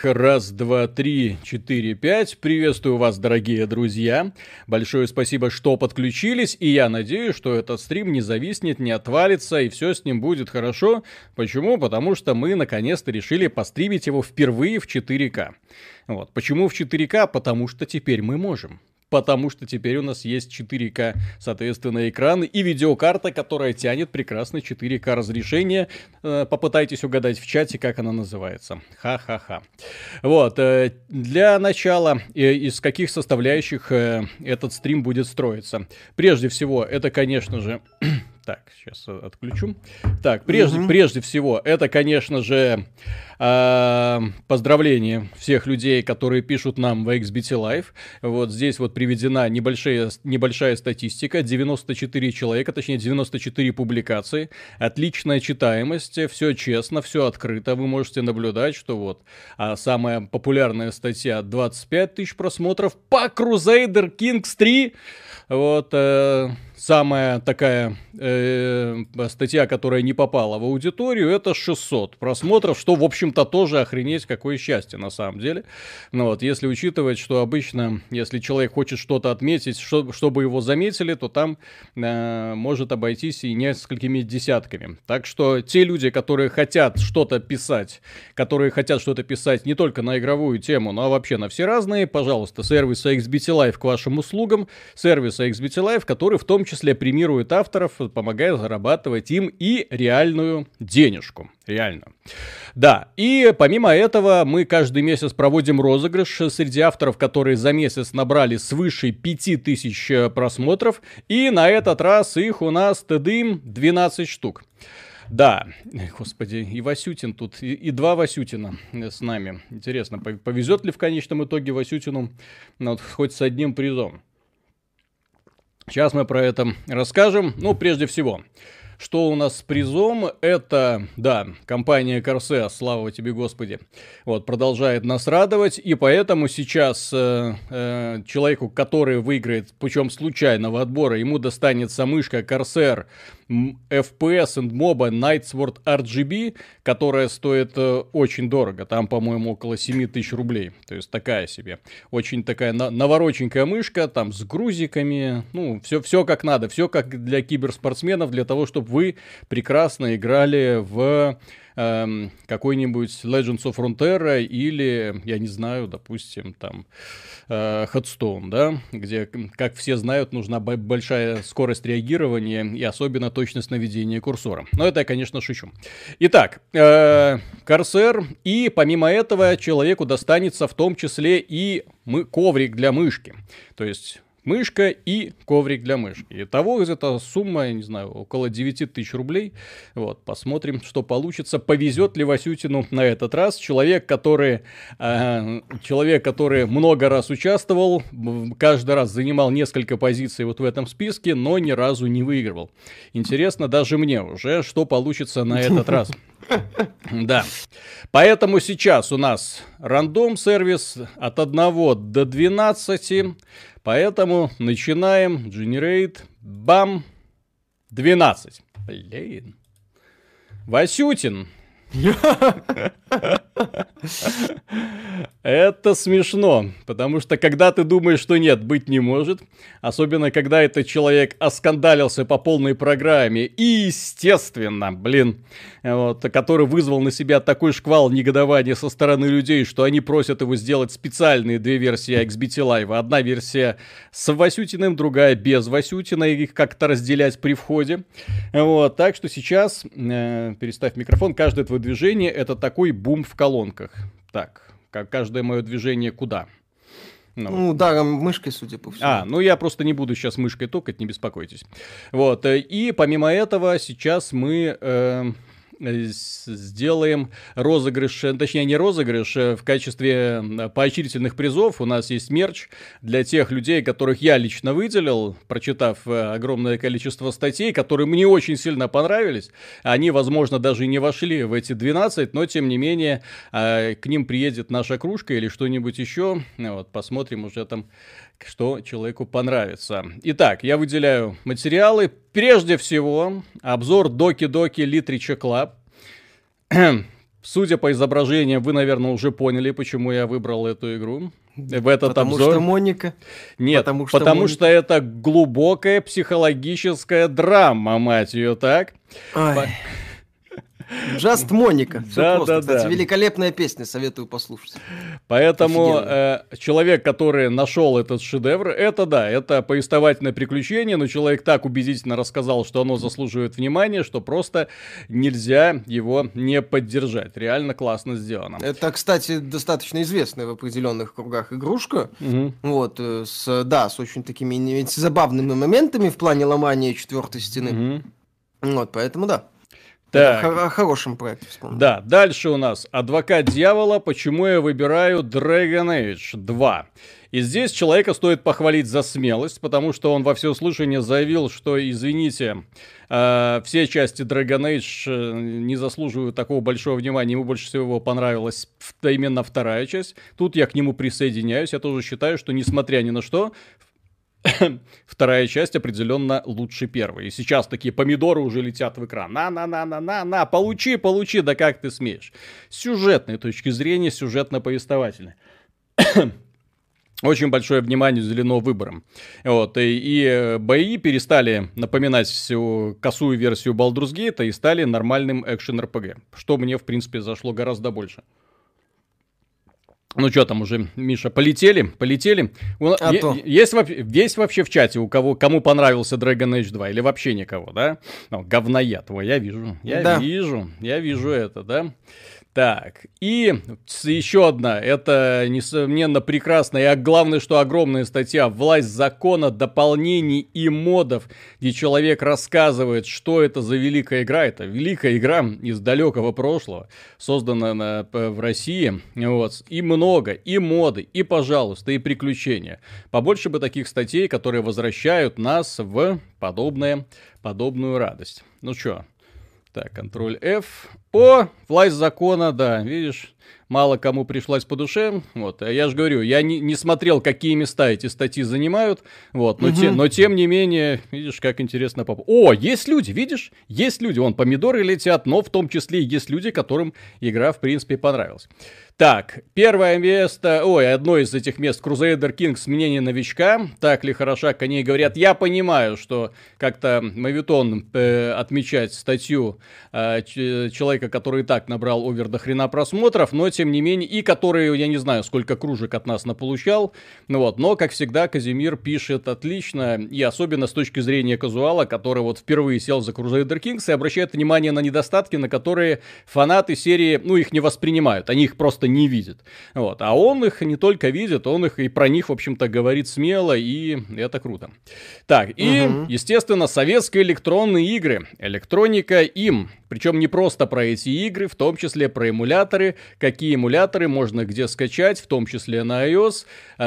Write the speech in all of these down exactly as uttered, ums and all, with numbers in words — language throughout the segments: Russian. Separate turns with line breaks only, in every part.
Раз, два, три, четыре, пять. Приветствую вас, дорогие друзья. Большое спасибо, что подключились. И я надеюсь, что этот стрим не зависнет, не отвалится, и все с ним будет хорошо. Почему? Потому что мы наконец-то решили постримить его впервые в четыре ка. Вот. Почему в четыре ка? Потому что теперь мы можем. Потому что теперь у нас есть четыре ка, соответственно, экран и видеокарта, которая тянет прекрасное четыре ка разрешение. Попытайтесь угадать в чате, как она называется. Ха-ха-ха. Вот. Для начала, из каких составляющих этот стрим будет строиться? Прежде всего, это, конечно же... Так, сейчас отключу. Так, прежде, угу. прежде всего, это, конечно же, э, поздравление всех людей, которые пишут нам в икс би ти Live. Вот здесь вот приведена небольшая, небольшая статистика. девяносто четыре человека, точнее девяносто четыре публикации. Отличная читаемость, все честно, все открыто. Вы можете наблюдать, что вот а самая популярная статья двадцать пять тысяч просмотров по Crusader Kings три. Вот... Э, Самая такая э, статья, которая не попала в аудиторию, это шестьсот просмотров, что, в общем-то, тоже охренеть какое счастье на самом деле. Ну вот, если учитывать, что обычно, если человек хочет что-то отметить, что, чтобы его заметили, то там э, может обойтись и несколькими десятками. Так что те люди, которые хотят что-то писать, которые хотят что-то писать не только на игровую тему, но вообще на все разные, пожалуйста, сервис икс би ти Live к вашим услугам, сервис икс би ти Live, который в том числе числе премирует авторов, помогает зарабатывать им и реальную денежку. Реально. Да, и помимо этого мы каждый месяц проводим розыгрыш среди авторов, которые за месяц набрали свыше пяти тысяч просмотров. И на этот раз их у нас тыдым двенадцать штук. Да, господи, и Васютин тут, и, и два Васютина с нами. Интересно, повезет ли в конечном итоге Васютину, ну, вот, хоть с одним призом? Сейчас мы про это расскажем. Ну, прежде всего, что у нас с призом? Это, да, компания Corsair, слава тебе, Господи, вот, продолжает нас радовать. И поэтому сейчас э, э, человеку, который выиграет путем случайного отбора, ему достанется мышка Corsair эф пи эс and моба Nightsword ар джи би, которая стоит э, очень дорого. Там, по-моему, около семь тысяч рублей. То есть такая себе. Очень такая на- навороченькая мышка, там с грузиками. Ну, все, все как надо. Все как для киберспортсменов, для того, чтобы вы прекрасно играли в э, какой-нибудь Legends of Frontera или, я не знаю, допустим, там э, Hearthstone, да, где, как все знают, нужна большая скорость реагирования и особенно точность наведения курсора. Но это я, конечно, шучу. Итак, э, Corsair, и помимо этого человеку достанется в том числе и мы- коврик для мышки. То есть... мышка и коврик для мышки. Итого эта сумма, я не знаю, около девять тысяч рублей. Вот, посмотрим, что получится. Повезет ли Васютину на этот раз. Человек, который, э, человек, который много раз участвовал, каждый раз занимал несколько позиций вот в этом списке, но ни разу не выигрывал. Интересно даже мне уже, что получится на этот раз. Да. Поэтому сейчас у нас рандом-сервис от одного до двенадцати. Поэтому начинаем. Generate. Бам. двенадцать. Блин. Васютин. Это смешно, потому что когда ты думаешь, что нет, быть не может, особенно когда этот человек оскандалился по полной программе и, естественно, блин, вот, который вызвал на себя такой шквал негодования со стороны людей, что они просят его сделать специальные две версии икс би ти Live. Одна версия с Васютиным, другая без Васютина, и их как-то разделять при входе. Вот, так что сейчас, э, переставь микрофон, каждое твое движение это такой бум в колонках. Так, как каждое мое движение куда?
Ну, ну ударом мышкой, судя по всему.
А, ну я просто не буду сейчас мышкой токать, не беспокойтесь. Вот, и помимо этого сейчас мы... Э, сделаем розыгрыш, точнее не розыгрыш, в качестве поощрительных призов у нас есть мерч для тех людей, которых я лично выделил, прочитав огромное количество статей, которые мне очень сильно понравились. Они, возможно, даже и не вошли в эти двенадцать, но тем не менее к ним приедет наша кружка или что-нибудь еще. Вот, посмотрим уже там, что человеку понравится. Итак, я выделяю материалы. Прежде всего, обзор Доки Доки Literature Club. судя по изображениям, вы, наверное, уже поняли, почему я выбрал эту игру. В этот
потому
обзор.
Что Моника.
Нет, потому, что, потому Моника. Что это глубокая психологическая драма, мать ее, так?
Ой. Just Monica. Все
да,
просто.
Да,
Кстати,
да.
великолепная песня, советую послушать.
Поэтому э, человек, который нашел этот шедевр, это да, это повествовательное приключение, но человек так убедительно рассказал, что оно заслуживает внимания, что просто нельзя его не поддержать. Реально классно сделано.
Это, кстати, достаточно известная в определенных кругах игрушка. Угу. Вот, с, да, с очень такими с забавными моментами в плане ломания четвертой стены. Угу. Вот, поэтому да.
Так.
О хорошем проекте вспомнил.
Да, дальше у нас Адвокат Дьявола. Почему я выбираю Dragon Age два? И здесь человека стоит похвалить за смелость, потому что он во всеуслышание заявил, что, извините, э, все части Dragon Age не заслуживают такого большого внимания. Ему больше всего понравилась именно вторая часть. Тут я к нему присоединяюсь. Я тоже считаю, что, несмотря ни на что, вторая часть определенно лучше первой. И сейчас такие помидоры уже летят в экран. На-на-на-на-на-на, получи, получи, да как ты смеешь. С сюжетной точки зрения, сюжетно-повествовательной. Очень большое внимание уделено выборам. Вот, и, и бои перестали напоминать всю косую версию Baldur's Gate и стали нормальным экшен-эр пи джи. Что мне, в принципе, зашло гораздо больше. Ну что там уже, Миша, полетели? Полетели? А е- есть, есть вообще в чате, у кого, кому понравился Dragon Age два? Или вообще никого, да? Ну, говноед твой, я вижу. Я да. вижу, я вижу это, да? Так, и еще одна, это, несомненно, прекрасная, и главное, что огромная статья «Власть закона, дополнений и модов», где человек рассказывает, что это за великая игра. Это великая игра из далекого прошлого, созданная на, в России, вот, и много, и моды, и, пожалуйста, и приключения. Побольше бы таких статей, которые возвращают нас в подобное, подобную радость. Ну что? Так, контроль F. О, власть закона, да, видишь, мало кому пришлась по душе. Вот, я же говорю, я не, не смотрел, какие места эти статьи занимают. Вот, но, угу. те, но тем не менее, видишь, как интересно. Поп... О, есть люди, видишь? Есть люди, вон, помидоры летят, но в том числе есть люди, которым игра, в принципе, понравилась. Так, первое место, ой, одно из этих мест, Crusader Kings, мнение новичка. Так ли хороша, к ней говорят. Я понимаю, что как-то мавитон э, отмечать статью э, человека, который и так набрал овер до хрена просмотров, но тем не менее, и который, я не знаю, сколько кружек от нас наполучал, ну вот, но, как всегда, Казимир пишет отлично, и особенно с точки зрения казуала, который вот впервые сел за Crusader Kings и обращает внимание на недостатки, на которые фанаты серии, ну, их не воспринимают, они их просто не видит. Вот. А он их не только видит, он их и про них, в общем-то, говорит смело, и это круто. Так, и, угу. естественно, советские электронные игры. Электроника им. Причем не просто про эти игры, в том числе про эмуляторы. Какие эмуляторы можно где скачать, в том числе на iOS.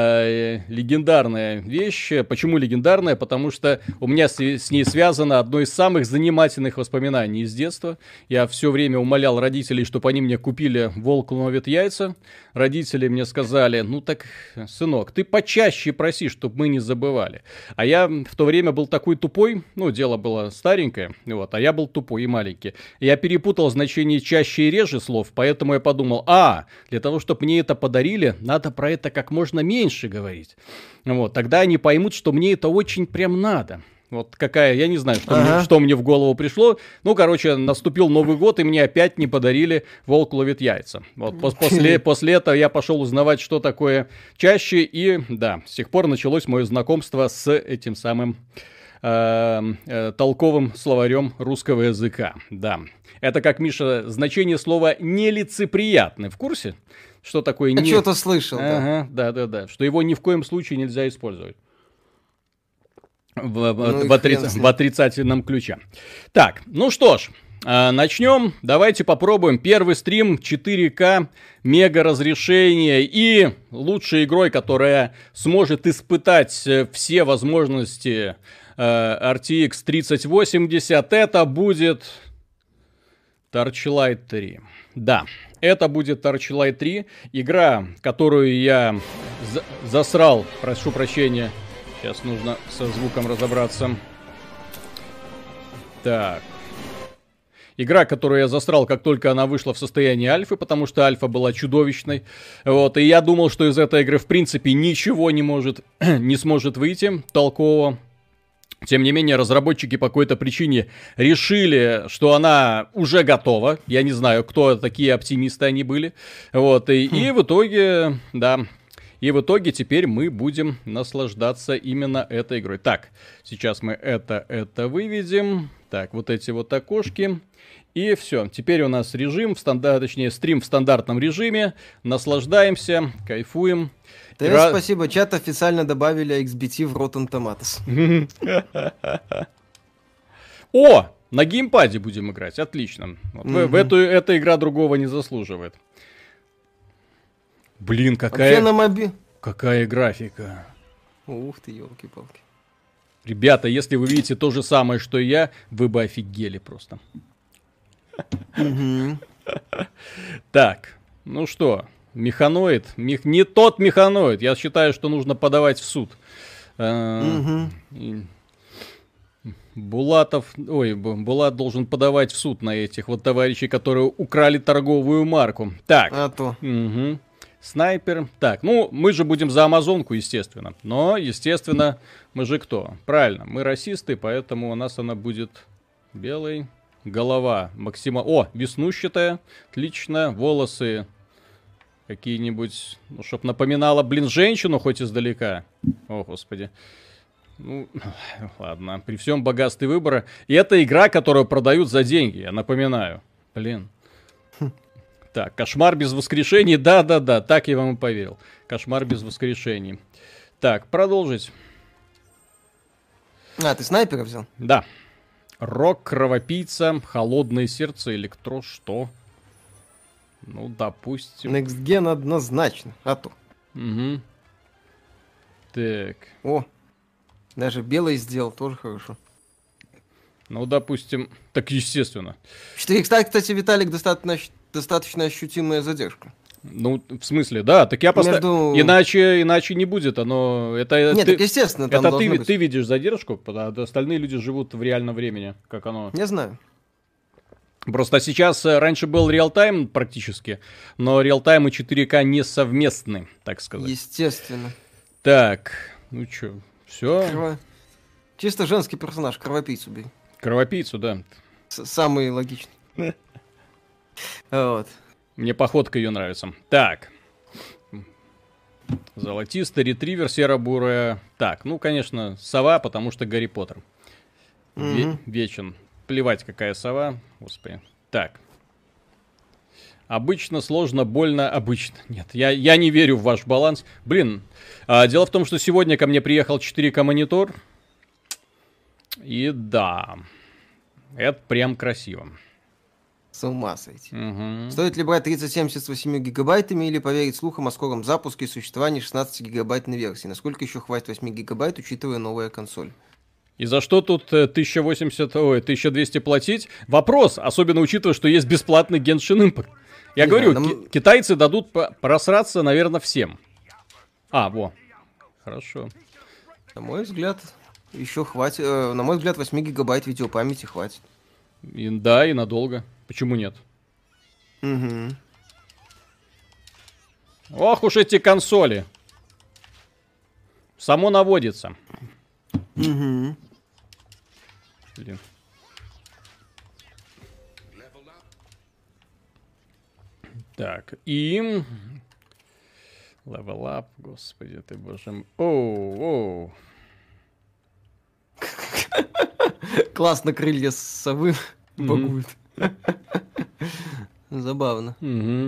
Э, легендарная вещь. Почему легендарная? Потому что у меня с, с ней связано одно из самых занимательных воспоминаний из детства. Я все время умолял родителей, чтобы они мне купили «Волк ловит яйца». Родители мне сказали: ну так, сынок, ты почаще проси, чтобы мы не забывали. А я в то время был такой тупой, ну, дело было старенькое, вот, а я был тупой и маленький. Я перепутал значение чаще и реже слов, поэтому я подумал, а, для того, чтобы мне это подарили, надо про это как можно меньше говорить. Вот, тогда они поймут, что мне это очень прям надо. Вот какая, я не знаю, что, ага. мне, что мне в голову пришло. Ну, короче, наступил Новый год, и мне опять не подарили «Волк ловит яйца». Вот после, после этого я пошел узнавать, что такое чаще, и да, с тех пор началось мое знакомство с этим самым э, э, толковым словарем русского языка. Да, это, как Миша, значение слова «нелицеприятный». В курсе? Что такое?
Я
не...
что-то слышал.
Ага, да, да, да, что его ни в коем случае нельзя использовать. В,
ну
в, отриц... в отрицательном ключе. Так, ну что ж, э, начнем. Давайте попробуем. Первый стрим четыре ка, мега разрешение и лучшей игрой, которая сможет испытать все возможности э, эр ти экс тридцать восемьдесят, это будет Torchlight три. Да, это будет Torchlight три. Игра, которую я за- засрал, прошу прощения. Сейчас нужно со звуком разобраться. Так. Игра, которую я засрал, как только она вышла в состоянии альфы, потому что альфа была чудовищной. Вот, и я думал, что из этой игры, в принципе, ничего не может, не сможет выйти толкового. Тем не менее, разработчики по какой-то причине решили, что она уже готова. Я не знаю, кто такие оптимисты они были. Вот, и, хм. и в итоге, да... И в итоге теперь мы будем наслаждаться именно этой игрой. Так, сейчас мы это, это выведем. Так, вот эти вот окошки. И все. Теперь у нас режим, в стандарт, точнее, стрим в стандартном режиме. Наслаждаемся, кайфуем.
Да, Ра... спасибо. Чат официально добавили икс би ти в Rotten Tomatoes.
О! На геймпаде будем играть. Отлично. Вот в, в эту, эта игра другого не заслуживает. Блин, какая...
на моби...
Какая графика.
Ух ты, елки-палки.
Ребята, если вы видите то же самое, что и я, вы бы офигели просто. Так, ну что, механоид? Не тот механоид. Я считаю, что нужно подавать в суд. Булатов, ой, Булат должен подавать в суд на этих вот товарищей, которые украли торговую марку. Так.
А то.
Угу. Снайпер. Так, ну, мы же будем за Амазонку, естественно. Но, естественно, мы же кто? Правильно, мы расисты, поэтому у нас она будет белой. Голова максимально... О, веснущатая. Отлично. Волосы какие-нибудь... Ну, чтоб напоминала, блин, женщину, хоть издалека. О, господи. Ну, ладно. При всем богатстве выбора. И это игра, которую продают за деньги, я напоминаю. Блин. Так, кошмар без воскрешений. Да-да-да, так я вам и поверил. Кошмар без воскрешений. Так, продолжить.
А, ты снайпера взял?
Да. Рок, кровопийца, холодное сердце, электро, что? Ну, допустим.
Next Gen однозначно, а то.
Угу. Так.
О, даже белый сделал, тоже хорошо.
Ну, допустим, так естественно.
четыре икс, кстати, Виталик, достаточно, достаточно ощутимая задержка.
Ну, в смысле, да, так я поставил. Между... Иначе, иначе не будет, оно... Это,
Нет,
ты...
так естественно, там
это ты,
быть.
ты видишь задержку, а остальные люди живут в реальном времени, как оно...
Я знаю.
Просто сейчас, раньше был реал-тайм практически, но реал-тайм и четыре ка не совместны, так сказать.
Естественно.
Так, ну чё, все.
Крово... Чисто женский персонаж, кровопийцу бей.
Кровопийцу, да.
С Самый логичный. Вот.
Мне походка ее нравится. Так. Золотистый ретривер, серо-бурая. Так, ну, конечно, сова, потому что Гарри Поттер. Ве- вечен. Плевать, какая сова. Господи. Так. Обычно, сложно, больно, обычно. Нет, я, я не верю в ваш баланс. Блин, а, дело в том, что сегодня ко мне приехал четыре ка монитор. И да, это прям красиво.
С ума сойти.
Угу.
Стоит ли брать тридцать семьдесят с восемью гигабайтами или поверить слухам о скором запуске и существовании шестнадцатигигабайтной версии? Насколько еще хватит восемь гигабайт, учитывая новая консоль?
И за что тут тысяча восемьдесят, ой, тысяча двести платить? Вопрос, особенно учитывая, что есть бесплатный Genshin Impact. Я не говорю, знаю, нам... ки- китайцы дадут просраться, наверное, всем. А, во. Хорошо.
На мой взгляд, еще хватит. Э, на мой взгляд, восемь гигабайт видеопамяти хватит.
И, да, и надолго. Почему нет?
Угу.
Ох уж эти консоли. Само наводится.
Угу.
Блин. Так, и... Level up, господи ты, боже мой. Оу, оу.
Классно крылья совы багуют. Забавно.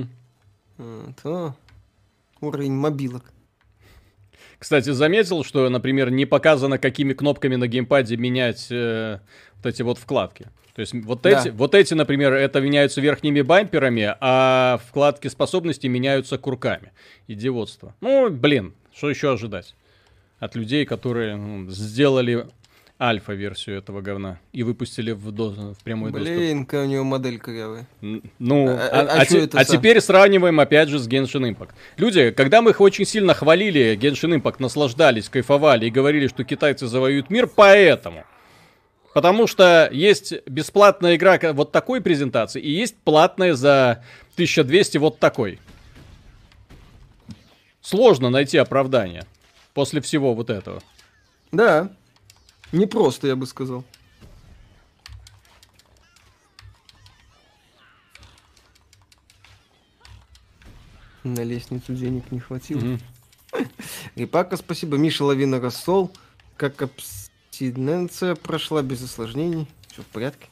То уровень мобилок.
Кстати, заметил, что, например, не показано, какими кнопками на геймпаде менять э, вот эти вот вкладки. То есть вот, да. эти, вот эти, например, это меняются верхними бамперами, а вкладки способностей меняются курками. Идиотство. Ну, блин, что еще ожидать от людей, которые ну, сделали альфа-версию этого говна и выпустили в, до, в прямой
блин,
доступ.
Блин, у него модель корявая.
Ну, а, а, а, а, те, а теперь сравниваем опять же с Genshin Impact. Люди, когда мы их очень сильно хвалили, Genshin Impact, наслаждались, кайфовали и говорили, что китайцы завоюют мир, поэтому... Потому что есть бесплатная игра вот такой презентации, и есть платная за тысячу двести вот такой. Сложно найти оправдание после всего вот этого.
Да, непросто, я бы сказал. На лестницу денег не хватило. Mm-hmm. Репака, спасибо. Миша Лавина рассол. Как абстиненция прошла без осложнений. Все в порядке.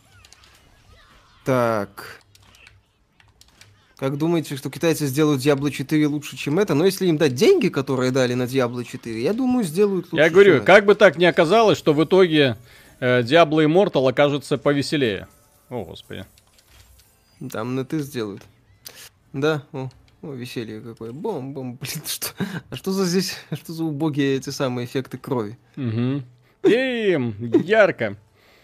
Так. Как думаете, что китайцы сделают Diablo четыре лучше, чем это? Но если им дать деньги, которые дали на Diablo четыре, я думаю, сделают лучше.
Я говорю,
чем
как
это.
бы так ни оказалось, что в итоге э, Diablo Immortal окажется повеселее. О, господи.
Там на ты сделают. Да, о. О, веселье какое. Бом-бом, блин, что? А что за здесь, что за убогие эти самые эффекты крови?
Угу. Эм, ярко.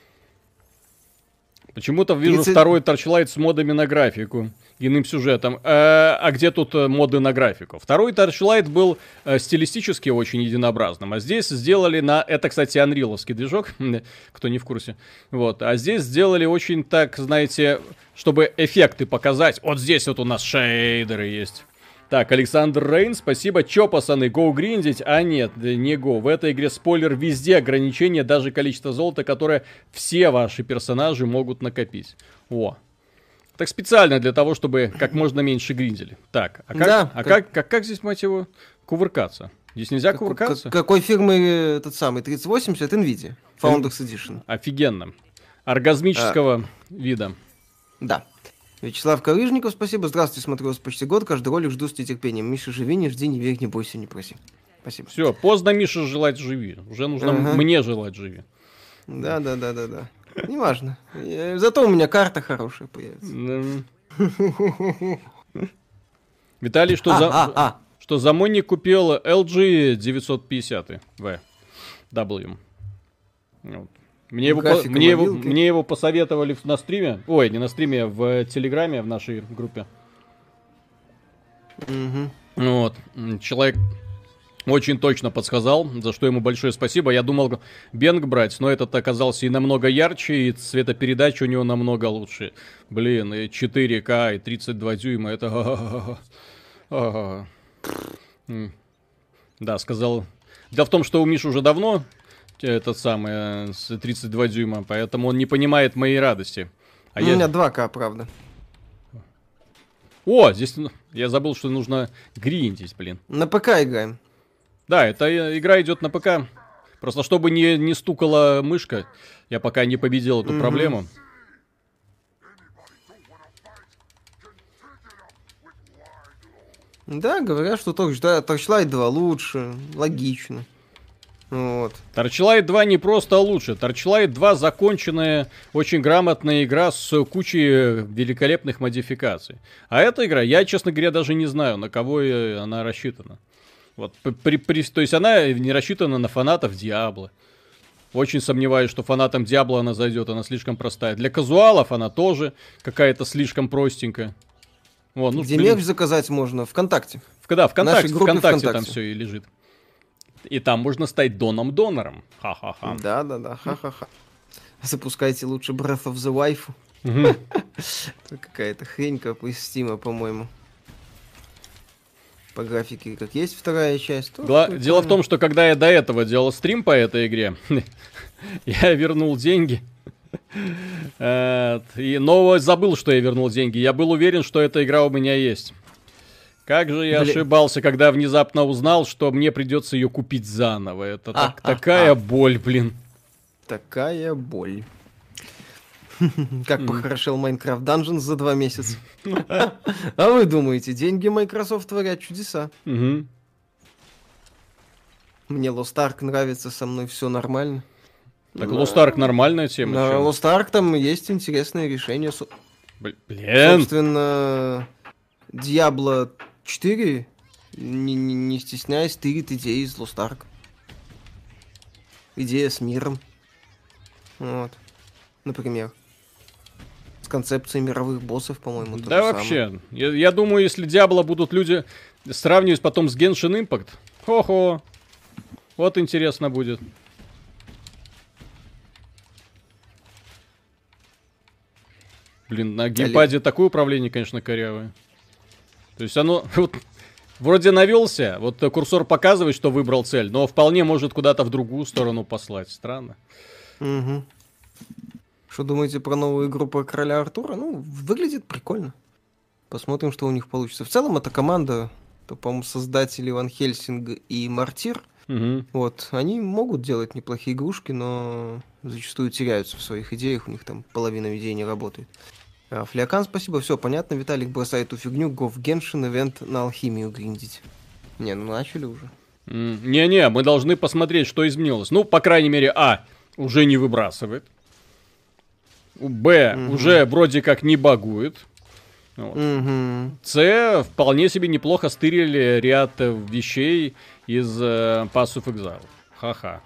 Почему-то вижу
тридцать...
второй торчлайт с модами на графику, иным сюжетом. А, а где тут моды на графику? Второй торчлайт был а, стилистически очень единообразным, а здесь сделали на... Это, кстати, анриловский движок, кто не в курсе. Вот. А здесь сделали очень так, знаете, чтобы эффекты показать. Вот здесь вот у нас шейдеры есть. Так, Александр Рейн, спасибо. Чё, пацаны, гоу гриндить? А нет, не гоу. В этой игре спойлер везде ограничение, даже количество золота, которое все ваши персонажи могут накопить. О. Так специально для того, чтобы как можно меньше гриндили. Так, а как,
да,
а
как...
Как, как, как здесь, мать его, кувыркаться? Здесь нельзя
как,
кувыркаться?
Как, какой фирмы этот самый тридцать восемьдесят? Nvidia. Founders Edition.
Офигенно. Оргазмического а. вида.
Да. Вячеслав Калыжников, спасибо. Здравствуйте, смотрю вас почти год. Каждый ролик жду с нетерпением. Миша, живи, не жди, не верь, не бойся, не проси. Спасибо.
Все, поздно, Миша, желать живи. Уже нужно ага. мне желать живи.
Да, да, да, да, да. Неважно. Зато у меня карта хорошая появится.
Виталий, что за... Что за Монни купил эл джи девятьсот пятьдесят ви дабл ю. Вот. Мне его, по, мне, его, мне его посоветовали на стриме. Ой, не на стриме, в Телеграме, в нашей группе.
Угу.
Вот. Человек очень точно подсказал, за что ему большое спасибо. Я думал Бенг брать, но этот оказался и намного ярче, и цветопередача у него намного лучше. Блин, и четыре ка, и тридцать два дюйма, это... Да, сказал. Дело в том, что у Миши уже давно этот самый с тридцать два дюйма, поэтому он не понимает моей радости.
А у я... меня два ка, правда.
О, здесь я забыл, что нужно гриндить, блин.
На ПК играем.
Да, эта игра идет на ПК. Просто чтобы не, не стукала мышка, я пока не победил эту mm-hmm. проблему.
Да, говорят, что Torchlight два лучше, логично. Вот.
Torchlight два не просто лучше. Torchlight два законченная, очень грамотная игра с кучей великолепных модификаций. А эта игра, я, честно говоря, даже не знаю, на кого она рассчитана. Вот, при, при, то есть она не рассчитана на фанатов Диабло. Очень сомневаюсь, что фанатам Диабло она зайдет, она слишком простая. Для казуалов она тоже какая-то слишком простенькая. Вот, ну,
где
блин.
мерч заказать можно? ВКонтакте.
В, да, ВКонтакте, ВКонтакте,
ВКонтакте
там все и лежит. И там можно стать доном-донором. Ха-ха-ха.
Да-да-да, ха-ха-ха. Запускайте лучше Breath of the Wife. Это какая-то хрень, как из Стима, по-моему. По графике, как есть вторая часть.
Гла- Дело в том, что когда я до этого делал стрим по этой игре, я вернул деньги. И, но забыл, что я вернул деньги. Я был уверен, что эта игра у меня есть. Как же я Блин. ошибался, когда внезапно узнал, что мне придется ее купить заново. Это а, так, а, такая а. боль, блин.
Такая боль. Как похорошел Minecraft Dungeons за два месяца. А вы думаете, деньги Microsoft творят чудеса? Мне Lost Ark нравится, со мной все нормально.
Так Lost Ark нормальная тема.
На Lost Ark там есть интересные решения.
Блин.
Собственно, Diablo четыре, не, не, не стесняясь, тырит идеи из Lost Ark. Идея с миром. Вот. Например. С концепцией мировых боссов, по-моему.
Да вообще. Я, я думаю, если Diablo будут люди сравнивать потом с Genshin Impact, хо-хо. Вот интересно будет. Блин, на геймпаде Олег. Такое управление, конечно, корявое. То есть оно вот, вроде навелся, вот курсор показывает, что выбрал цель, но вполне может куда-то в другую сторону послать. Странно.
Угу. Что думаете про новую игру про Короля Артура? Ну, выглядит прикольно. Посмотрим, что у них получится. В целом, эта команда, то, по-моему, создатели Ван Хельсинг и Мартир. Угу. Вот, они могут делать неплохие игрушки, но зачастую теряются в своих идеях, у них там половина идей не работает. А, Флиакан, спасибо, все понятно. Виталик бросает эту фигню, го в Геншин, ивент на алхимию гриндить. Не, ну начали уже.
Не-не, мы должны посмотреть, что изменилось. Ну, по крайней мере, а, уже не выбрасывает. Б, угу. уже вроде как не багует. Вот.
Угу.
С, вполне себе неплохо стырили ряд вещей из э, Pass of Exile. Ха-ха.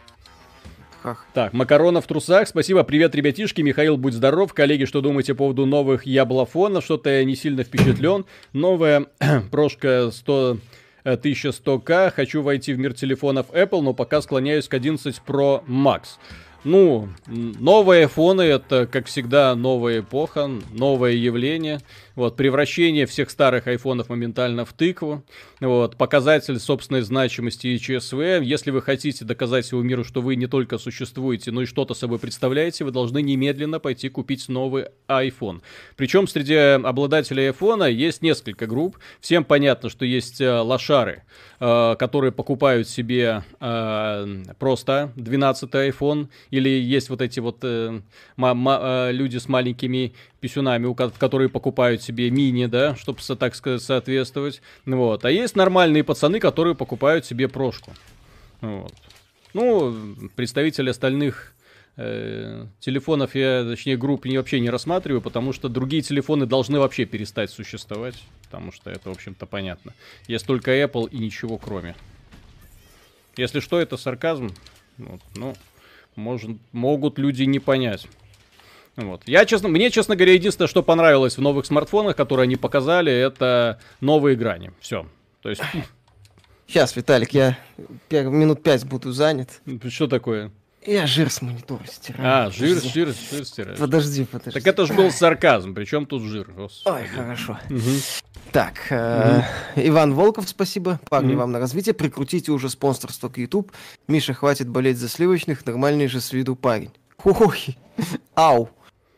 Ах.
Так, Макарона в трусах. Спасибо, привет, ребятишки. Михаил, будь здоров. Коллеги, что думаете по поводу новых яблофонов? Что-то я не сильно впечатлен. Новая прошка сто, тысяча сто ка. Хочу войти в мир телефонов Apple, но пока склоняюсь к одиннадцать Pro Max. Ну, новые айфоны — это, как всегда, новая эпоха, новое явление. Вот, превращение всех старых айфонов моментально в тыкву. Вот, показатель собственной значимости и ЧСВ. Если вы хотите доказать всему миру, что вы не только существуете, но и что-то собой представляете, вы должны немедленно пойти купить новый iPhone. Причем среди обладателей айфона есть несколько групп. Всем понятно, что есть лошары, которые покупают себе просто двенадцатый iPhone. Или есть вот эти вот э, ма- ма- люди с маленькими писюнами, у ко- которые покупают себе мини, да, чтобы, так сказать, соответствовать. Вот. А есть нормальные пацаны, которые покупают себе прошку. Вот. Ну, представители остальных э, телефонов я, точнее, групп не, вообще не рассматриваю, потому что другие телефоны должны вообще перестать существовать. Потому что это, в общем-то, понятно. Есть только Apple и ничего кроме. Если что, это сарказм. Вот, ну... Может, могут люди не понять. Вот. Я, честно, мне, честно говоря, единственное, что понравилось в новых смартфонах, которые они показали, это новые грани. Все. То есть...
Сейчас, Виталик, я минут пять буду занят.
Что такое?
Я жир с монитора стираю.
А, жир, жир, жир стираешь.
Подожди, подожди.
Так это же был сарказм, причем тут жир. Господи.
Ой, хорошо. Угу. Так, э, mm-hmm. Иван Волков, спасибо. Парни, mm-hmm. вам на развитие. Прикрутите уже спонсорство к YouTube. Миша, хватит болеть за сливочных. Нормальный же с виду парень. Ой, ау.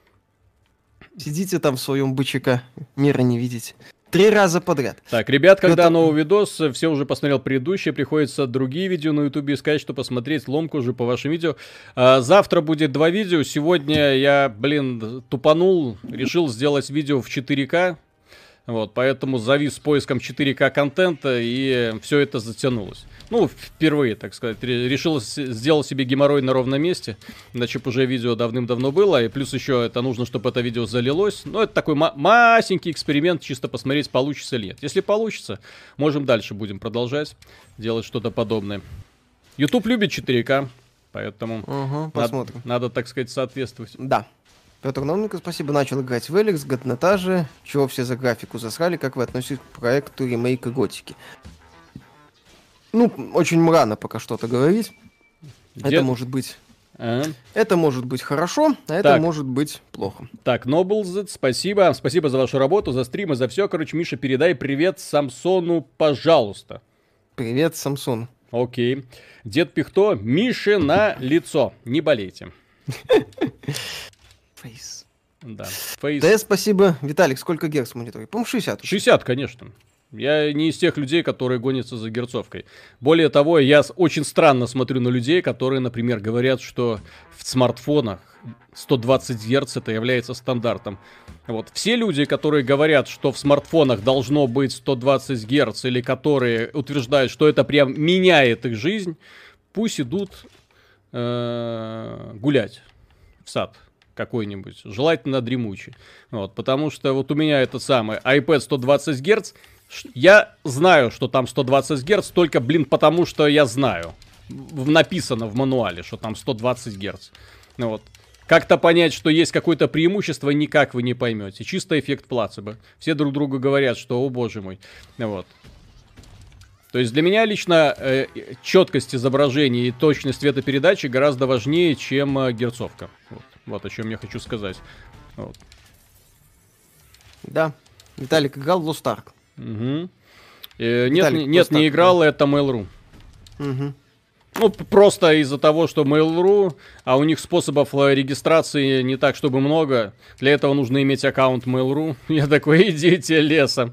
Сидите там в своем бычака. Мира не видите. Три раза подряд.
Так, ребят, когда Это... новый видос, все уже посмотрел предыдущие, приходится другие видео на ютубе искать, что посмотреть, ломку уже по вашим видео. А, завтра будет два видео, сегодня я, блин, тупанул, решил сделать видео в четыре ка, вот, поэтому завис с поиском четыре ка контента, и все это затянулось. Ну, впервые, так сказать, решил сделать себе геморрой на ровном месте, иначе уже видео давным-давно было, и плюс еще это нужно, чтобы это видео залилось. Но это такой ма- масенький эксперимент, чисто посмотреть, получится или нет. Если получится, можем дальше будем продолжать делать что-то подобное. YouTube любит четыре ка, поэтому
угу,
надо, надо, так сказать, соответствовать.
Да. Петр Новников, спасибо, начал играть в Эликс, годнота же, чего все за графику засрали, как вы относитесь к проекту ремейка Готики? Ну, очень рано пока что-то говорить. Где? Это может быть... А? Это может быть хорошо, а так. Это может быть плохо.
Так, Noblezed, спасибо. Спасибо за вашу работу, за стрим и за все. Короче, Миша, передай привет Самсону, пожалуйста.
Привет, Самсон.
Окей. Дед Пихто, Мише на лицо. Не болейте.
Фейс.
Да, фейс.
Да, спасибо. Виталик, сколько герц в мониторе? По-моему, шестьдесят.
шестьдесят, конечно. Я не из тех людей, которые гонятся за герцовкой. Более того, я очень странно смотрю на людей, которые, например, говорят, что в смартфонах сто двадцать герц это является стандартом. Вот. Все люди, которые говорят, что в смартфонах должно быть сто двадцать герц, или которые утверждают, что это прям меняет их жизнь, пусть идут э- гулять в сад какой-нибудь, желательно дремучий. Вот. Потому что вот у меня это самое iPad сто двадцать герц. Я знаю, что там сто двадцать герц, только, блин, потому что я знаю. Написано в мануале, что там сто двадцать герц. Вот. Как-то понять, что есть какое-то преимущество, никак вы не поймете. Чисто эффект плацебо. Все друг другу говорят, что, о боже мой. Вот. То есть для меня лично э, четкость изображения и точность цветопередачи гораздо важнее, чем э, герцовка. Вот. Вот о чем я хочу сказать. Вот.
Да. Виталик играл в Lost Ark.
Угу. Э, нет,
Виталик,
нет,
Lost
не
Ark,
играл, это Mail.ru.
Угу.
Ну, просто из-за того, что Mail.ru, а у них способов регистрации не так, чтобы много. Для этого нужно иметь аккаунт Mail.ru. Я такой, идите лесом.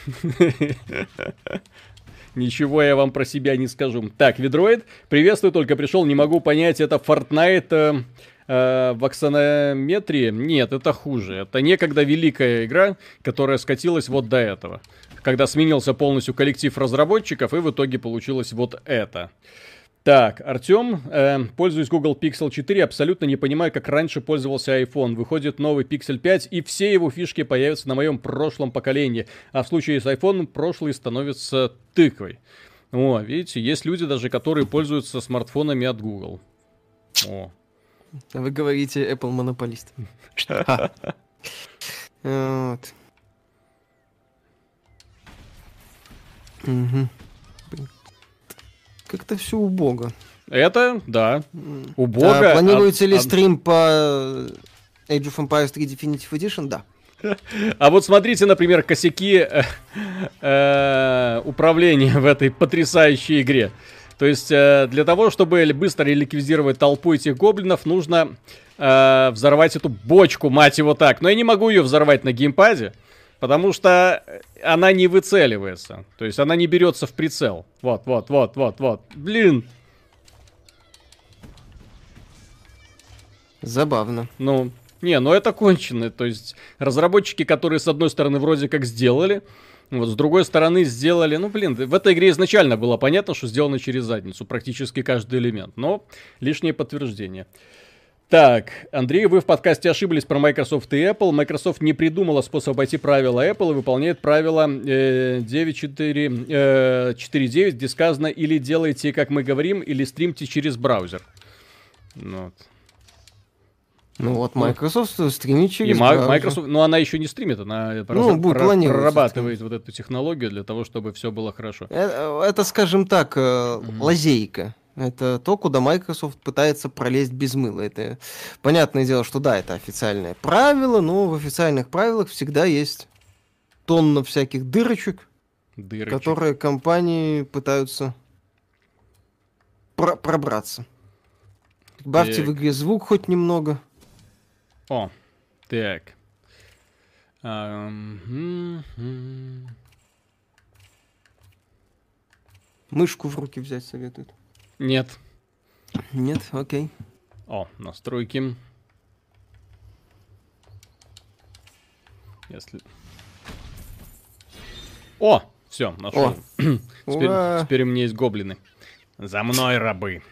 Ничего я вам про себя не скажу. Так, Ведроид, приветствую, только пришел, не могу понять, это Fortnite э, э, в аксонометрии? Нет, это хуже. Это некогда великая игра, которая скатилась вот до этого. Когда сменился полностью коллектив разработчиков, и в итоге получилось вот это. Так, Артем, э, пользуюсь Google Pixel четыре, абсолютно не понимаю, как раньше пользовался iPhone. Выходит новый Pixel пять, и все его фишки появятся на моем прошлом поколении. А в случае с iPhone прошлый становится тыквой. О, видите, есть люди даже, которые пользуются смартфонами от Google. О.
Вы говорите Apple монополист. Вот. Угу. Как-то все убого.
Это, да, убого.
А, планируете
а,
ли
а...
стрим по Age of Empires три Definitive Edition? Да.
А вот смотрите, например, косяки э, э, управления в этой потрясающей игре. То есть э, для того, чтобы быстро ликвидировать толпу этих гоблинов, нужно э, взорвать эту бочку, мать его так. Но я не могу ее взорвать на геймпаде. Потому что она не выцеливается. То есть она не берется в прицел. Вот, вот, вот, вот, вот. Блин.
Забавно.
Ну, не, ну это кончено. То есть разработчики, которые с одной стороны вроде как сделали, вот с другой стороны сделали... Ну, блин, в этой игре изначально было понятно, что сделано через задницу. Практически каждый элемент. Но лишнее подтверждение. Так, Андрей, вы в подкасте ошиблись про Microsoft и Apple. Microsoft не придумала способ обойти правила Apple и выполняет правила э, девять четыре девять, где сказано: или делайте, как мы говорим, или стримьте через браузер. Вот.
Ну вот, Microsoft стримит через
и
браузер.
Microsoft, но она еще не стримит, она
ну, будет
про- прорабатывает вот эту технологию для того, чтобы все было хорошо.
Это, это скажем так, mm-hmm. лазейка. Это то, куда Microsoft пытается пролезть без мыла. Это понятное дело, что да, это официальное правило, но в официальных правилах всегда есть тонна всяких дырочек,
Дырочек.
которые компании пытаются про- пробраться. Добавьте
так.
в игре звук хоть немного.
О, так. А, м- м-
Мышку в руки взять советуют.
Нет.
Нет, окей.
О, настройки. Если... О, все, нашел. теперь, теперь у меня есть гоблины. За мной, рабы.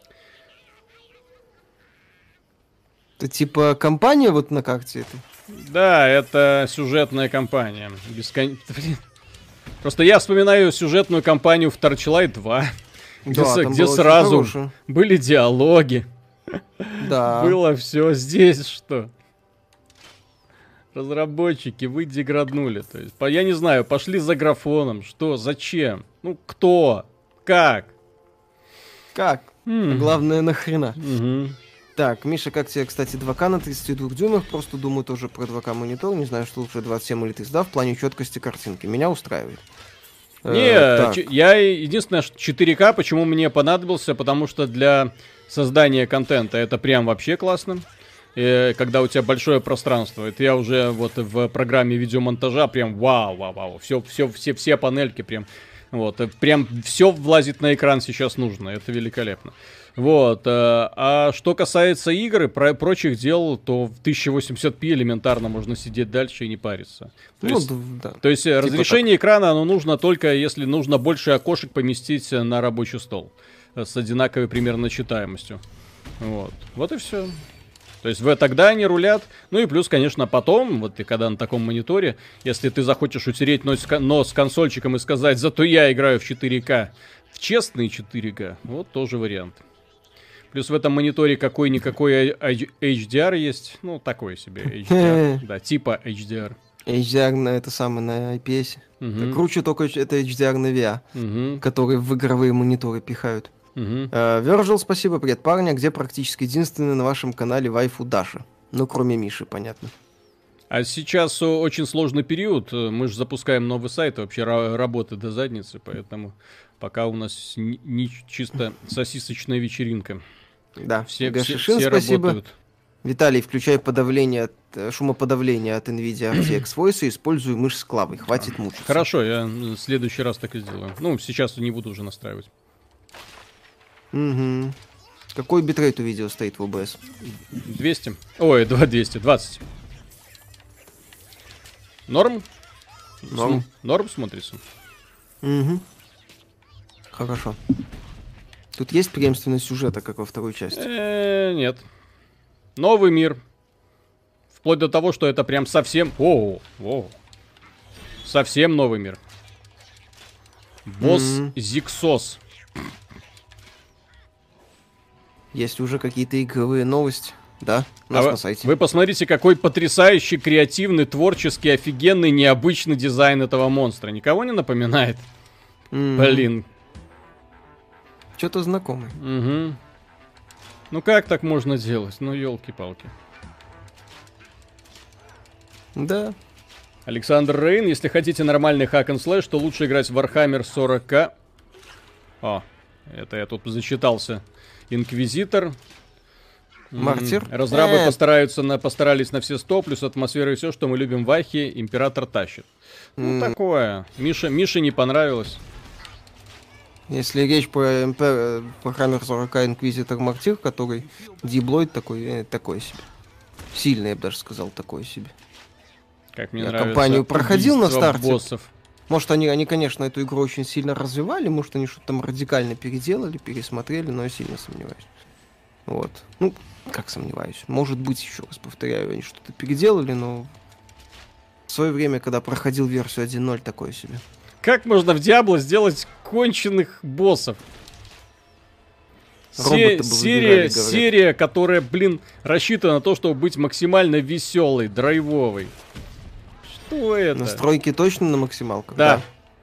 Это типа компания вот на карте это?
Да, это сюжетная кампания. Бескон... Просто я вспоминаю сюжетную кампанию в Torchlight два. Где,
да,
с, где сразу были диалоги.
Да.
Было все. Здесь что? Разработчики, вы деграднули. То есть, я не знаю, пошли за графоном. Что? Зачем? Ну, кто? Как?
Как?
М-м.
Главное, нахрена.
Угу.
Так, Миша, как тебе, кстати, два ка на тридцати двух дюймах? Просто думаю тоже про два ка монитор. Не знаю, что лучше двадцать семь или тридцать два в плане четкости картинки. Меня устраивает.
Не, э, ч- я единственное, что четыре ка почему мне понадобился, потому что для создания контента это прям вообще классно. И когда у тебя большое пространство, это я уже вот в программе видеомонтажа прям вау, вау, вау, все, все, все, все панельки прям, вот, прям все влазит на экран сейчас нужно, это великолепно. Вот, а что касается игр и про- прочих дел, то в тысяча восемьдесят пи элементарно можно сидеть дальше и не париться. То
ну,
есть,
да.
то есть типа разрешение так. экрана, оно нужно только, если нужно больше окошек поместить на рабочий стол с одинаковой примерно читаемостью. Вот, вот и все. То есть в, тогда они рулят. Ну и плюс, конечно, потом, вот ты когда на таком мониторе, если ты захочешь утереть нос, нос консольчиком и сказать: зато я играю в четыре ка, в честный четыре ка, вот тоже вариант. Плюс в этом мониторе какой-никакой эйч ди ар есть. Ну, такой себе эйч ди ар. Да, типа эйч ди ар.
эйч ди ар на это самое, на ай пи эс.
Угу.
Круче только это эйч ди ар на ви ар,
угу.
который в игровые мониторы пихают. Вержил, uh, спасибо, привет, парня. Где практически единственный на вашем канале вайфу Даша? Ну, кроме Миши, понятно.
А сейчас о, очень сложный период. Мы же запускаем новый сайт, вообще ра- работы до задницы, поэтому пока у нас не, не чисто сосисочная вечеринка.
Да,
Все, все,
Гашишин,
все
спасибо.
работают.
Виталий, включай подавление, от- шумоподавление от NVIDIA ар ти экс Voice и используй мышь с клавой. Хватит мучиться.
Хорошо, я в следующий раз так и сделаю. Ну, сейчас не буду уже настраивать.
Угу. Какой битрейт у видео стоит в о бэ эс?
двести. Ой, два двести, двадцать. Норм?
Норм.
См- Норм смотрится.
Угу. Хорошо. Тут есть преемственность сюжета, как во второй части?
Э, Нет. Новый мир. Вплоть до того, что это прям совсем... О, о. Совсем новый мир. Босс
Мгм.
Зиксос.
Есть уже какие-то игровые новости? Да, у
А
нас
вы,
на сайте.
вы посмотрите, какой потрясающий, креативный, творческий, офигенный, необычный дизайн этого монстра. Никого не напоминает?
М,
Блин.
Что-то знакомое.
Угу. Ну как так можно делать? Ну елки-палки.
Да.
Александр Рейн, если хотите нормальный hack and slash, то лучше играть в Warhammer сорок ка. О, это я тут зачитался. Инквизитор. М,
Мартир?
Разрабы
Э.
постараются на, постарались на все сто, плюс атмосфера и все, что мы любим в Ахе, Император тащит. Ну
М.
такое. Миша, Мише не понравилось.
Если речь про Импер... Warhammer сорок ка Инквизитор Мартир, который диблоид такой, э, такой себе. Сильный, я бы даже сказал, такой себе.
Как мне
Я
нравится.
кампанию проходил на
убийство
старте.
боссов.
Может, они, они, конечно, эту игру очень сильно развивали, может, они что-то там радикально переделали, пересмотрели, но я сильно сомневаюсь. Вот. Ну, как сомневаюсь. Может быть, еще раз повторяю, они что-то переделали, но в свое время, когда проходил версию один ноль, такое себе.
Как можно в Диабло сделать конченых боссов? Се-
Роботы бы
серия,
выбирали, говорят.
серия, которая, блин, рассчитана на то, чтобы быть максимально веселой, драйвовой. Что это?
Настройки точно на максималках?
Да.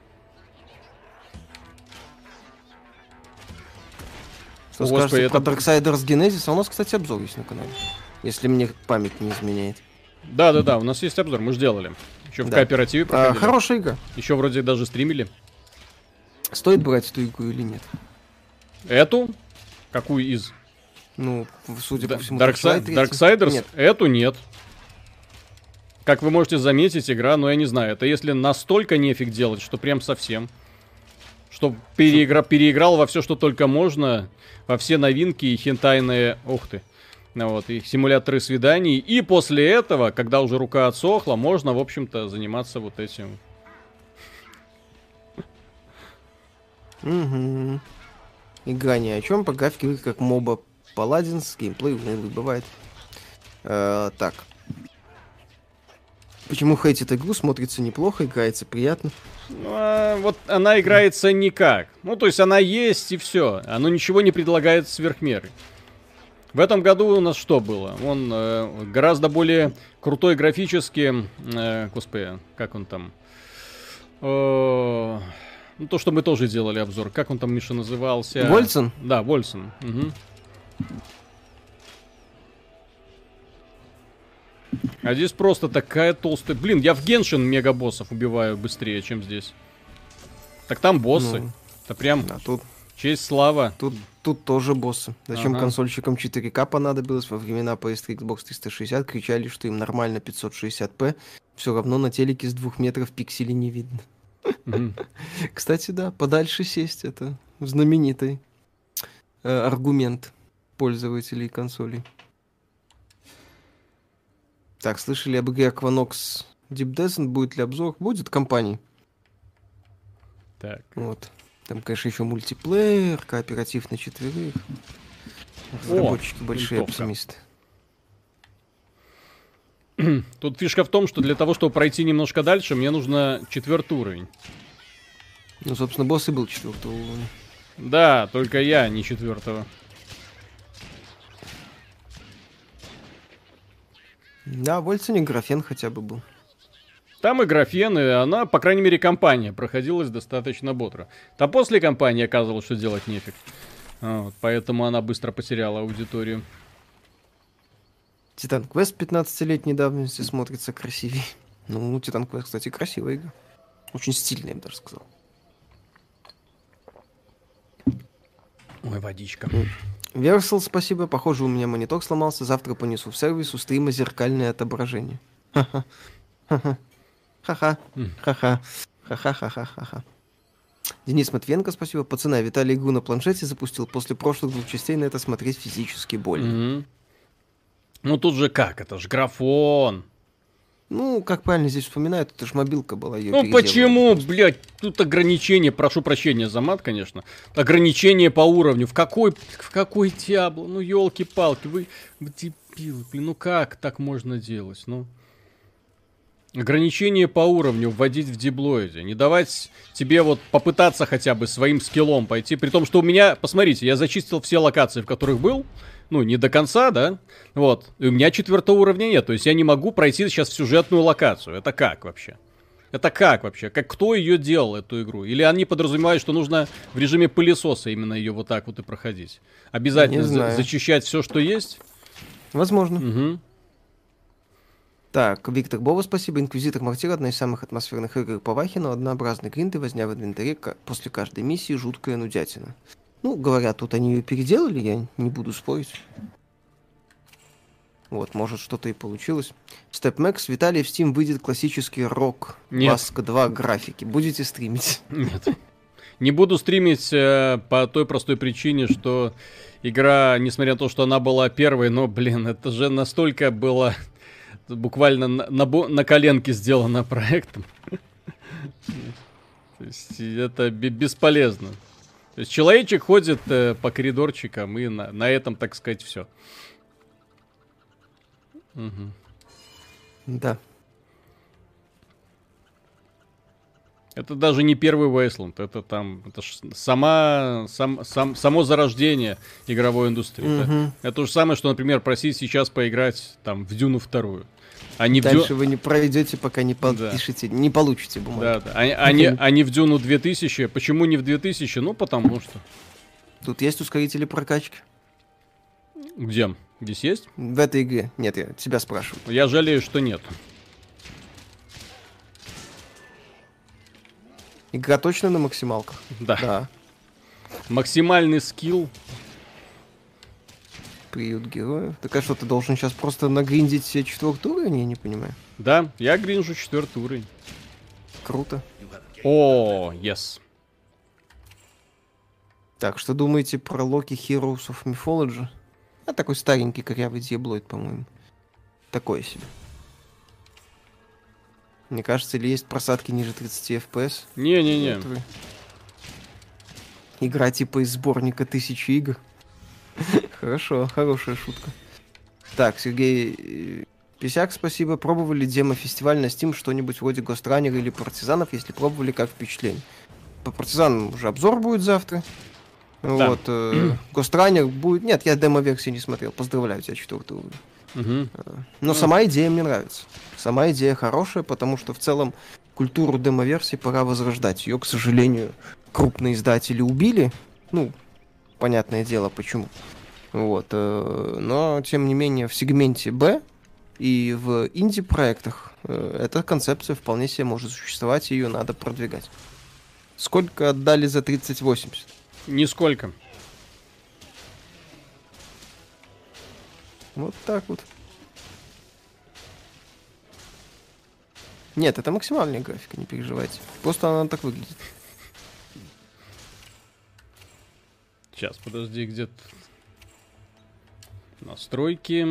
Что
О,
скажете
Господи,
про
это-
Darksiders Genesis? А у нас, кстати, обзор есть на канале. Если мне память не изменяет.
Да-да-да, у нас есть обзор, мы же делали. Еще в
Да.
кооперативе
А,
проходили.
хорошая игра.
Еще вроде даже стримили.
Стоит брать эту игру или нет?
Эту? Какую из?
Ну, в- судя
Да-
по всему,
Darksi-
Torchlight третий.
Darksiders?
Нет.
Эту нет. Как вы можете заметить, игра, ну я не знаю, это если настолько нефиг делать, что прям совсем. Что переигра... переиграл во все, что только можно, во все новинки и хентайные, ух ты, ну вот, и симуляторы свиданий. И после этого, когда уже рука отсохла, можно, в общем-то, заниматься вот этим.
Угу. Игра ни о чем, по графике выглядит как моба Paladins, геймплей унылый бывает. Э, так. Почему хейтит игру? Смотрится неплохо, играется приятно.
Ну, а вот она играется никак. Ну, то есть она есть и все. Оно ничего не предлагает сверх меры. В этом году у нас что было? Он э, гораздо более крутой графически. Э, господи, как он там? Э, ну, то, что мы тоже делали обзор. Как он там, Миша, назывался?
Вольцен?
Да, Вольсон. Угу. А здесь просто такая толстая... Блин, я в Геншин мегабоссов убиваю быстрее, чем здесь. Так там боссы.
Ну,
Это прям
да, тут,
честь, слава.
тут, тут тоже боссы. Зачем
Ага.
консольщикам четыре ка понадобилось? Во времена пи эс три, Xbox триста шестьдесят кричали, что им нормально пятьсот шестьдесят пэ. Все равно на телеке с двух метров пикселей не видно.
Мгм.
Кстати, да, подальше сесть. Это знаменитый э, аргумент пользователей консолей. Так, слышали об игре Aquanox Deep Descent? Будет ли обзор? Будет компаний.
Так.
Вот. Там, конечно, еще мультиплеер, кооператив на четверых. Разработчики большие
винтовка.
оптимисты.
Тут фишка в том, что для того, чтобы пройти немножко дальше, мне нужно четвертый уровень.
Ну, собственно, босс и был четвертого уровня.
Да, только я не четвертого.
Да, в Вольцене графен хотя бы был.
Там и графен, и она, по крайней мере, кампания проходилась достаточно бодро. Там после кампании оказывалось, что делать нефиг. Вот, поэтому она быстро потеряла аудиторию.
Титан Квест пятнадцатилетней давности смотрится красивее. Ну, Титан Квест, кстати, красивая игра. Очень стильная, я бы даже сказал.
Ой, водичка.
Версал, спасибо. Похоже, у меня монитор сломался. Завтра понесу в сервис у стрима зеркальное отображение. Ха-ха. Ха-ха. Ха-ха. Ха-ха. Ха-ха-ха-ха-ха. Денис Матвенко, спасибо. Пацаны, Виталий игру на планшете запустил. После прошлых двух частей на это смотреть физически больно.
Угу. Ну тут же как? Это же графон.
Ну, как правильно здесь вспоминают, это же мобилка была. Ее
Ну почему, блядь, тут ограничение, прошу прощения за мат, конечно, ограничение по уровню. В какой, в какой Диабло? Ну, елки-палки, вы, вы дебилы, блин, ну как так можно делать, ну? Ограничение по уровню вводить в диблоиде, не давать тебе вот попытаться хотя бы своим скиллом пойти, при том, что у меня, посмотрите, я зачистил все локации, в которых был, ну, не до конца, да, вот, и у меня четвертого уровня нет, то есть я не могу пройти сейчас в сюжетную локацию, это как вообще? Это как вообще? Как кто ее делал, эту игру? Или они подразумевают, что нужно в режиме пылесоса именно ее вот так вот и проходить? Обязательно за- зачищать все, что есть?
Возможно.
Угу.
Так, Виктор Бова, спасибо. Инквизитор Мартир — одна из самых атмосферных игр по Вахину. Однообразный гринд и возня в инвентаре после каждой миссии жуткая нудятина. Ну, говорят, тут они ее переделали, я не буду спорить. Вот, может, что-то и получилось. StepMax, Виталий, в Steam выйдет классический рок. Васка два графики. Будете стримить?
Нет. Не буду стримить э, по той простой причине, что игра, несмотря на то, что она была первой, но, блин, это же настолько было... буквально на, на, на коленке сделано проектом. То есть это бесполезно. То есть человечек ходит э, по коридорчикам, и на, на этом, так сказать, все. Угу.
Да.
Это даже не первый Wasteland, это там, это ж сама, сам, сам, само зарождение игровой индустрии.
Угу.
Это, это то же самое, что, например, просить сейчас поиграть там в Дюну вторую.
А не Дальше Дю... вы не пройдете, пока не подпишете, да. Не получите бумагу.
Да, да. А, а, не, а не в Дюну две тысячи. Почему не в две тысячи? Ну, потому что.
Тут есть ускорители прокачки.
Где? Здесь есть?
В этой игре. Нет, я тебя спрашиваю.
Я жалею, что нет.
Игра точно на максималках?
Да.
Да.
Максимальный скилл.
Приют героев. Так а что, ты должен сейчас просто нагриндить все четвертый уровень? Я не понимаю.
Да, я гринжу четвертый уровень.
Круто.
О, yes.
Так, что думаете про Loki Heroes of Mythology? А такой старенький корявый диаблоид, по-моему. Такое себе. Мне кажется, или есть просадки ниже тридцати эф пи эс?
Не-не-не.
Игра типа из сборника тысячи игр. Хорошо, хорошая шутка. Так, Сергей Писяк, спасибо. Пробовали демо-фестиваль на Steam, что-нибудь вроде Гостранера или Партизанов? Если пробовали, как впечатление? По Партизанам уже обзор будет завтра. Да. Вот. Э, Гостранер будет... Нет, я демо-версии не смотрел. Поздравляю тебя, четвертый уровень.
Угу.
Но ну. Сама идея мне нравится. Сама идея хорошая, потому что в целом культуру демо-версии пора возрождать. Ее, к сожалению, крупные издатели убили. Ну, понятное дело, почему. Вот. Но, тем не менее, в сегменте Б и в инди-проектах эта концепция вполне себе может существовать, и ее надо продвигать. Сколько отдали за тридцать восемьдесят?
Нисколько.
Вот так вот. Нет, это максимальная графика, не переживайте. Просто она так выглядит.
Сейчас, подожди, где-то... Настройки.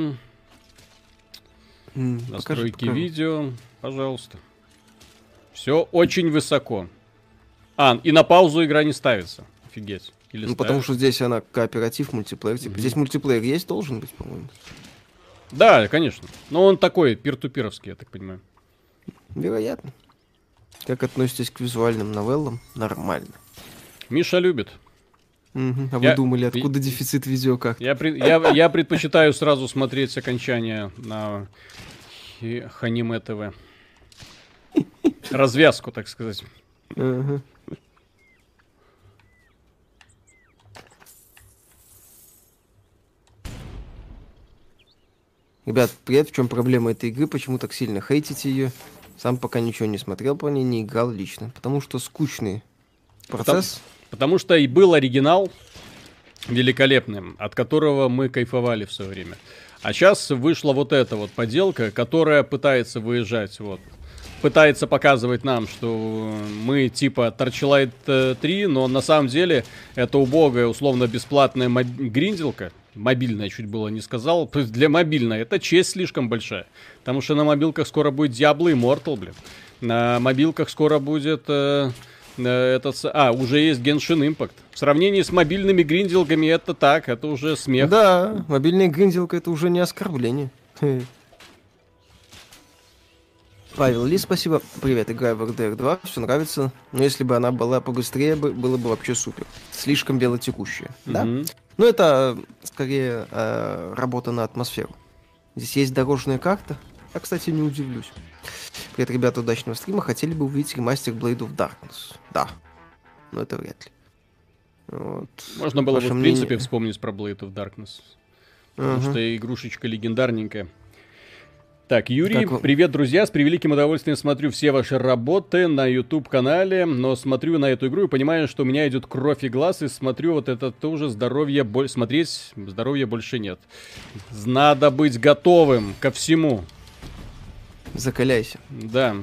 Mm, Настройки покажи, видео. Пожалуйста. Все очень высоко. А, и на паузу игра не ставится. Офигеть.
Или ну, потому что здесь она кооператив, мультиплеер. Типа. Mm-hmm. Здесь мультиплеер есть, должен быть, по-моему.
Да, конечно. Но он такой, пир-ту-пировский, я так понимаю.
Вероятно. Как относитесь к визуальным новеллам? Нормально.
Миша любит.
Угу. А я, вы думали, откуда я, дефицит видео как?
Я, я, я предпочитаю сразу смотреть окончание на Ханиме ТВ. Развязку, так сказать.
Ага. Ребят, привет, в чем проблема этой игры, почему так сильно хейтите ее? Сам пока ничего не смотрел по ней, не играл лично. Потому что скучный процесс.
Потому, потому что и был оригинал великолепным, от которого мы кайфовали в свое время. А сейчас вышла вот эта вот поделка, которая пытается выезжать, вот. Пытается показывать нам, что мы типа Torchlight три, но на самом деле это убогая, условно-бесплатная моб... гринделка. Мобильная, чуть было не сказал. Для мобильной это честь слишком большая. Потому что на мобилках скоро будет Diablo Immortal, блин. На мобилках скоро будет... Э, э, этот, а, уже есть Genshin Impact. В сравнении с мобильными гринделками это так, это уже смех.
Да, мобильная гринделка это уже не оскорбление. Павел Ли, спасибо. Привет, играю в эр дэ эр два, все нравится. Но если бы она была побыстрее, было бы вообще супер. Слишком белотекущая. Mm-hmm. Да? Ну, это скорее э, работа на атмосферу. Здесь есть дорожная карта. Я, кстати, не удивлюсь. Привет, ребята, удачного стрима. Хотели бы увидеть ремастер Blade of Darkness. Да. Но это вряд ли. Вот.
Можно было бы, в мнение... принципе, вспомнить про Blade of Darkness. Потому uh-huh. что игрушечка легендарненькая. Так, Юрий, как... привет, друзья, с превеликим удовольствием смотрю все ваши работы на YouTube-канале, но смотрю на эту игру и понимаю, что у меня идет кровь и глаз, и смотрю вот это тоже здоровье, боль... смотреть здоровья больше нет. Надо быть готовым ко всему.
Закаляйся.
Да.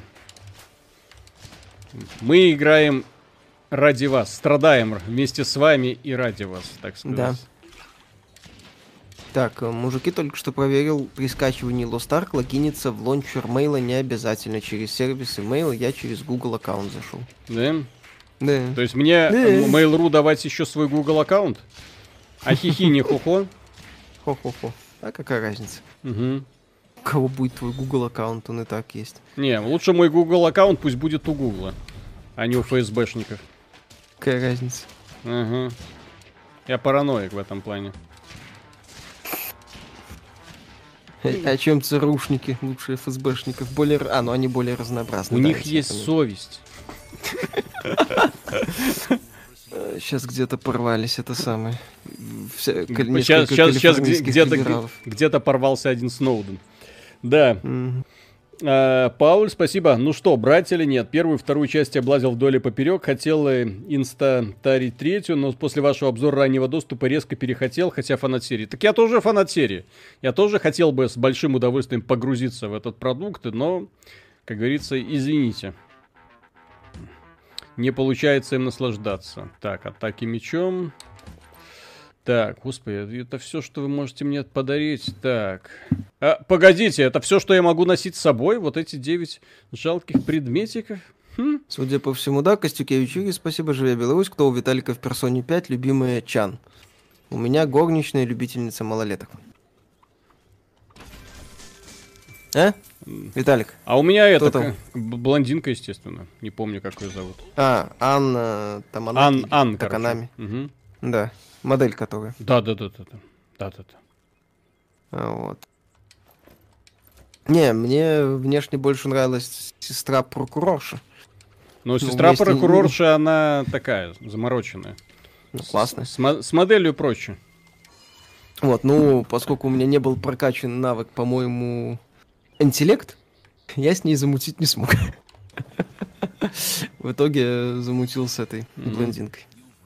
Мы играем ради вас, страдаем вместе с вами и ради вас, так сказать.
Да. Так, мужики, только что проверил, при скачивании Lost Ark логиниться в лончер мейла не обязательно через сервисы мейла, я через Google аккаунт зашел.
Да?
Да.
То есть мне
да.
Mail.ru давать еще свой Google аккаунт? А хихи не хо-хо?
Хо-хо-хо. А какая разница?
Угу.
У кого будет твой Google аккаунт, он и так есть.
Не, лучше мой Google аккаунт пусть будет у Гугла, а не у эф эс бэшников.
Какая разница?
Ага. Я параноик в этом плане.
А чем ЦРУшники лучше эф эс бэшников? Более... А, ну они более разнообразны.
У
да,
них есть понимаю. Совесть.
Сейчас где-то порвались, это самое. Вся...
Сейчас, сейчас, сейчас где-то, где-то порвался один Сноуден. Да. Mm-hmm. А, Пауль, спасибо. Ну что, брать или нет? Первую и вторую часть облазил вдоль и поперек. Хотел инстатарить третью, но после вашего обзора раннего доступа резко перехотел, хотя фанат серии. Так я тоже фанат серии. Я тоже хотел бы с большим удовольствием погрузиться в этот продукт, но, как говорится, извините. Не получается им наслаждаться. Так, атаки мечом. Так, господи, это все, что вы можете мне подарить. Так. А, погодите, это все, что я могу носить с собой? Вот эти девять жалких предметиков? Хм?
Судя по всему, да, Костюкевич Юрий, спасибо, живя Беларусь. Кто у Виталика в персоне пять, любимая Чан. У меня горничная любительница малолеток. А? Виталик.
А у меня это блондинка, естественно. Не помню, как ее зовут.
А, Анна Таманаки.
Ан, Ан,
Таканами.
Угу.
Да, модель которая.
Да, да, да, да, да. Да, да, да.
А, вот. Не, мне внешне больше нравилась сестра прокурорша.
Но ну, сестра прокурорша, не... она такая, замороченная.
Ну, классно.
С, с, с моделью проще.
Вот, ну, поскольку у меня не был прокачан навык, по-моему, интеллект, я с ней замутить не смог. В итоге замутил с этой блондинкой.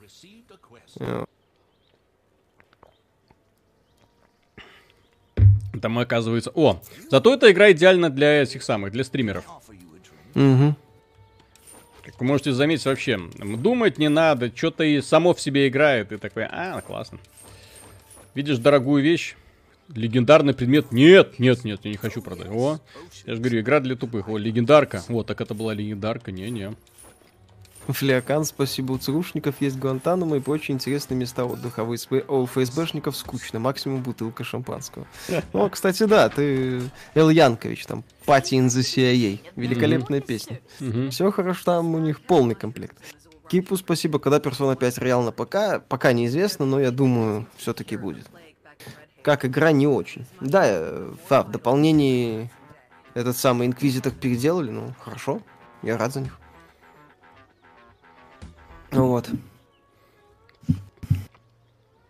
Там оказывается... О, зато эта игра идеальна для этих самых, для стримеров.
Угу.
Как вы можете заметить, вообще, думать не надо, что-то и само в себе играет, и такой, а, классно. Видишь дорогую вещь, легендарный предмет, нет, нет, нет, я не хочу продать. О, я же говорю, игра для тупых, о, легендарка, вот, так это была легендарка, не-не.
Флеокан, спасибо, у ЦРУшников есть Гуантанамо и прочие интересные места отдыха. А у эф эс бэшников скучно, максимум бутылка шампанского. Ну, кстати, да, ты Эл Янкович, там, Party in the си ай эй. Великолепная mm-hmm. песня. Mm-hmm. Все хорошо, там у них полный комплект. Кипу спасибо, когда Persona пять Роял на ПК, пока неизвестно, но я думаю, все-таки будет. Как игра не очень. Да, да, в дополнении этот самый Инквизитор переделали, ну, хорошо, я рад за них. Ну вот.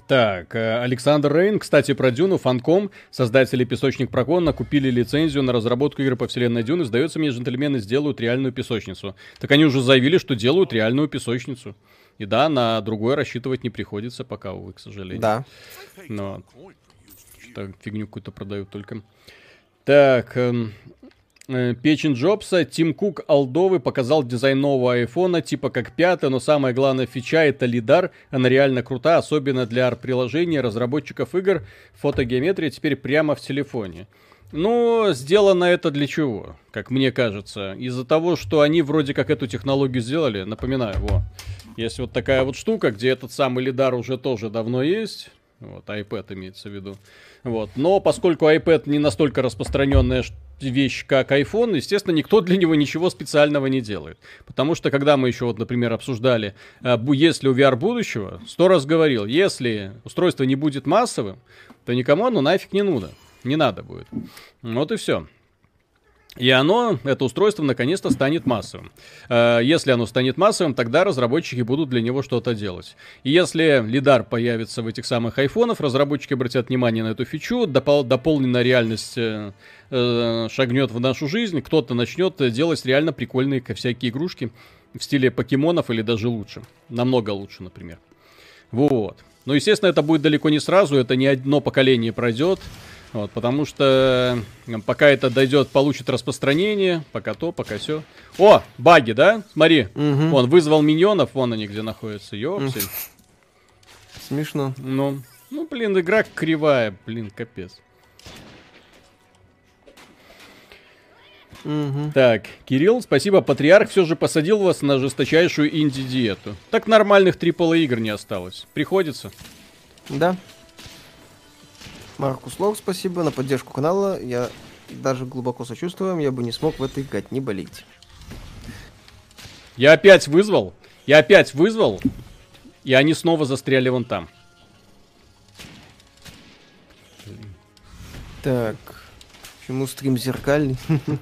Так, Александр Рейн, кстати, про Дюну, Фанком, создатели Песочник Прокона, купили лицензию на разработку игр по вселенной Дюны. Сдается мне, джентльмены сделают реальную песочницу. Так они уже заявили, что делают реальную песочницу. И да, на другое рассчитывать не приходится пока, увы, к сожалению.
Да.
Но что-то фигню какую-то продают только. Так, эм, э, печень Джобса. Тим Кук Алдовый показал дизайн нового айфона, типа как пятый, но самая главная фича — это лидар. Она реально крута, особенно для арт-приложений, разработчиков игр. Фотогеометрия теперь прямо в телефоне. Ну, сделано это для чего, как мне кажется? Из-за того, что они вроде как эту технологию сделали. Напоминаю, во. Есть вот такая вот штука, где этот самый лидар уже тоже давно есть. Вот, iPad имеется в виду. Вот. Но поскольку iPad не настолько распространенная вещь, как iPhone, естественно, никто для него ничего специального не делает. Потому что, когда мы еще, вот, например, обсуждали, есть ли у ви ар будущего, сто раз говорил, если устройство не будет массовым, то никому оно нафиг не надо. Не надо будет. Вот и все. И оно, это устройство, наконец-то станет массовым. Если оно станет массовым, тогда разработчики будут для него что-то делать. И если лидар появится в этих самых айфонах, разработчики обратят внимание на эту фичу, допол- дополненная реальность э, э, шагнет в нашу жизнь, кто-то начнет делать реально прикольные всякие игрушки в стиле покемонов или даже лучше. Намного лучше, например. Вот. Но, естественно, это будет далеко не сразу, это не одно поколение пройдет. Вот, потому что пока это дойдет, получит распространение, пока то, пока все. О, баги, да? Смотри,
Угу.
он вызвал миньонов, вон они где находятся. Ёпсель.
Смешно.
Ну, ну, блин, игра кривая, блин, капец.
Угу.
Так, Кирилл, спасибо. Патриарх все же посадил вас на жесточайшую инди-диету. Так нормальных трипл эй игр не осталось. Приходится.
Да. Маркус Лог, спасибо на поддержку канала. Я даже глубоко сочувствую, я бы не смог в это играть, не болейте.
Я опять вызвал. Я опять вызвал. И они снова застряли вон там.
Так. Почему стрим зеркальный?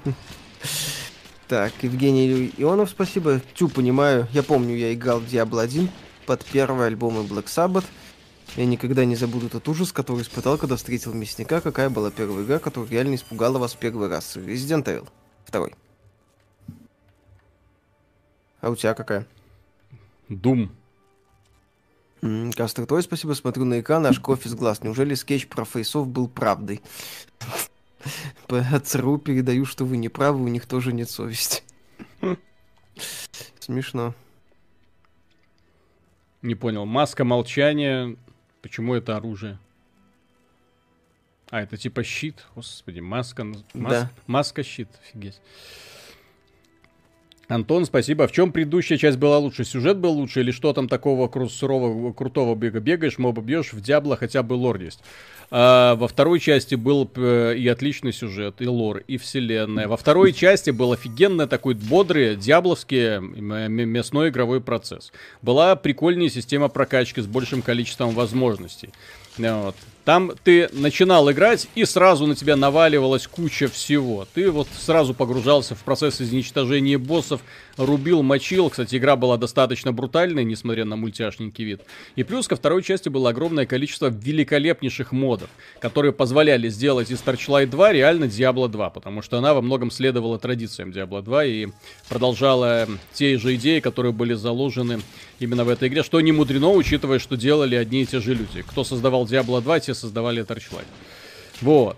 Так, Евгений Ионов, спасибо. Тю, понимаю. Я помню, я играл в Diablo один под первые альбомы Black Sabbath. Я никогда не забуду тот ужас, который испытал, когда встретил мясника. Какая была первая игра, которая реально испугала вас в первый раз? Resident Evil. Второй. А у тебя какая?
Doom.
М, Кастер Той, спасибо. Смотрю на экран, аж кровь из глаз. Неужели скетч про фейсов был правдой? По ЦРУ передаю, что вы не правы, у них тоже нет совести. Смешно.
Не понял. Маска молчания. Почему это оружие? А, это типа щит. Господи, маска. Мас...
Да.
Маска-щит. Офигеть. Антон, спасибо. В чем предыдущая часть была лучше? Сюжет был лучше? Или что там такого кру- сурового, крутого бега? Бегаешь, моба бьешь, в Диабло хотя бы лор есть. А, во второй части был э, и отличный сюжет, и лор, и вселенная. Во второй части был офигенно такой бодрый диабловский мясной игровой процесс. Была прикольная система прокачки с большим количеством возможностей. Вот. Там ты начинал играть, и сразу на тебя наваливалась куча всего. Ты вот сразу погружался в процесс изничтожения боссов, рубил, мочил. Кстати, игра была достаточно брутальной, несмотря на мультяшненький вид. И плюс ко второй части было огромное количество великолепнейших модов, которые позволяли сделать из Torchlight два реально Diablo два, потому что она во многом следовала традициям Diablo два и продолжала те же идеи, которые были заложены именно в этой игре, что не мудрено, учитывая, что делали одни и те же люди. Кто создавал Diablo два, те создавали Torchlight. Вот.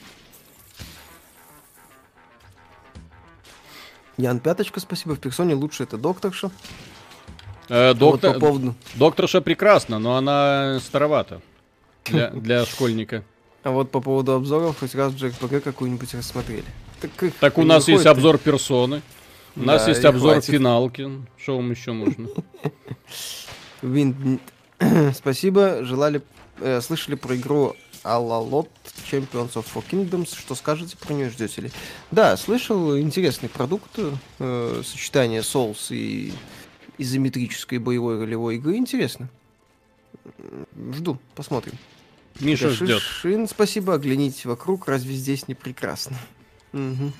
Ян Пяточка, спасибо. В персоне лучше это докторша.
Э, доктор...
А вот по поводу...
Докторша прекрасна, но она старовата для, для школьника.
А вот по поводу обзоров, хоть раз в джей ар пи джи какую-нибудь рассмотрели. Так, их
Так у
не
нас есть
выходит,
обзор персоны. У нас
Да,
есть
и
обзор
хватит.
финалки. Что вам еще нужно?
Вин... Спасибо. Желали... э, слышали про игру Alalot Champions of Four Kingdoms. Что скажете про нее? Ждете ли? Да, слышал. Интересный продукт. Э, сочетание Souls и изометрической боевой ролевой игры. Интересно. Жду. Посмотрим.
Миша ждет.
Шин, спасибо. Оглянитесь вокруг. Разве здесь не прекрасно? Угу.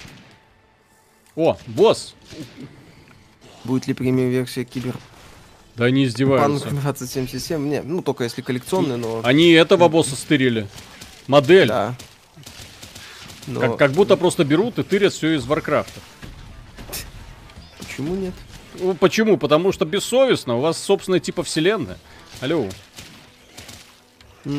О, босс!
Будет ли премиум-версия Кибер...
Да они издеваются.
Панк двадцать семьдесят семь, не, ну только если коллекционный, но...
Они этого босса стырили. Модель.
Да. Но...
Как, как будто просто берут и тырят все из Варкрафта.
Почему нет?
Ну, почему? Потому что бессовестно. У вас собственная типа вселенная. Алло.
Угу.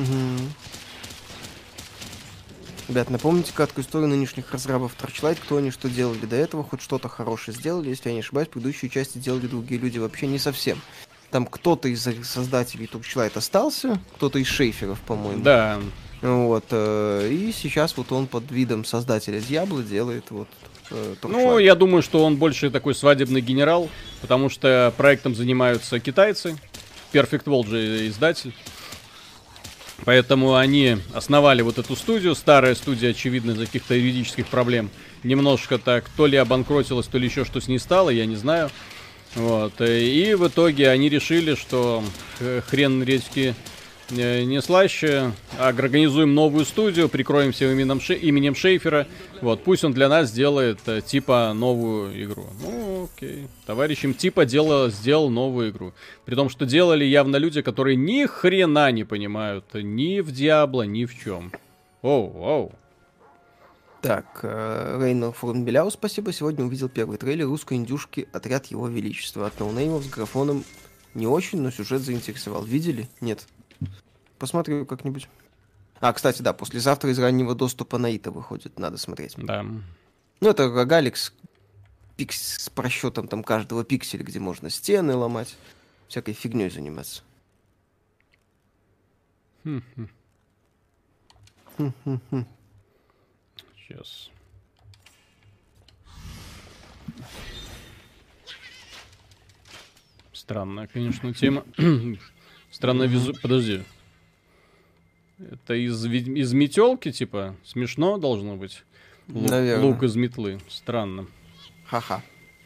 Ребят, напомните краткую историю нынешних разрабов Torchlight, кто они, что делали до этого, хоть что-то хорошее сделали. Если я не ошибаюсь, предыдущие части делали другие люди вообще не совсем. Там кто-то из создателей Torchlight остался, кто-то из шейферов, по-моему.
Да.
Вот, э, и сейчас вот он под видом создателя Diablo делает вот э, Torchlight.
Ну, я думаю, что он больше такой свадебный генерал, потому что проектом занимаются китайцы. Perfect World же издатель. Поэтому они основали вот эту студию. Старая студия, очевидно, из-за каких-то юридических проблем немножко так то ли обанкротилась, то ли еще что с ней стало, я не знаю. Вот. И в итоге они решили, что хрен редьки не слаще, а организуем новую студию, прикроемся именем, Ше- именем Шейфера. Вот, пусть он для нас сделает типа новую игру. Ну, окей. Товарищ им типа дело, сделал новую игру. При том, что делали явно люди, которые ни хрена не понимают ни в Диабло, ни в чем. Оу, оу.
Так, Рейнер Фурнбеляу, спасибо. Сегодня увидел первый трейлер русской индюшки «Отряд Его Величества». От ноунеймов с графоном не очень, но сюжет заинтересовал. Видели? Нет. Посмотрю как-нибудь. А, кстати, да, послезавтра из раннего доступа Наита выходит, надо смотреть.
Да.
Ну, это рогалик пикс... с просчетом там каждого пикселя, где можно стены ломать, всякой фигней заниматься.
Хм-хм. Сейчас. Странная, конечно, тема. Странная визу... Подожди. Это из, из метелки, типа? Смешно должно быть? Лук, лук из метлы. Странно.
Ха-ха.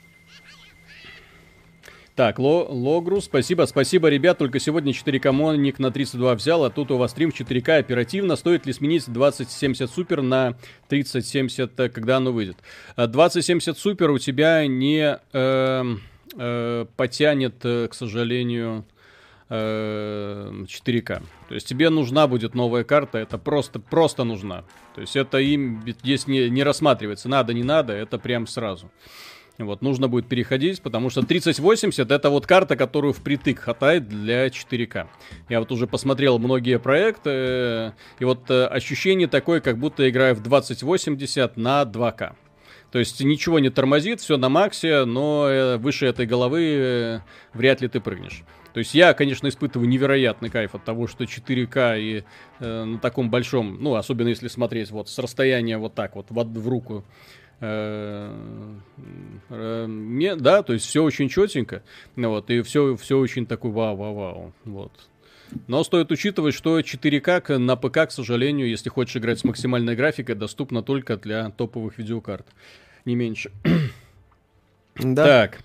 Так, Ло, Логру, спасибо. Спасибо, ребят. Только сегодня четыре ка моник на тридцать два взял, а тут у вас стрим в четыре ка оперативно. Стоит ли сменить двадцать семьдесят Super на тридцать семьдесят, когда оно выйдет? двадцать семьдесят Super у тебя не э, э, потянет, к сожалению, четыре ка. То есть тебе нужна будет новая карта, это просто, просто нужна. То есть это им здесь не, не рассматривается, надо, не надо, это прям сразу. Вот, нужно будет переходить, потому что тридцать восемьдесят это вот карта, которую впритык хватает для четыре ка. Я вот уже посмотрел многие проекты, и вот ощущение такое, как будто играю в двадцать восемьдесят на два ка. То есть ничего не тормозит, все на максе, но выше этой головы вряд ли ты прыгнешь. То есть я, конечно, испытываю невероятный кайф от того, что четыре ка и э, на таком большом, ну, особенно если смотреть вот с расстояния вот так вот в, в руку. Э, э, мне, да, то есть все очень четенько, вот, и все, все очень такой вау-вау-вау, вот. Но стоит учитывать, что четыре ка на ПК, к сожалению, если хочешь играть с максимальной графикой, доступно только для топовых видеокарт, не меньше. Да. Так.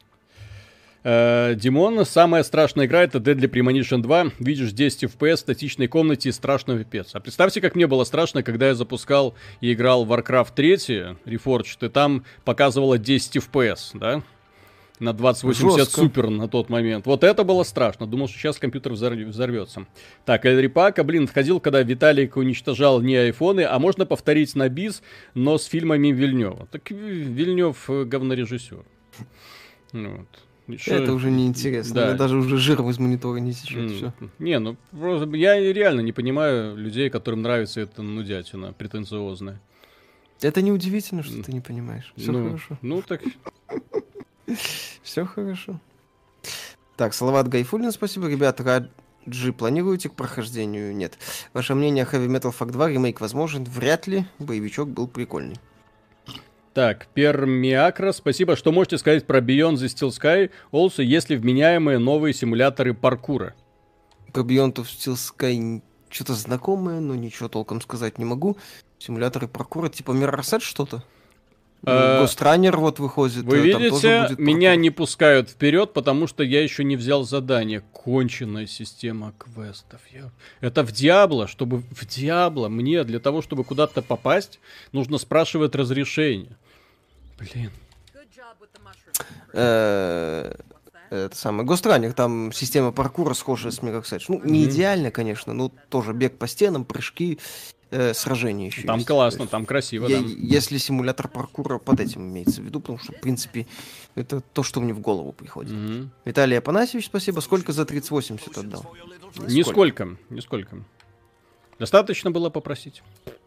Димон, самая страшная игра — это Deadly Premonition два. Видишь десять эф пи эс в статичной комнате, страшно пипец. А представьте, как мне было страшно, когда я запускал и играл в Warcraft три, Reforged, и там показывало десять эф пи эс, да? На двадцать восемьдесят Super на тот момент. Вот это было страшно. Думал, что сейчас компьютер взорвется. Так, Эльрипака, блин, входил, когда Виталик уничтожал не айфоны, а можно повторить на бис, но с фильмами Вильнёва. Так Вильнёв говнорежиссер. Вот.
Что? Это уже неинтересно. Да. Даже уже жир из монитора не течет. Mm. Все.
Не, ну просто я реально не понимаю людей, которым нравится эта нудятина претенциозная.
Это неудивительно, что ты не понимаешь. Все
ну,
хорошо.
Ну так.
Все хорошо. Так, Салават Гайфуллин, спасибо, ребят. Раджи, планируете к прохождению? Нет. Ваше мнение о Heavy Metal Fuck два ремейк возможен? Вряд ли. Боевичок был прикольный.
Так, Пермиакра, спасибо. Что можете сказать про Beyond the Steel Sky? Also, есть ли вменяемые новые симуляторы паркура?
Про Beyond the Steel Sky что-то знакомое, но ничего толком сказать не могу. Симуляторы паркура, типа Mirror's Edge что-то? Ghost Runner вот выходит.
Вы видите, меня не пускают вперед, потому что я еще не взял задание. Конченая система квестов. Я... Это в Диабло, чтобы в Диабло мне для того, чтобы куда-то попасть, нужно спрашивать разрешение. Блин.
Это самое. Ghost Runner, там система паркура схожая с Mirror's Edge. Ну, не mm-hmm. идеально, конечно, но тоже бег по стенам, прыжки, э, сражения еще
Там
есть.
классно,
есть,
там красиво,
я,
да.
Если симулятор паркура под этим имеется в виду, потому что, в принципе, это то, что мне в голову приходит. Mm-hmm. Виталий Апанасьевич, спасибо. Сколько за тридцать восемьдесят отдал?
Нисколько, нисколько. Достаточно было попросить.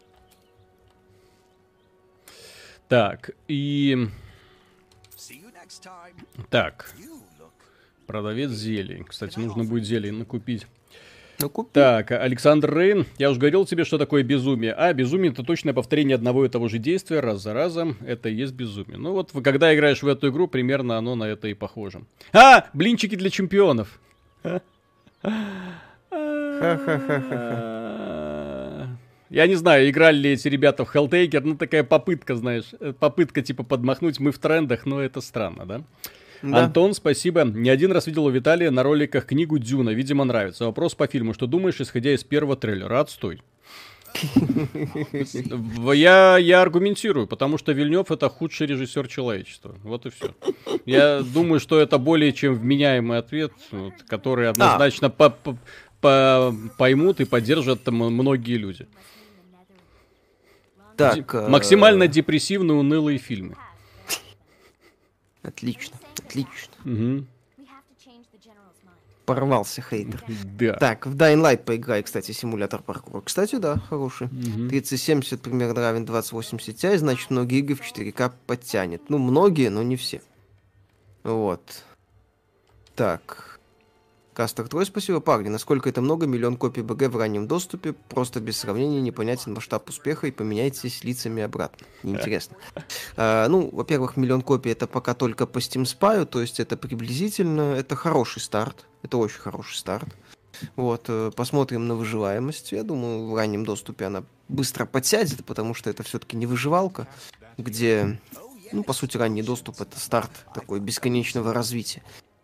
Так, и... Так. Продавец зелий. Кстати, нужно будет зелий накупить.
Ну, купи.
Так, Александр Рейн. Я уже говорил тебе, что такое безумие. А, безумие — это точное повторение одного и того же действия раз за разом. Это и есть безумие. Ну вот, когда играешь в эту игру, примерно оно на это и похоже. А, блинчики для чемпионов. Я не знаю, играли ли эти ребята в Helltaker, ну такая попытка, знаешь, попытка типа подмахнуть, мы в трендах, но это странно, да? Да. Антон, спасибо. Не один раз видел у Виталия на роликах книгу Дюна, видимо, нравится. Вопрос по фильму, что думаешь, исходя из первого трейлера? Отстой. Я, я аргументирую, потому что Вильнёв — это худший режиссер человечества. Вот и все. Я думаю, что это более чем вменяемый ответ, вот, который однозначно по, по, по, поймут и поддержат многие люди.
Так,
Д- максимально депрессивные, унылые фильмы.
Отлично, отлично.
Угу.
Порвался хейтер.
Да.
Так, в Dying Light поиграй, кстати, симулятор паркура. Кстати, да, хороший. Угу. тридцать семьдесят примерно равен двадцать восемьдесят Ti, значит, многие игры в четыре ка подтянет. Ну, многие, но не все. Вот. Так. Кастер Трой, спасибо, парни. Насколько это много, миллион копий БГ в раннем доступе, просто без сравнения непонятен масштаб успеха, и поменяйтесь лицами обратно. Неинтересно. а, ну, во-первых, миллион копий это пока только по Steam Spy, то есть это приблизительно, это хороший старт, это очень хороший старт. Вот, посмотрим на выживаемость. Я думаю, в раннем доступе она быстро подсядет, потому что это все-таки не выживалка, где, ну, по сути, ранний доступ это старт такой бесконечного развития.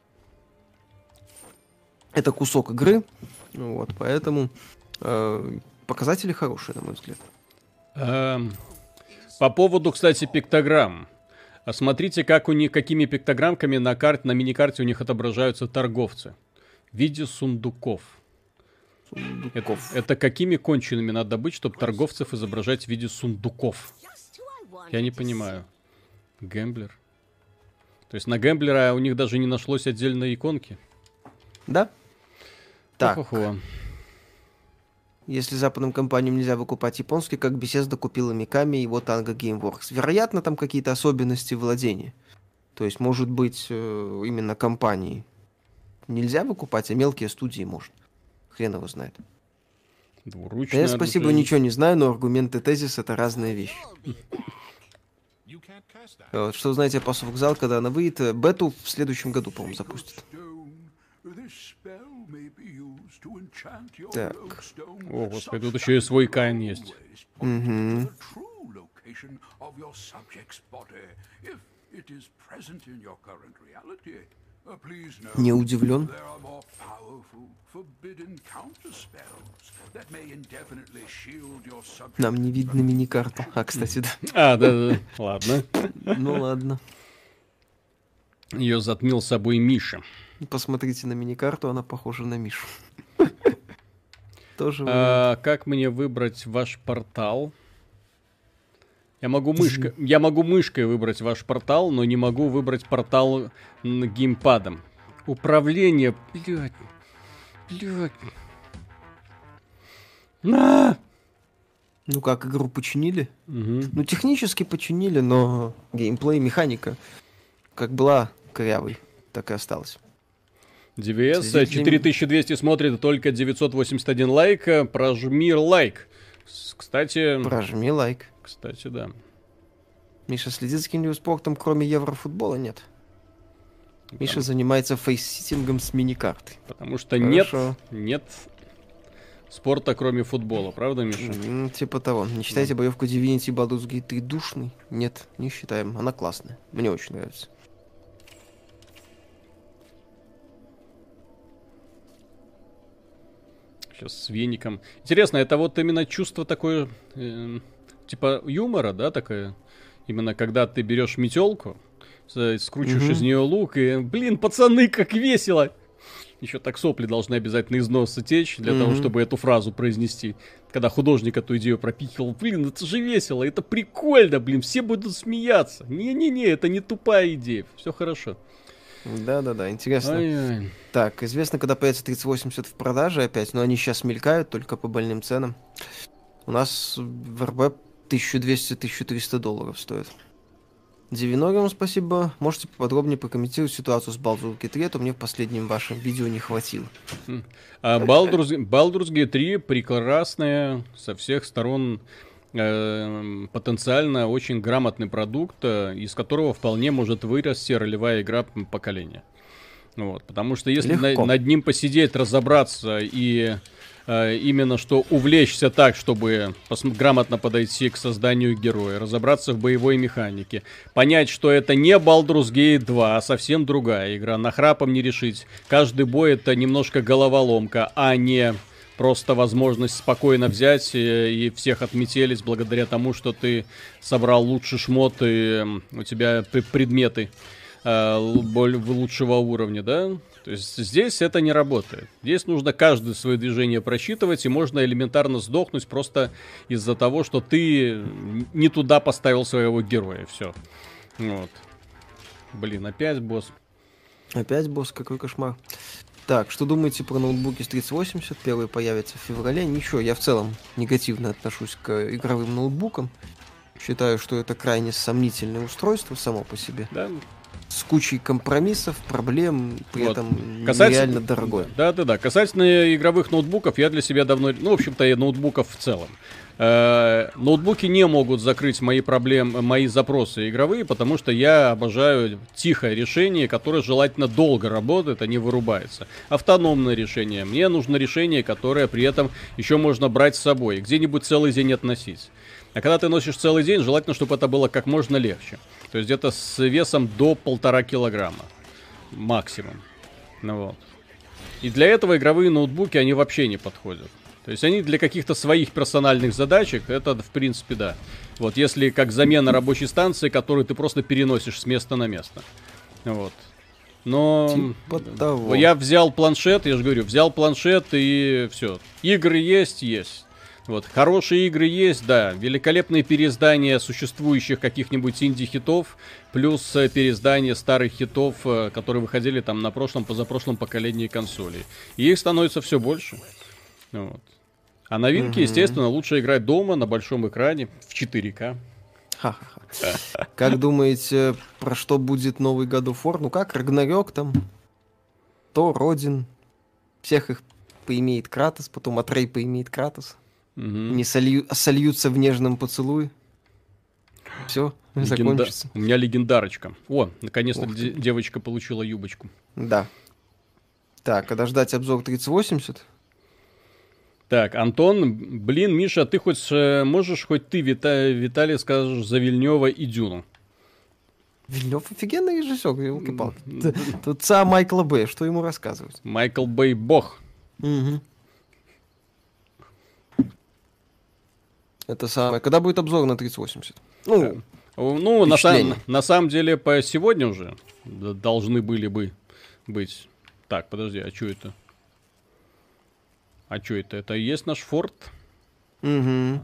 Это кусок игры, вот, поэтому э, показатели хорошие, на мой взгляд.
Эм, по поводу, кстати, пиктограмм. Смотрите, как у них, какими пиктограммками на карте, на миникарте у них отображаются торговцы. В виде сундуков. сундуков. Это, это какими конченными надо быть, чтобы торговцев изображать в виде сундуков? Я не понимаю. Гэмблер. То есть на гэмблера у них даже не нашлось отдельной иконки?
Да. Так.
Хо-хо-хо.
Если западным компаниям нельзя выкупать японский, как Bethesda купила Mikami и его Tango Gameworks. Вероятно, там какие-то особенности владения. То есть, может быть, именно компании нельзя выкупать, а мелкие студии может. Хрен его знает.
Двуручное
Я, спасибо,
оружие.
ничего не знаю, но аргументы тезис — это разные вещи. Вот, что вы знаете о Pass of Exile, когда она выйдет? Бету в следующем году, по-моему, запустят. Так.
О, господи, тут еще и свой Каин есть.
Угу. Не удивлен. Нам не видно миникарту. А, кстати, да.
А, да-да, ладно.
Ну ладно.
Ее затмил собой Миша.
Посмотрите на миникарту, она похожа на Мишу. Тоже.
А, как мне выбрать ваш портал? Я могу мышкой, я могу мышкой выбрать ваш портал, но не могу выбрать портал геймпадом. Управление, блядь, блядь. На!
Ну как, игру починили?
Угу.
Ну технически починили, но геймплей, механика как была корявой, так и осталась.
ди ви эс четыре тысячи двести смотрит, только девятьсот восемьдесят один лайк. Прожми лайк. Кстати...
Прожми лайк.
Кстати, да.
Миша следит за каким-нибудь спортом, кроме еврофутбола? Нет. Да. Миша занимается фейсситингом с миникартой.
Потому что нет, нет спорта, кроме футбола. Правда, Миша?
Mm, типа того. Не считайте mm. боевку Divinity Baldur's Gate три душной? Нет, не считаем. Она классная. Мне очень нравится.
Сейчас с веником. Интересно, это вот именно чувство такое, э, типа юмора, да, такое? Именно когда ты берешь метелку, скручиваешь
Мгм.
из нее лук, и, блин, пацаны, как весело! Еще так сопли должны обязательно из носа течь, для того,
Мгм.
чтобы эту фразу произнести. Когда художник эту идею пропихивал, блин, это же весело, это прикольно, блин, все будут смеяться. Не-не-не, это не тупая идея, все хорошо.
Да-да-да, интересно.
Ай-яй.
Так, известно, когда появится тридцать восемьдесят в продаже опять, но они сейчас мелькают только по больным ценам. У нас в эр бэ тысяча двести - тысяча триста долларов стоит. Дивиногам спасибо. Можете поподробнее прокомментировать ситуацию с Baldur's Gate три, а то мне в последнем вашем видео не хватило.
А Baldur's, Baldur's Gate три прекрасная, со всех сторон э, потенциально очень грамотный продукт, э, из которого вполне может вырасти ролевая игра поколения. Вот, потому что если на-
Легко.
над ним посидеть, разобраться и э, именно что увлечься так, чтобы пос- грамотно подойти к созданию героя, разобраться в боевой механике, понять, что это не Baldur's Gate два, а совсем другая игра, нахрапом не решить. Каждый бой это немножко головоломка, а не просто возможность спокойно взять и, и всех отметелить благодаря тому, что ты собрал лучший шмот и м, у тебя п- предметы э, л- боль- лучшего уровня, да? То есть здесь это не работает. Здесь нужно каждое свое движение просчитывать, и можно элементарно сдохнуть просто из-за того, что ты не туда поставил своего героя. Все. Вот. Блин, опять босс.
Опять босс, какой кошмар. Так, что думаете про ноутбуки с тридцать восемьдесят? Первые появятся в феврале. Ничего, я в целом негативно отношусь к игровым ноутбукам. Считаю, что это крайне сомнительное устройство само по себе.
Да?
С кучей компромиссов, проблем, при
Вот.
этом
Касательно-
нереально дорогое.
Да-да-да. Касательно игровых ноутбуков, я для себя давно... Ну, в общем-то, и ноутбуков в целом. Э, ноутбуки не могут закрыть мои проблемы, мои запросы игровые, потому что я обожаю тихое решение, которое желательно долго работает, а не вырубается. Автономное решение. Мне нужно решение, которое при этом еще можно брать с собой, где-нибудь целый день относить. А когда ты носишь целый день, желательно, чтобы это было как можно легче. То есть где-то с весом до полтора килограмма. Максимум. Ну вот. И для этого игровые ноутбуки, они вообще не подходят. То есть они для каких-то своих персональных задачек, это в принципе да. Вот если как замена рабочей станции, которую ты просто переносишь с места на место. Вот. Но
Типа того.
я взял планшет, я же говорю, взял планшет и все. Игры есть, есть. Вот. Хорошие игры есть, да. Великолепные переиздания существующих каких-нибудь инди-хитов, плюс э, переиздания старых хитов, э, которые выходили там на прошлом, позапрошлом поколении консолей. И их становится все больше. Вот. А новинки,
Мгм.
естественно, лучше играть дома на большом экране в четыре ка.
Ха-ха-ха. Как думаете, про что будет новый God of War? Ну как, Рагнарёк там, Тор, Один, всех их поимеет Кратос, потом Атрей поимеет Кратос.
Мгм.
Не солью- сольются в нежном поцелуе. Все,
Легенда-
закончится.
У меня легендарочка. О, наконец-то
Ух ты.
де- девочка получила юбочку.
Да. Так, а дождать обзор тридцать восемьдесят?
Так, Антон, блин, Миша, ты хоть э, можешь, хоть ты, Вита- Виталий, скажешь за Вильнева и Дюну?
Вильнёв офигенный режиссер, елки-палки.
М,
Т- Тут ца Майкла Б, что ему рассказывать?
Майкл Бэй бог.
Мгм. Это самое. Когда будет обзор на тридцать восемьдесят? Ну,
Ну, на, сам-
Впечатление.
на самом деле, по сегодня уже д- должны были бы быть. Так, подожди, а что это? А что это? Это и есть наш форт?
угу.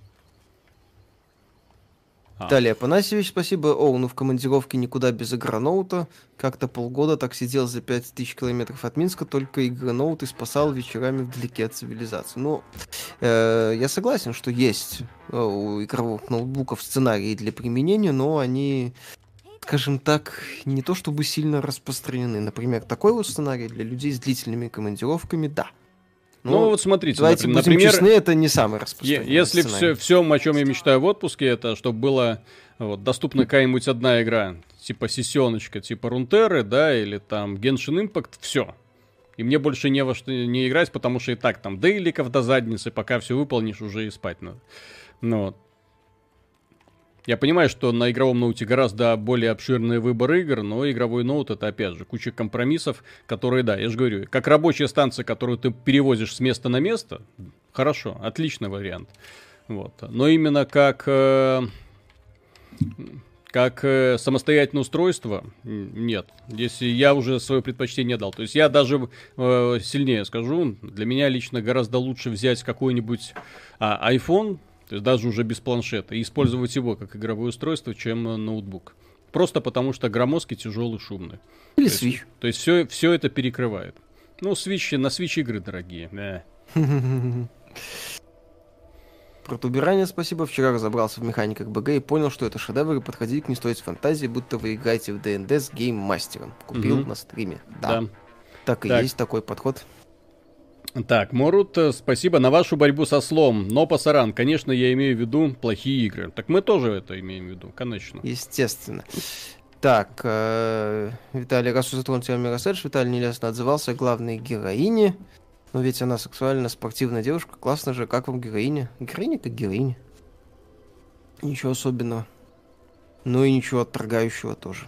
А.
Далее, Панасьевич, спасибо. О, ну в командировке никуда без игроноута. Как-то полгода так сидел за пять тысяч километров от Минска, только игроноут и спасал вечерами вдалеке от цивилизации. Ну, э, я согласен, что есть э, у игровых ноутбуков сценарии для применения, но они, скажем так, не то чтобы сильно распространены. Например, такой вот сценарий для людей с длительными командировками, да.
Ну, вот смотрите,
давайте
напри-
будем
например,
честны, это не самый
е-
распространенный
если
сценарий.
все, всем, о чем я мечтаю в отпуске, это чтобы была вот, доступна какая-нибудь одна игра, типа сессионочка, типа Рунтеры, да, или там Genshin Impact, все. И мне больше не во что не играть, потому что и так там дейликов до задницы, пока все выполнишь, уже и спать надо. Ну вот. Я понимаю, что на игровом ноуте гораздо более обширный выбор игр, но игровой ноут это, опять же, куча компромиссов, которые, да, я же говорю, как рабочая станция, которую ты перевозишь с места на место, хорошо, отличный вариант. Вот. Но именно как, э, Как э, самостоятельное устройство, нет. Здесь я уже свое предпочтение дал. То есть я даже э, сильнее скажу, для меня лично гораздо лучше взять какой-нибудь а, iPhone, то есть даже уже без планшета, и использовать его как игровое устройство, чем ноутбук. Просто потому что громоздкий, тяжелый, шумный.
Или
то
Switch.
Есть, то есть все, все это перекрывает. Ну, Switch, на Switch игры дорогие. Да.
Протубирание, спасибо. Вчера разобрался в механиках БГ и понял, что это шедевр, и подходить к не стоит фантазии, будто вы играете в ДНД с гейммастером. Купил
Угу.
на стриме. Да.
Да.
Так и
Так.
есть такой подход.
Так, Морут, спасибо на вашу борьбу со слом. Но, пасаран, конечно, я имею в виду плохие игры. Так мы тоже это имеем в виду, конечно.
Естественно. Так, э, Виталий, раз уж затронул тему Миросэдж, Виталий нелестно отзывался о главной героине. Но ведь она сексуально спортивная девушка. Классно же, как вам героиня? Героиня как героиня. Ничего особенного. Ну и ничего отторгающего тоже.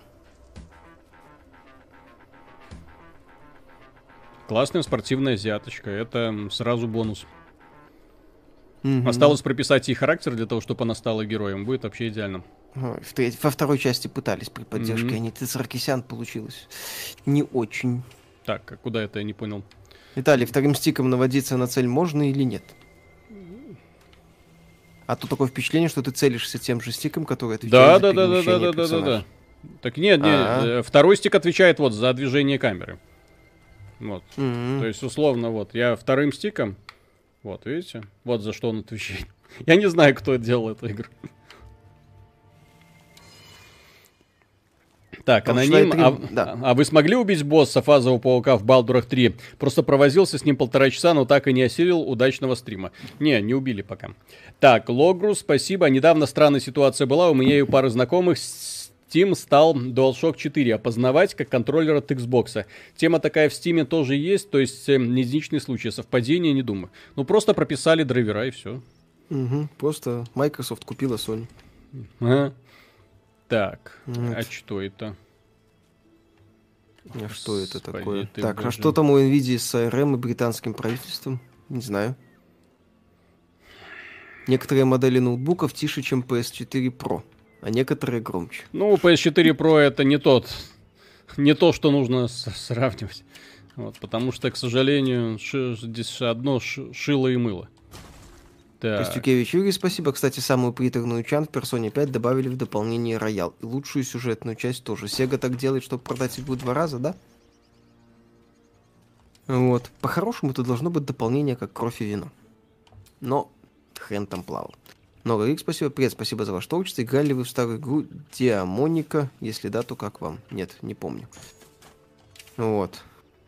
Классная спортивная азиаточка, это сразу бонус.
Мгм.
Осталось прописать ей характер для того, чтобы она стала героем. Будет вообще идеально.
Ой, в треть- Во второй части пытались при поддержке,
Мгм.
а не ты Саркисян получилось. Не очень.
Так, а куда это, я не понял.
Виталий, вторым стиком наводиться на цель можно или нет? А то такое впечатление, что ты целишься тем же стиком, который
Да,
отвечает
да,
за
да, да, да,
перемещение
да, да, да,
персонажа.
да. Так нет, нет,
А-а.
э, второй стик отвечает вот за движение камеры. Вот.
М.
То есть, условно, вот, я вторым стиком, вот, видите, вот за что он отвечает. Я не знаю, кто делал эту игру. Так,
Там
аноним,
Шнайд
а,
Рим- да.
а вы смогли убить босса фазового паука в Балдурах три? Просто провозился с ним полтора часа, но так и не осилил удачного стрима. Не, не убили пока. Так, Логрус, спасибо. Недавно странная ситуация была, у меня и у пары знакомых Steam стал DualShock четыре опознавать как контроллер от Xbox. Тема такая в Steam тоже есть, то есть э, не единичный случай, совпадение, не думаю. Ну, просто прописали драйвера и все.
Мгм. Просто Microsoft купила Sony.
Ага. Так,
Вот.
а что это?
А что это
Господи,
такое?
ты
Так, а
боже.
что там у Nvidia с эй ар эм и британским правительством? Не знаю. Некоторые модели ноутбуков тише, чем пи эс четыре Pro, а некоторые громче.
Ну, пи эс четыре Pro это не тот, не то, что нужно с- сравнивать. Вот, потому что, к сожалению, ши- здесь одно ш- шило и мыло. Так,
Костюкевич Юрий, спасибо. Кстати, самую приторную чан в Persona пять добавили в дополнение Роял. И лучшую сюжетную часть тоже. Сега так делает, чтобы продать игру два раза, да? Вот. По-хорошему, это должно быть дополнение, как кровь и вино. Но хрен там плавал. Много Рик, спасибо. Привет, спасибо за ваше творчество. Играли ли вы в старую игру Диамоника? Если да, то как вам? Нет, не помню. Вот.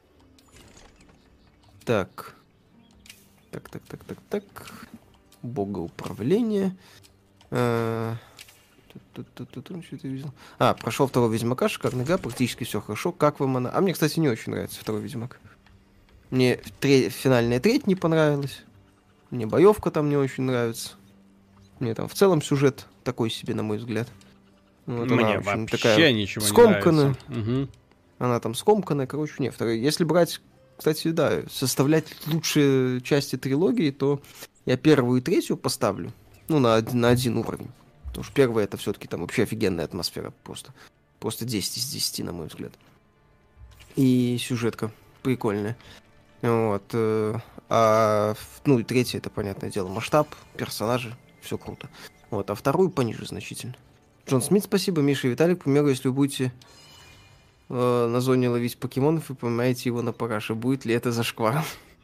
Так. Так, так, так, так, так. Богоуправление. Э, тут-тут-тут-тут, что ты видел? А, прошел второго Ведьмака, шикарная игра, практически все хорошо. Как вам она? А мне, кстати, не очень нравится второй Ведьмак. Мне тре- финальная треть не понравилась. Мне боевка там не очень нравится. Мне там в целом сюжет такой себе, на мой взгляд. Вот она
мне
очень
вообще
такая
ничего не
скомканная.
нравится. Мгм.
Она там скомканная, короче, нет. Второй. Если брать, кстати, да, составлять лучшие части трилогии, то я первую и третью поставлю, ну, на, од- на один уровень. Потому что первая это все-таки там вообще офигенная атмосфера. Просто, просто десять из десяти, на мой взгляд. И сюжетка прикольная. Вот. э, А, в- ну, и третья, это, понятное дело, масштаб, персонажи, все круто. Вот, а вторую пониже значительно. Джон Смит, спасибо. Миша и Виталик, к примеру, если вы будете э, на зоне ловить покемонов и поймаете его на параше, будет ли это зашкваром?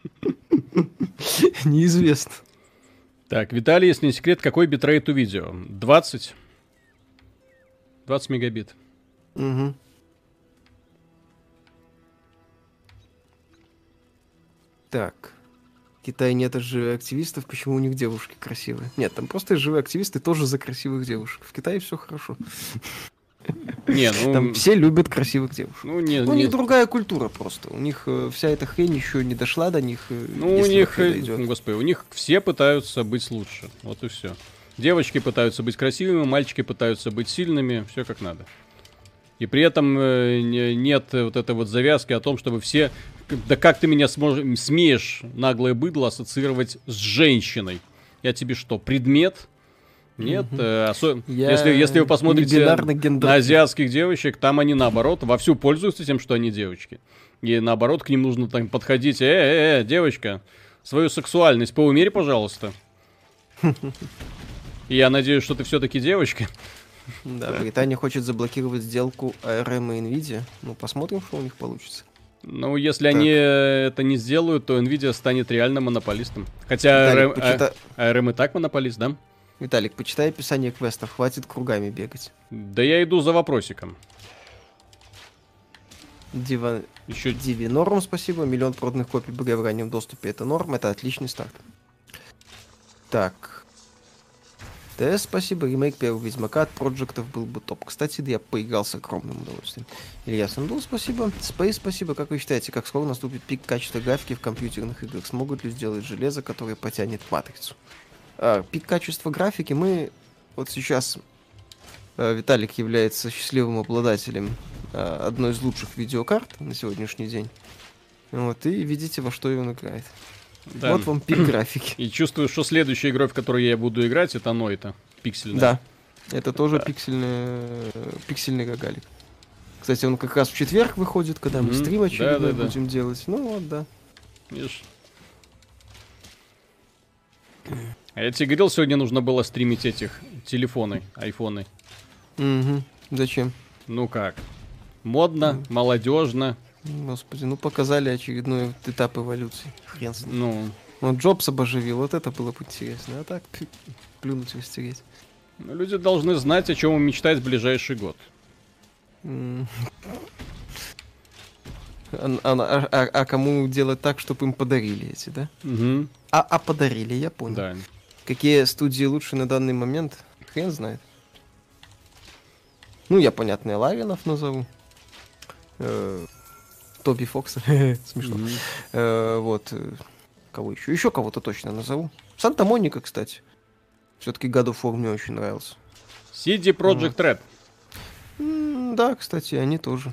Неизвестно.
Так, Виталий, если не секрет, какой битрейт у видео? двадцать? двадцать мегабит.
Мгм. Так. В Китае нет живых активистов, почему у них девушки красивые? Нет, там просто живые активисты тоже за красивых девушек. В Китае все хорошо.
Не, ну...
Там все любят красивых девушек.
Ну, не,
Ну, у
не-
них другая культура просто. У них э, вся эта хрень еще не дошла до них. э,
Ну, у
если
них,
вообще
э,
дойдет.
господи, у них все пытаются быть лучше. Вот и все. Девочки пытаются быть красивыми, мальчики пытаются быть сильными, все как надо. И при этом э, не- нет вот этой вот завязки о том, чтобы все... Да как ты меня смож- смеешь, наглое быдло, ассоциировать с женщиной? Я тебе что, предмет? Нет, э, осо-
Я
если, если вы посмотрите
небинарный гендер.
на азиатских девочек, там они наоборот вовсю пользуются тем, что они девочки. И наоборот к ним нужно там подходить. Э, э, э, девочка, свою сексуальность поумерь, пожалуйста. И я надеюсь, что ты все-таки девочка.
Да, Британия хочет заблокировать сделку эй ар эм и Nvidia. Ну, посмотрим, что у них получится.
Ну, если
Так.
они э, это не сделают, то Nvidia станет реально монополистом. Хотя
Виталик,
эй ар эм,
почита-
эй ар эм и так монополист, да?
Виталик, почитай описание квестов, хватит кругами бегать.
Да я иду за вопросиком.
Дива...
Еще
Диви норм, спасибо. Миллион проданных копий БГ в раннем доступе. Это норм, это отличный старт. Так. ТС, спасибо. Ремейк первого Ведьмака от проектов был бы топ. Кстати, да я поиграл с огромным удовольствием. Илья Сандул, спасибо. Спейс, спасибо. Как вы считаете, как скоро наступит пик качества графики в компьютерных играх? Смогут ли сделать железо, которое потянет матрицу? А, пик качества графики мы... Вот сейчас э, Виталик является счастливым обладателем э, одной из лучших видеокарт на сегодняшний день. Вот, и видите, во что он играет.
да.
Вот вам пик графики.
И чувствую, что следующая игра, в которой я буду играть, это Нойта. Пиксельная.
Да, это тоже
Да.
пиксельный, пиксельный рогалик. Кстати, он как раз в четверг выходит, когда мы
Мгм.
стрим очередной
Да-да-да.
будем делать. Ну вот, да.
Видишь? А я тебе говорил, сегодня нужно было стримить этих телефоны, айфоны.
Угу. Зачем?
Ну как? Модно, молодежно.
Господи, ну показали очередной этап эволюции. Хрен с ним.
Ну,
Вот Джобс обоживил, вот это было бы интересно. А так, пи- плюнуть и растереть.
ну, люди должны знать, о чем им мечтать в ближайший год.
М. А, а- а- а кому делать так, чтобы им подарили эти, да?
Угу.
А, а подарили, я понял.
Да.
Какие студии лучше на данный момент? Хрен знает. Ну, я, понятно, и Ларинов назову. Э, Тоби Фокса. Смешно.
Мгм.
Э, Вот. э, Кого еще? Еще кого-то точно назову. Санта-Моника, кстати. Все-таки God of War мне очень нравился.
си ди Projekt Red.
М, Да, кстати, они тоже.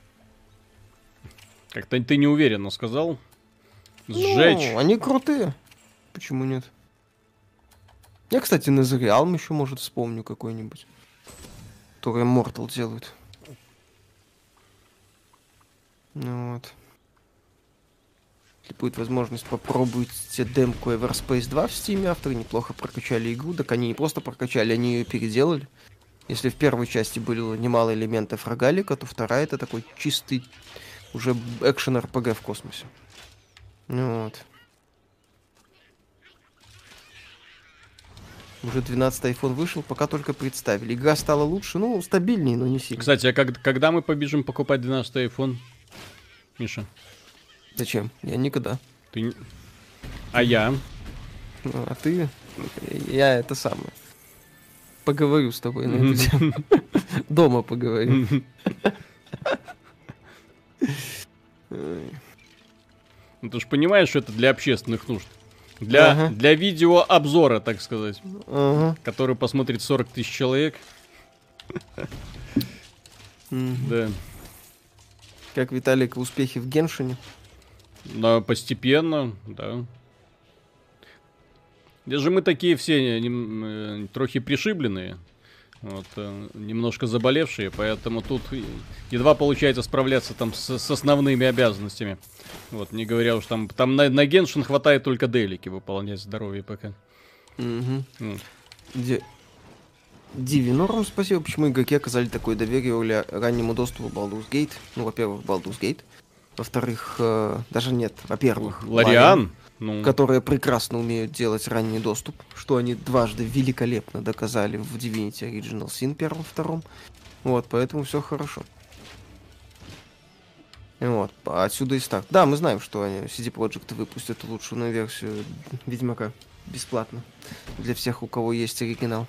Как-то ты неуверенно сказал. Сжечь.
Ну, они крутые. Почему нет? Я, кстати, Netherrealm еще, может, вспомню какой-нибудь. Который Immortal делают. Ну вот. Если будет возможность попробовать демку Everspace два в Steam, авторы неплохо прокачали игру. Так они не просто прокачали, они ее переделали. Если в первой части было немало элементов рогалика, то вторая это такой чистый уже экшен эр пи джи в космосе. Ну вот. Уже двенадцатый iPhone вышел, пока только представили. Игра стала лучше, ну, стабильнее, но не сильно.
Кстати, а как- когда мы побежим покупать двенадцатый iPhone? Миша,
Зачем? Я никогда.
ты... не- А я?
Ну, а ты... Я это самое. Поговорю с тобой на
Мгм.
эту тему. Дома поговорю.
Ну, ты же понимаешь, что это для общественных нужд. Для,
Ага.
для видеообзора, так сказать,
Ага.
который посмотрит сорок тысяч человек.
Мгм.
Да.
Как Виталик успехи в Геншине.
Но постепенно, да. Даже мы такие все нем- э, трохи пришибленные. Вот, э, немножко заболевшие, поэтому тут и- едва получается справляться там с, с основными обязанностями. Вот, не говоря уж там, там на, на Геншин хватает только делики выполнять здоровье пока.
Мгм.
Ну,
Ди- Диви норм, спасибо. Почему игроки оказали такое доверие раннему доступу Baldur's Gate? Ну, во-первых, Baldur's Gate. Во-вторых, э, даже нет, во-первых,
Лариан, ну,
которые прекрасно умеют делать ранний доступ, что они дважды великолепно доказали в Divinity Original Sin первом, втором. Вот, поэтому все хорошо. Вот, а отсюда и старт. Да, мы знаем, что они, си ди Projekt выпустят улучшенную версию Ведьмака бесплатно для всех, у кого есть оригинал.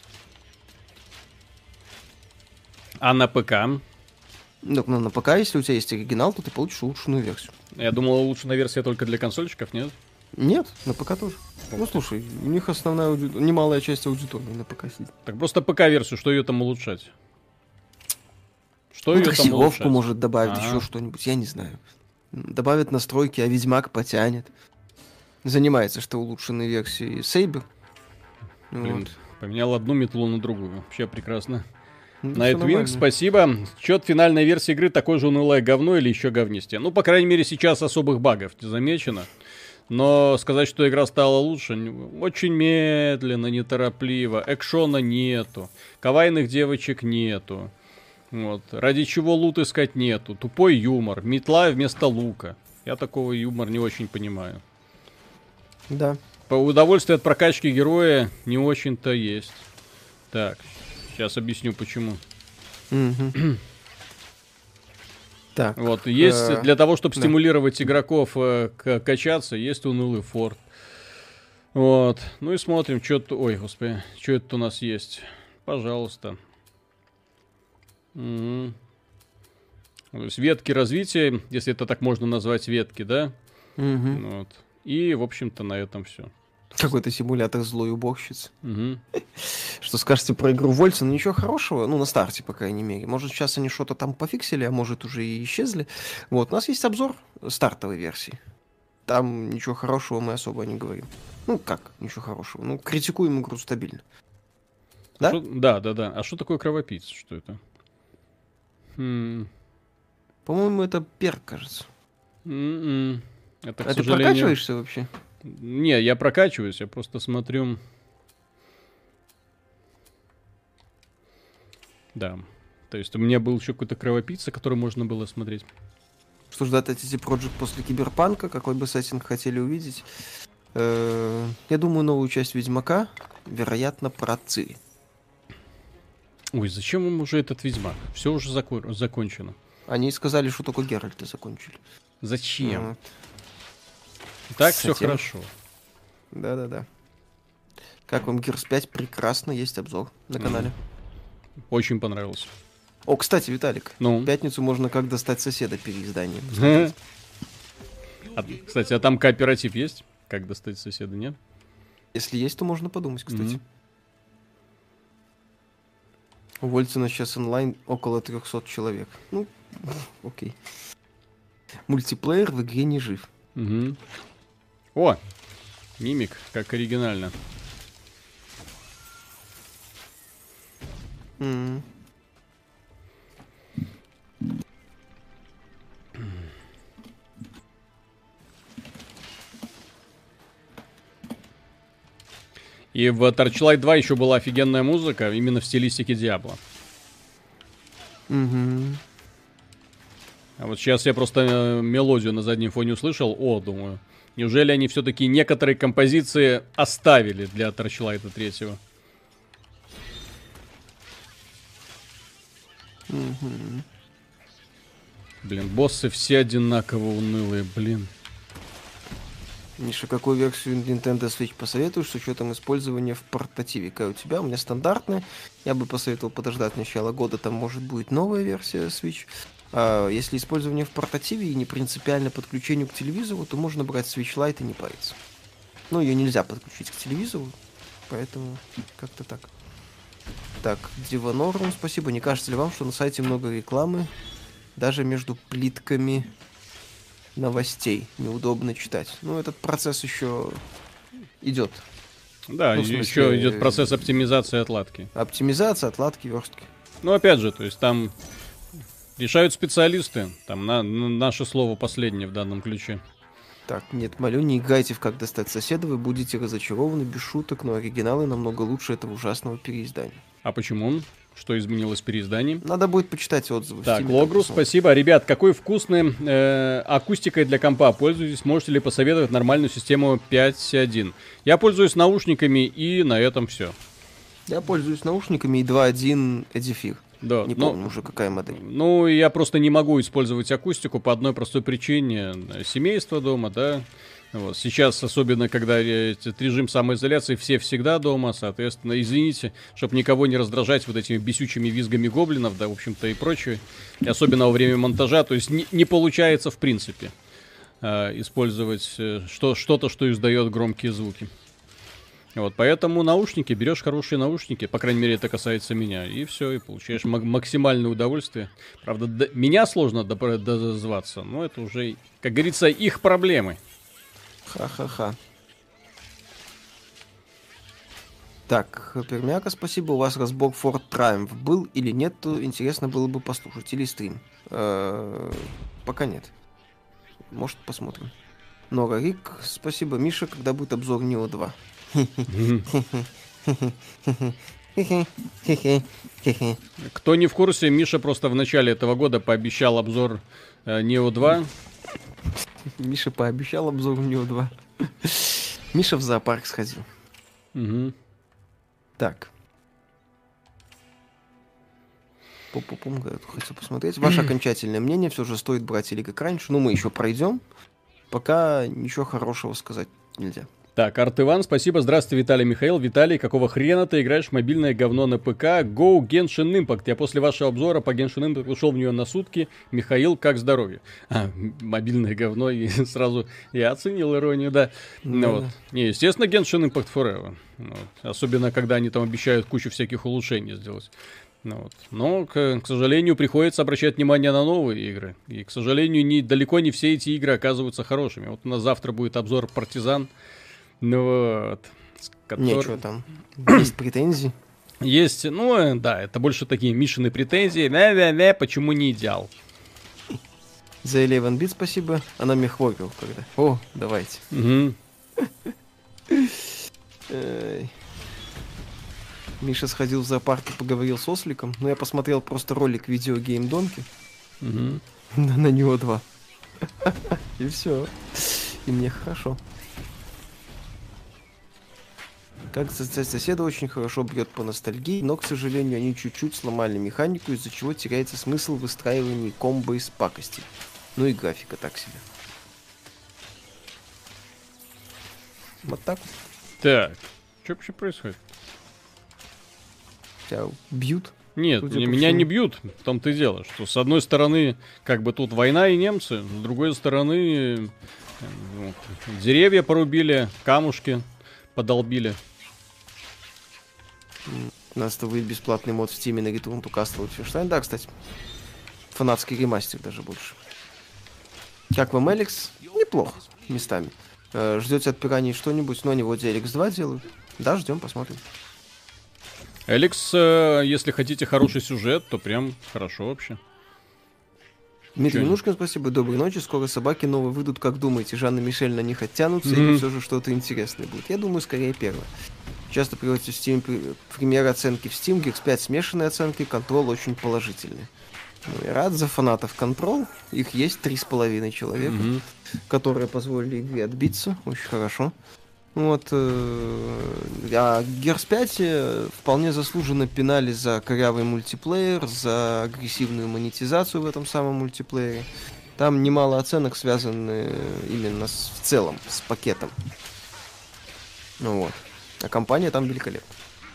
а на ПК?
Ну, на, на ПК, если у тебя есть оригинал, то ты получишь улучшенную версию.
Я думал, улучшенная версия только для консольщиков, нет?
Нет, на ПК тоже. Ну, слушай, у них основная ауди- немалая часть аудитории на ПК сидит.
Так просто ПК-версию, что ее там улучшать? Что
Ну,
ее там
трассировку
улучшать?
может добавить,
Ага.
еще что-нибудь, я не знаю. Добавит настройки, а Ведьмак потянет. Занимается, что улучшенной версии Сейбер.
Блин,
Вот.
Поменял одну метлу на другую. Вообще прекрасно.
Ну,
Nightwing, спасибо. Чет финальной версии игры такое же унылое говно или еще говнистее? Ну, по крайней мере, сейчас особых багов не замечено. Но сказать, что игра стала лучше, очень медленно, неторопливо. Экшона нету. Кавайных девочек нету. Вот. Ради чего лут искать нету. Тупой юмор. Метла вместо лука. Я такого юмора не очень понимаю.
Да.
По удовольствию от прокачки героя не очень-то есть. Так, сейчас объясню почему.
Мгм. Так.
Вот, есть
э,
для того, чтобы
да.
стимулировать игроков э, к- качаться, есть унылый форт. Вот, ну и смотрим, что тут... Ой, господи, что это у нас есть? Пожалуйста. Мгм. То есть ветки развития, если это так можно назвать, ветки, да?
Мгм.
Вот. И, в общем-то, на этом все.
Какой-то симулятор злой уборщицы.
Угу.
Что скажете про игру Вольца? Ну, ничего хорошего, ну, на старте, по крайней мере. Может, сейчас они что-то там пофиксили, а может, уже и исчезли. Вот, у нас есть обзор стартовой версии. Там ничего хорошего мы особо не говорим. Ну, как ничего хорошего? Ну, критикуем игру стабильно. Да?
Шо- Да, да, да. А что такое кровопийца? Что это? Хм.
По-моему, это перк, кажется.
М-м. Это, к
А ты
сожалению...
прокачиваешься вообще?
Не, я прокачиваюсь, я просто смотрю. Да. То есть у меня был еще какой-то кровопийца, который можно было смотреть.
Что ждать от Си Ти Projekt после Киберпанка? Какой бы сеттинг хотели увидеть? Э, Я думаю, новую часть Ведьмака. Вероятно, про Цири.
Ой, зачем им уже этот Ведьмак? Все уже зако- закончено.
Они сказали, что только Геральта закончили.
Зачем?
Вот.
Так все
Затем-
хорошо.
Да-да-да. Как вам Гирс пять? Прекрасно, есть обзор на канале.
Очень понравился.
О, кстати, Виталик,
Ну.
в пятницу можно «Как достать соседа» переиздание.
А, кстати, а там кооператив есть? Как достать соседа, нет?
Если есть, то можно подумать, кстати.
Мгм.
У Вольцина сейчас онлайн около трехсот человек. Ну, окей. Мультиплеер в игре не жив.
Мгм. О, мимик, как оригинально.
М.
И в Torchlight два еще была офигенная музыка, именно в стилистике Диабло.
Мгм.
А вот сейчас я просто э, мелодию на заднем фоне услышал. О, думаю, неужели они все-таки некоторые композиции оставили для Torchlight третьего?
Мгм.
Блин, боссы все одинаково унылые, блин.
Миша, какую версию Nintendo Switch посоветуешь с учетом использования в портативе? Какая у тебя? У меня стандартная. Я бы посоветовал подождать начала года, там может будет новая версия Switch. А если использование в портативе и не принципиально подключению к телевизору, то можно брать Switch Lite и не париться. Ну, ее нельзя подключить к телевизору, поэтому как-то так. Так, Диванорум, спасибо. Не кажется ли вам, что на сайте много рекламы, даже между плитками новостей неудобно читать? Ну, этот процесс еще идет.
Да,
Ну, в
еще
смысле,
идет процесс оптимизации отладки.
Оптимизация, отладки, верстки.
Ну, опять же, то есть там решают специалисты. Там на, на- наше слово последнее в данном ключе.
Так, нет, молю, не играйте в «Как достать соседа», вы будете разочарованы, без шуток, но оригиналы намного лучше этого ужасного переиздания.
А почему? Что изменилось в переиздании?
Надо будет почитать отзывы. в
Так,
Steam, там
Логрус,
посмотрим.
спасибо. Ребят, какой вкусной э, акустикой для компа пользуетесь? Можете ли посоветовать нормальную систему пять один? Я пользуюсь наушниками, и на этом все.
Я пользуюсь наушниками и два один Эдифир.
Да,
Не
но-
помню уже, какая модель.
Ну, я просто не могу использовать акустику по одной простой причине. Семейство дома, да. Вот. Сейчас, особенно когда э, этот режим самоизоляции, все всегда дома, соответственно, извините, чтобы никого не раздражать вот этими бесючими визгами гоблинов, да, в общем-то, и прочее. И особенно во время монтажа, то есть не, не получается, в принципе, э, использовать э, что, что-то, что издает громкие звуки. Вот, поэтому наушники, берешь хорошие наушники, по крайней мере, это касается меня, и все, и получаешь мак- максимальное удовольствие. Правда, до- меня сложно доп- дозваться, но это уже, как говорится, их проблемы.
Ха-ха-ха. Так, Пермяка, спасибо. У вас разбор Ford Triumph был или нет? Интересно было бы послушать. Или стрим. Э-э- пока нет. Может, посмотрим. Нора Рик, спасибо. Миша, когда будет обзор Нио два?
Кто не в курсе, Миша просто в начале этого года пообещал обзор э, Нио два.
Миша пообещал обзор Нио два. Миша в зоопарк сходил.
Угу.
Так. Пу-пу-пум, хочу посмотреть. Ваше окончательное мнение, все же стоит брать или как раньше. Ну, мы еще пройдем. Пока ничего хорошего сказать нельзя.
Так, Арт Иван, спасибо. Здравствуйте, Виталий Михаил. Виталий, какого хрена ты играешь в мобильное говно на ПК? Go Genshin Impact. Я после вашего обзора по Genshin Impact ушел в нее на сутки. Михаил, как здоровье? А, мобильное говно. И сразу я оценил иронию, да. Ну,
Да,
вот.
да.
Не, естественно, Genshin Impact Forever. Вот. Особенно, когда они там обещают кучу всяких улучшений сделать. Ну, вот. Но, к, к сожалению, приходится обращать внимание на новые игры. И, к сожалению, не, далеко не все эти игры оказываются хорошими. Вот у нас завтра будет обзор Партизан. Ну вот. Который...
Нечего там. Есть претензии.
Есть, ну да, это больше такие Мишины претензии. Ля-ля-ля, почему не идеал?
За Eleven Bit спасибо. Она меня хлопила когда. О, давайте.
Угу.
Эй. Миша сходил в зоопарк и поговорил с осликом. Но я посмотрел просто ролик видео геймдонки.
Угу.
На, на него два. И все. И мне хорошо. Как создать соседа очень хорошо бьет по ностальгии, но, к сожалению, они чуть-чуть сломали механику, из-за чего теряется смысл выстраивания комбо из пакостей. Ну и графика так себе. Вот так вот.
Так, что вообще происходит?
Тебя бьют?
Нет,
Судя
не-
по
меня
всему.
не бьют, в том-то и дело, что с одной стороны, как бы тут война и немцы, с другой стороны, э, вот, деревья порубили, камушки подолбили.
У нас-то выйдет бесплатный мод в Steam на Return to Castle Wolfenstein. Да, кстати. Фанатский ремастер даже больше. Как вам Эликс? Неплохо, местами. Э, ждете от пираний что-нибудь? Но они вроде Эликс два делают. Да, ждем, посмотрим.
Эликс, э, если хотите хороший сюжет, то прям хорошо вообще.
Дмитрий
Чё?
Минушкин, спасибо, доброй ночи. Скоро собаки новые выйдут, как думаете? Жанна и Мишель на них оттянутся
Мгм.
или все же что-то интересное будет? Я думаю, скорее первое. Часто приводите в Steam при- пример оценки в Steam, Gears пять смешанные оценки, Control очень положительный. Ну, я рад за фанатов Control. Их есть три с половиной человека,
Мгм.
которые позволили игре отбиться. Очень хорошо. Вот. э, А Gears пять э, вполне заслуженно пинали за корявый мультиплеер, за агрессивную монетизацию в этом самом мультиплеере. Там немало оценок связаны именно с, в целом с пакетом. Ну вот. А компания там великолепна.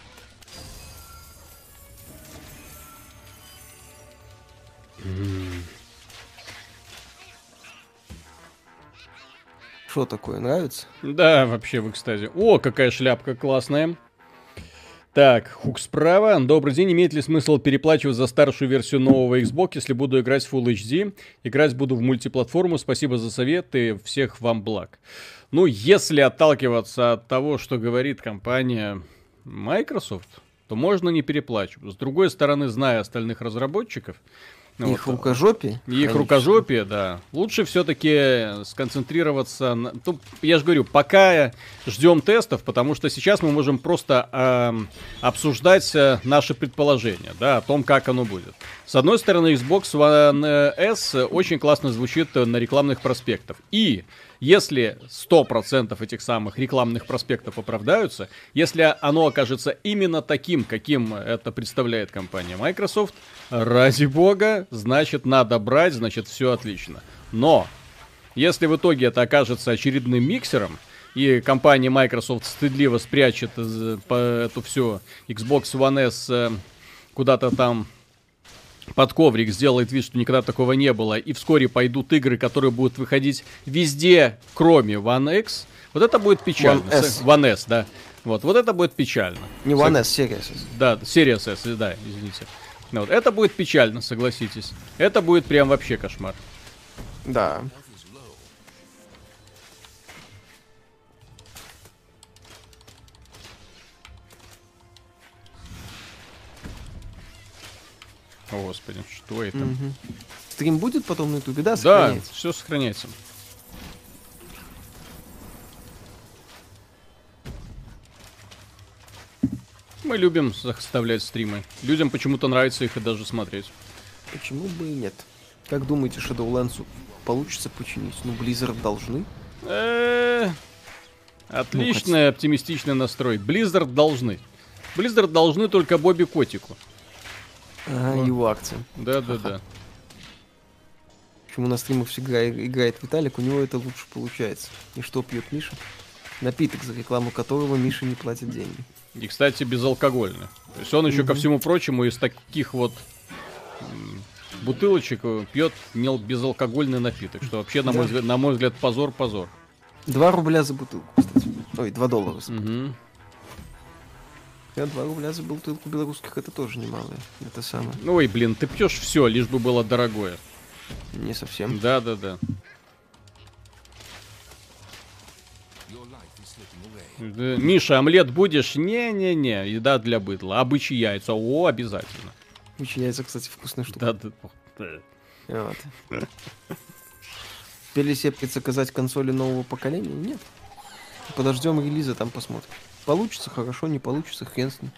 Что такое, нравится?
Да, вообще в экстазе. О, какая шляпка классная. Так, хук справа. Добрый день. Имеет ли смысл переплачивать за старшую версию нового Xbox, если буду играть в Full эйч ди? Играть буду в мультиплатформу. Спасибо за советы. Всех вам благ. Ну, если отталкиваться от того, что говорит компания Microsoft, то можно не переплачивать. С другой стороны, зная остальных разработчиков, ну,
Их
вот,
рукожопие.
и их рукожопие, да. Лучше все-таки сконцентрироваться на... Ну, я же говорю, пока ждем тестов, потому что сейчас мы можем просто эм, обсуждать э, наши предположения, да, о том, как оно будет. С одной стороны, Xbox One S очень классно звучит на рекламных проспектах. И если сто процентов этих самых рекламных проспектов оправдаются, если оно окажется именно таким, каким это представляет компания Microsoft, ради бога, значит надо брать, значит все отлично. Но, если в итоге это окажется очередным миксером, и компания Microsoft стыдливо спрячет э, по эту всю Xbox One S э, куда-то там под коврик, сделает вид, что никогда такого не было, и вскоре пойдут игры, которые будут выходить везде, кроме One X, вот это будет печально.
One S.
One S, да. Вот, вот это будет печально.
Не One S, Series S.
Да, Series S, да, извините. Ну вот, это будет печально, согласитесь. Это будет прям вообще кошмар.
Да.
О, господи, что это?
Угу. Стрим будет потом на ютубе, да,
Да,
сохраняется?
все сохраняется. Мы любим составлять стримы. Людям почему-то нравится их и даже смотреть.
Почему бы и нет? Как думаете, Shadowlands получится починить? Ну, Blizzard должны.
Э, Отличный оптимистичный настрой. Blizzard должны. Blizzard должны только Бобби Котику.
Ага, его акция.
Да-да-да.
Почему на стримах всегда играет Виталик, у него это лучше получается. И что пьет Миша? Напиток, за рекламу которого Миша не платит деньги.
И, кстати, безалкогольный. То есть он еще, ко всему прочему, из таких вот м, бутылочек пьет не безалкогольный напиток. Что вообще, на,
Да.
мой, взгляд, на мой взгляд, позор, позор.
Два рубля за бутылку, кстати. Ой, два доллара за бутылку.
Мгм.
Я два рубля за бутылку белорусских, это тоже немало. Это самое.
Ну, ой, блин, ты пьешь все, лишь бы было дорогое.
Не совсем.
Да-да-да. Да, Миша, омлет будешь? Не-не-не, еда для быдла. А бычьи яйца? О, обязательно.
Очень яйца, кстати, вкусная штука.
Да-да.
Вот. Успели себе предзаказать консоли нового поколения? Нет. Подождем релиза, там посмотрим. Получится хорошо, не получится, хрен с ним.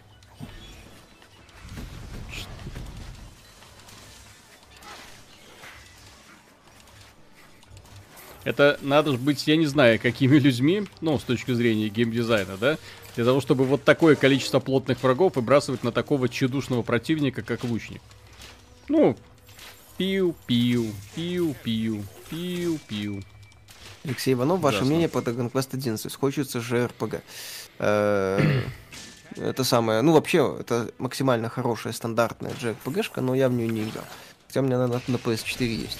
Это надо же быть, я не знаю, какими людьми, ну, с точки зрения геймдизайна, да, для того, чтобы вот такое количество плотных врагов выбрасывать на такого тщедушного противника, как лучник. Ну, пиу-пиу, пиу-пиу, пиу-пиу.
Алексей Иванов, ваше
Ужасно.
мнение по Dragon Quest одиннадцать? Хочется же эр пи джи. Э, Это самое, ну вообще, это максимально хорошая стандартная джей ар пи джи-шка, но я в нее не играл. Хотя у меня она на пи эс четыре есть.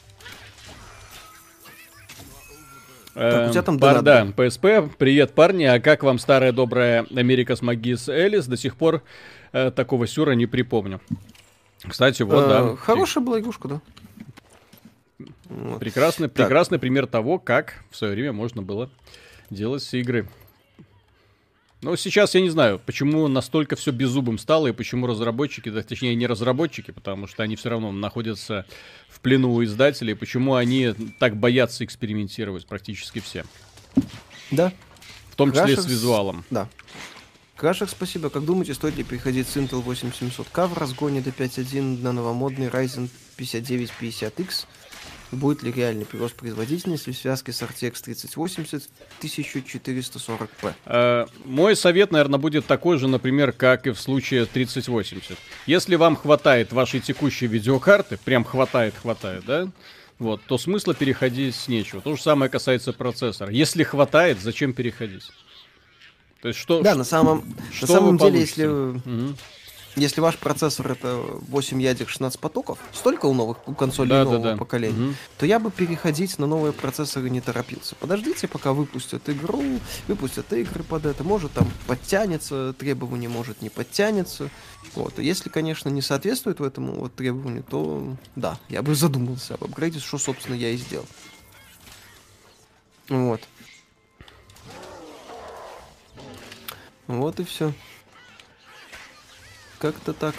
Так, у тебя там
Бар,
донат
да, ПСП, привет, парни, а как вам старая добрая America's Magis Элис? До сих пор э, такого сюра не припомню. Кстати, вот,
Э,
да.
Хорошая была игрушка, да. Вот.
Прекрасный,
Так.
прекрасный пример того, как в свое время можно было делать игры. Но сейчас я не знаю, почему настолько все беззубым стало, и почему разработчики, да, точнее не разработчики, потому что они все равно находятся в плену у издателей, почему они так боятся экспериментировать практически все.
Да,
В том числе
Crashers-
с визуалом.
да. Крашер, спасибо. Как думаете, стоит ли переходить с Intel восемь семьсот K в разгоне до пять один на новомодный Ryzen пятьдесят девять пятьдесят икс? Будет ли реальный прирост производительности в связке с эр ти экс тридцать восемьдесят тысяча четыреста сорок пи?
Э, Мой совет, наверное, будет такой же, например, как и в случае тридцать восемьдесят. Если вам хватает вашей текущей видеокарты, прям хватает, хватает, да? Вот, то смысла переходить нечего. То же самое касается процессора. Если хватает, зачем переходить? То есть что?
Да,
ш-
на самом,
что
на самом
вы
деле,
получите?
если,
Мгм.
если ваш процессор это восемь ядер шестнадцать потоков, столько у новых у консолей
Да, да,
нового
да.
поколения,
Мгм.
то я бы переходить на новые процессоры не торопился. Подождите, пока выпустят игру, выпустят игры под это. Может там подтянется требование, может не подтянется. Вот. И если, конечно, не соответствует в этому вот требованию, то да, я бы задумался об апгрейде, что, собственно, я и сделал. Вот. Вот и все. Как-то так.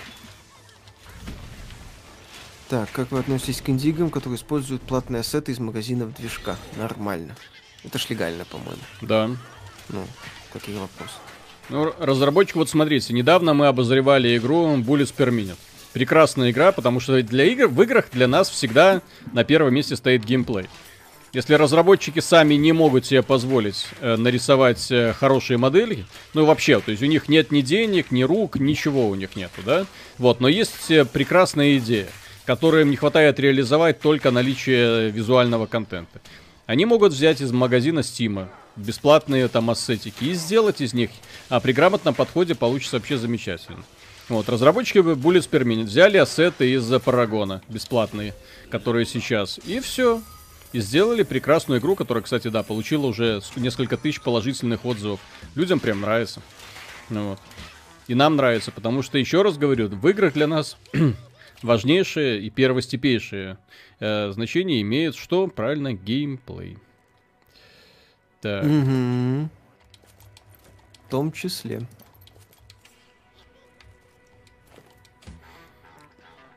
Так, как вы относитесь к инди-играм, которые используют платные ассеты из магазинов движка? Нормально. Это ж легально, по-моему.
Да.
Ну, какие вопросы?
Ну, р- разработчик, вот смотрите, недавно мы обозревали игру Bullets per Minute. Прекрасная игра, потому что для игр, в играх для нас всегда на первом месте стоит геймплей. Если разработчики сами не могут себе позволить э, нарисовать э, хорошие модели, ну и вообще, то есть у них нет ни денег, ни рук, ничего у них нету, да? Вот, но есть э, прекрасная идея, которую им не хватает реализовать только наличие визуального контента. Они могут взять из магазина Steam бесплатные там ассетики и сделать из них, а при грамотном подходе получится вообще замечательно. Вот, разработчики Bullets per Minute взяли ассеты из Парагона, бесплатные, которые сейчас, и все. И сделали прекрасную игру, которая, кстати, да, получила уже несколько тысяч положительных отзывов. Людям прям нравится. Ну вот. И нам нравится, потому что, еще раз говорю, в играх для нас важнейшее и первостепейшее э, значение имеет что? Правильно, геймплей. Так.
Мгм. В том числе.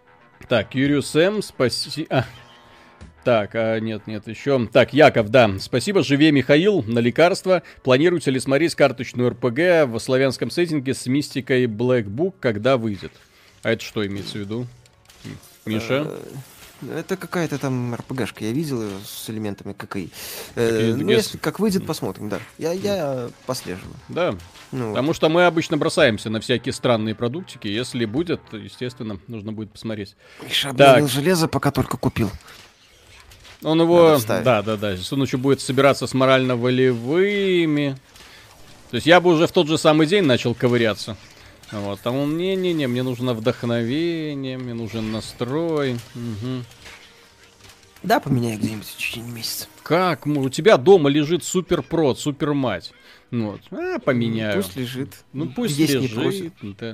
Так, Юриус М, спасибо. А. Так, а, нет, нет, еще. Так, Яков, да. Спасибо, живее Михаил, на лекарства. Планируете ли смотреть карточную эр пэ гэ в славянском сеттинге с мистикой Black Book, когда выйдет? А это что имеется в виду? Миша?
Это какая-то там эр пэ гэшка, я видел ее с элементами ка ка и. Э, ну, если как выйдет, посмотрим, да. Я, я послеживаю.
Да,
ну,
потому
вот.
что мы обычно бросаемся на всякие странные продуктики. Если будет, то, естественно, нужно будет посмотреть.
Миша обновил железо, пока только купил.
Он его... Да, да, да. Он еще будет собираться с морально-волевыми. То есть я бы уже в тот же самый день начал ковыряться. Вот, а он, не-не-не, мне нужно вдохновение, мне нужен настрой. Угу.
Да, поменяй где-нибудь в течение месяца.
Как? У тебя дома лежит суперпрод, супермать. Ну вот, а, поменяю.
Пусть лежит.
Ну пусть
Есть
лежит. Да.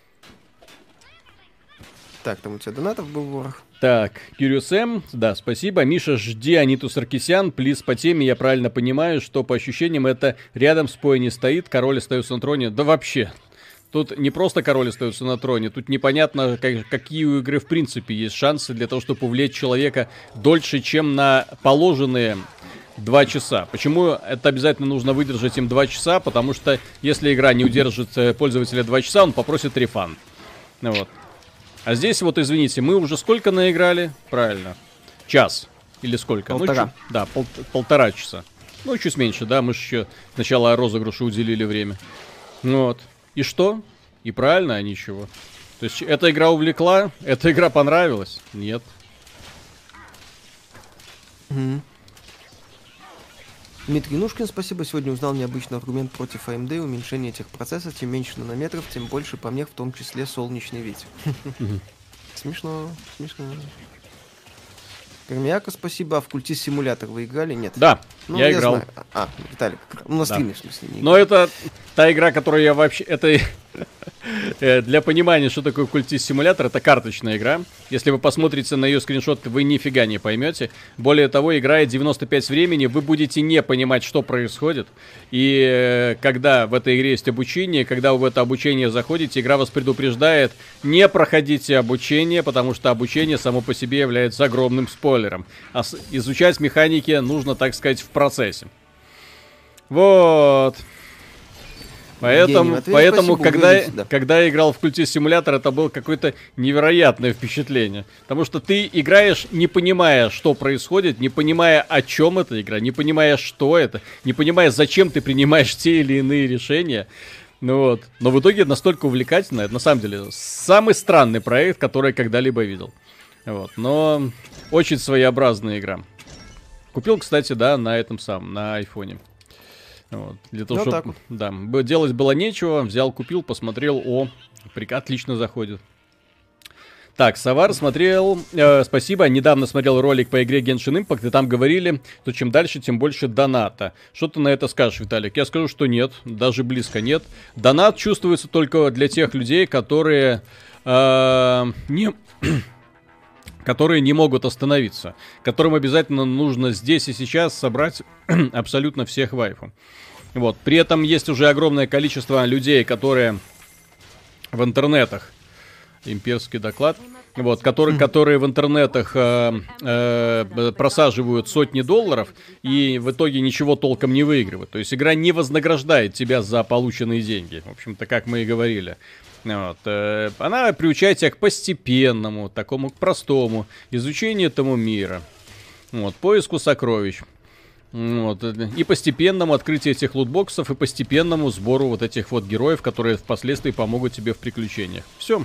Так, там у тебя донатов был ворох.
Так, Кириус М, да, спасибо. Миша, жди Аниту Саркисян, плиз по теме, я правильно понимаю, что по ощущениям это рядом с Пой не стоит, король остается на троне. Да вообще, тут не просто король остается на троне, тут непонятно, как, какие у игры в принципе есть шансы для того, чтобы увлечь человека дольше, чем на положенные два часа. Почему это обязательно нужно выдержать им два часа? Потому что если игра не удержит пользователя два часа, он попросит рефанд. Вот. А здесь вот, извините, мы уже сколько наиграли? Правильно. Час. Или сколько?
Полтора.
Ну, чуть, да, пол, полтора часа. Ну, чуть меньше, да, мы же еще сначала розыгрышу уделили время. Вот. И что? И правильно, а ничего. То есть, эта игра увлекла? Эта игра понравилась? Нет.
Mm-hmm. Дмитрий Нушкин, спасибо. Сегодня узнал необычный аргумент против эй эм ди. Уменьшение техпроцесса. Чем меньше нанометров, тем больше помех, в том числе солнечный ветер. Смешно, смешно. Пермияка, спасибо. А в Культист симулятор вы играли? Нет.
Да,
ну,
я,
я
играл.
Знаю. А, Виталик, ну на стриме, да. В смысле. Не
Но это та игра, которую я вообще... Это для понимания, что такое Культист симулятор, это карточная игра. Если вы посмотрите на ее скриншот, вы нифига не поймете. Более того, играя девяносто пять времени, вы будете не понимать, что происходит. И когда в этой игре есть обучение, когда вы в это обучение заходите, игра вас предупреждает: не проходите обучение, потому что обучение само по себе является огромным спойлером. А изучать механики нужно, так сказать, в процессе. Вот. Поэтому, поэтому
спасибо,
когда,
уверен, да.
когда я играл в Культист симулятор, это было какое-то невероятное впечатление. Потому что ты играешь, не понимая, что происходит, не понимая, о чем эта игра, не понимая, что это, не понимая, зачем ты принимаешь те или иные решения. Ну вот. Но в итоге настолько увлекательно. Это на самом деле самый странный проект, который я когда-либо видел. Вот. Но очень своеобразная игра. Купил, кстати, да, на этом самом, на айфоне. Вот. Для того,
ну,
чтобы да, делать было нечего, взял, купил, посмотрел, о, отлично заходит. Так, Савар смотрел, э, спасибо, недавно смотрел ролик по игре Genshin Impact, и там говорили, что чем дальше, тем больше доната. Что ты на это скажешь, Виталик? Я скажу, что нет, даже близко нет. Донат чувствуется только для тех людей, которые э, не... которые не могут остановиться, которым обязательно нужно здесь и сейчас собрать абсолютно всех вайфу. Вот. При этом есть уже огромное количество людей, которые в интернетах, имперский доклад, вот, которые, которые в интернетах э, э, просаживают сотни долларов и в итоге ничего толком не выигрывают. То есть игра не вознаграждает тебя за полученные деньги, в общем-то, как мы и говорили. Вот. Она приучает тебя к постепенному, такому к простому изучению этому мира, вот, поиску сокровищ, вот, и постепенному открытию этих лутбоксов, и постепенному сбору вот этих вот героев, которые впоследствии помогут тебе в приключениях. Все.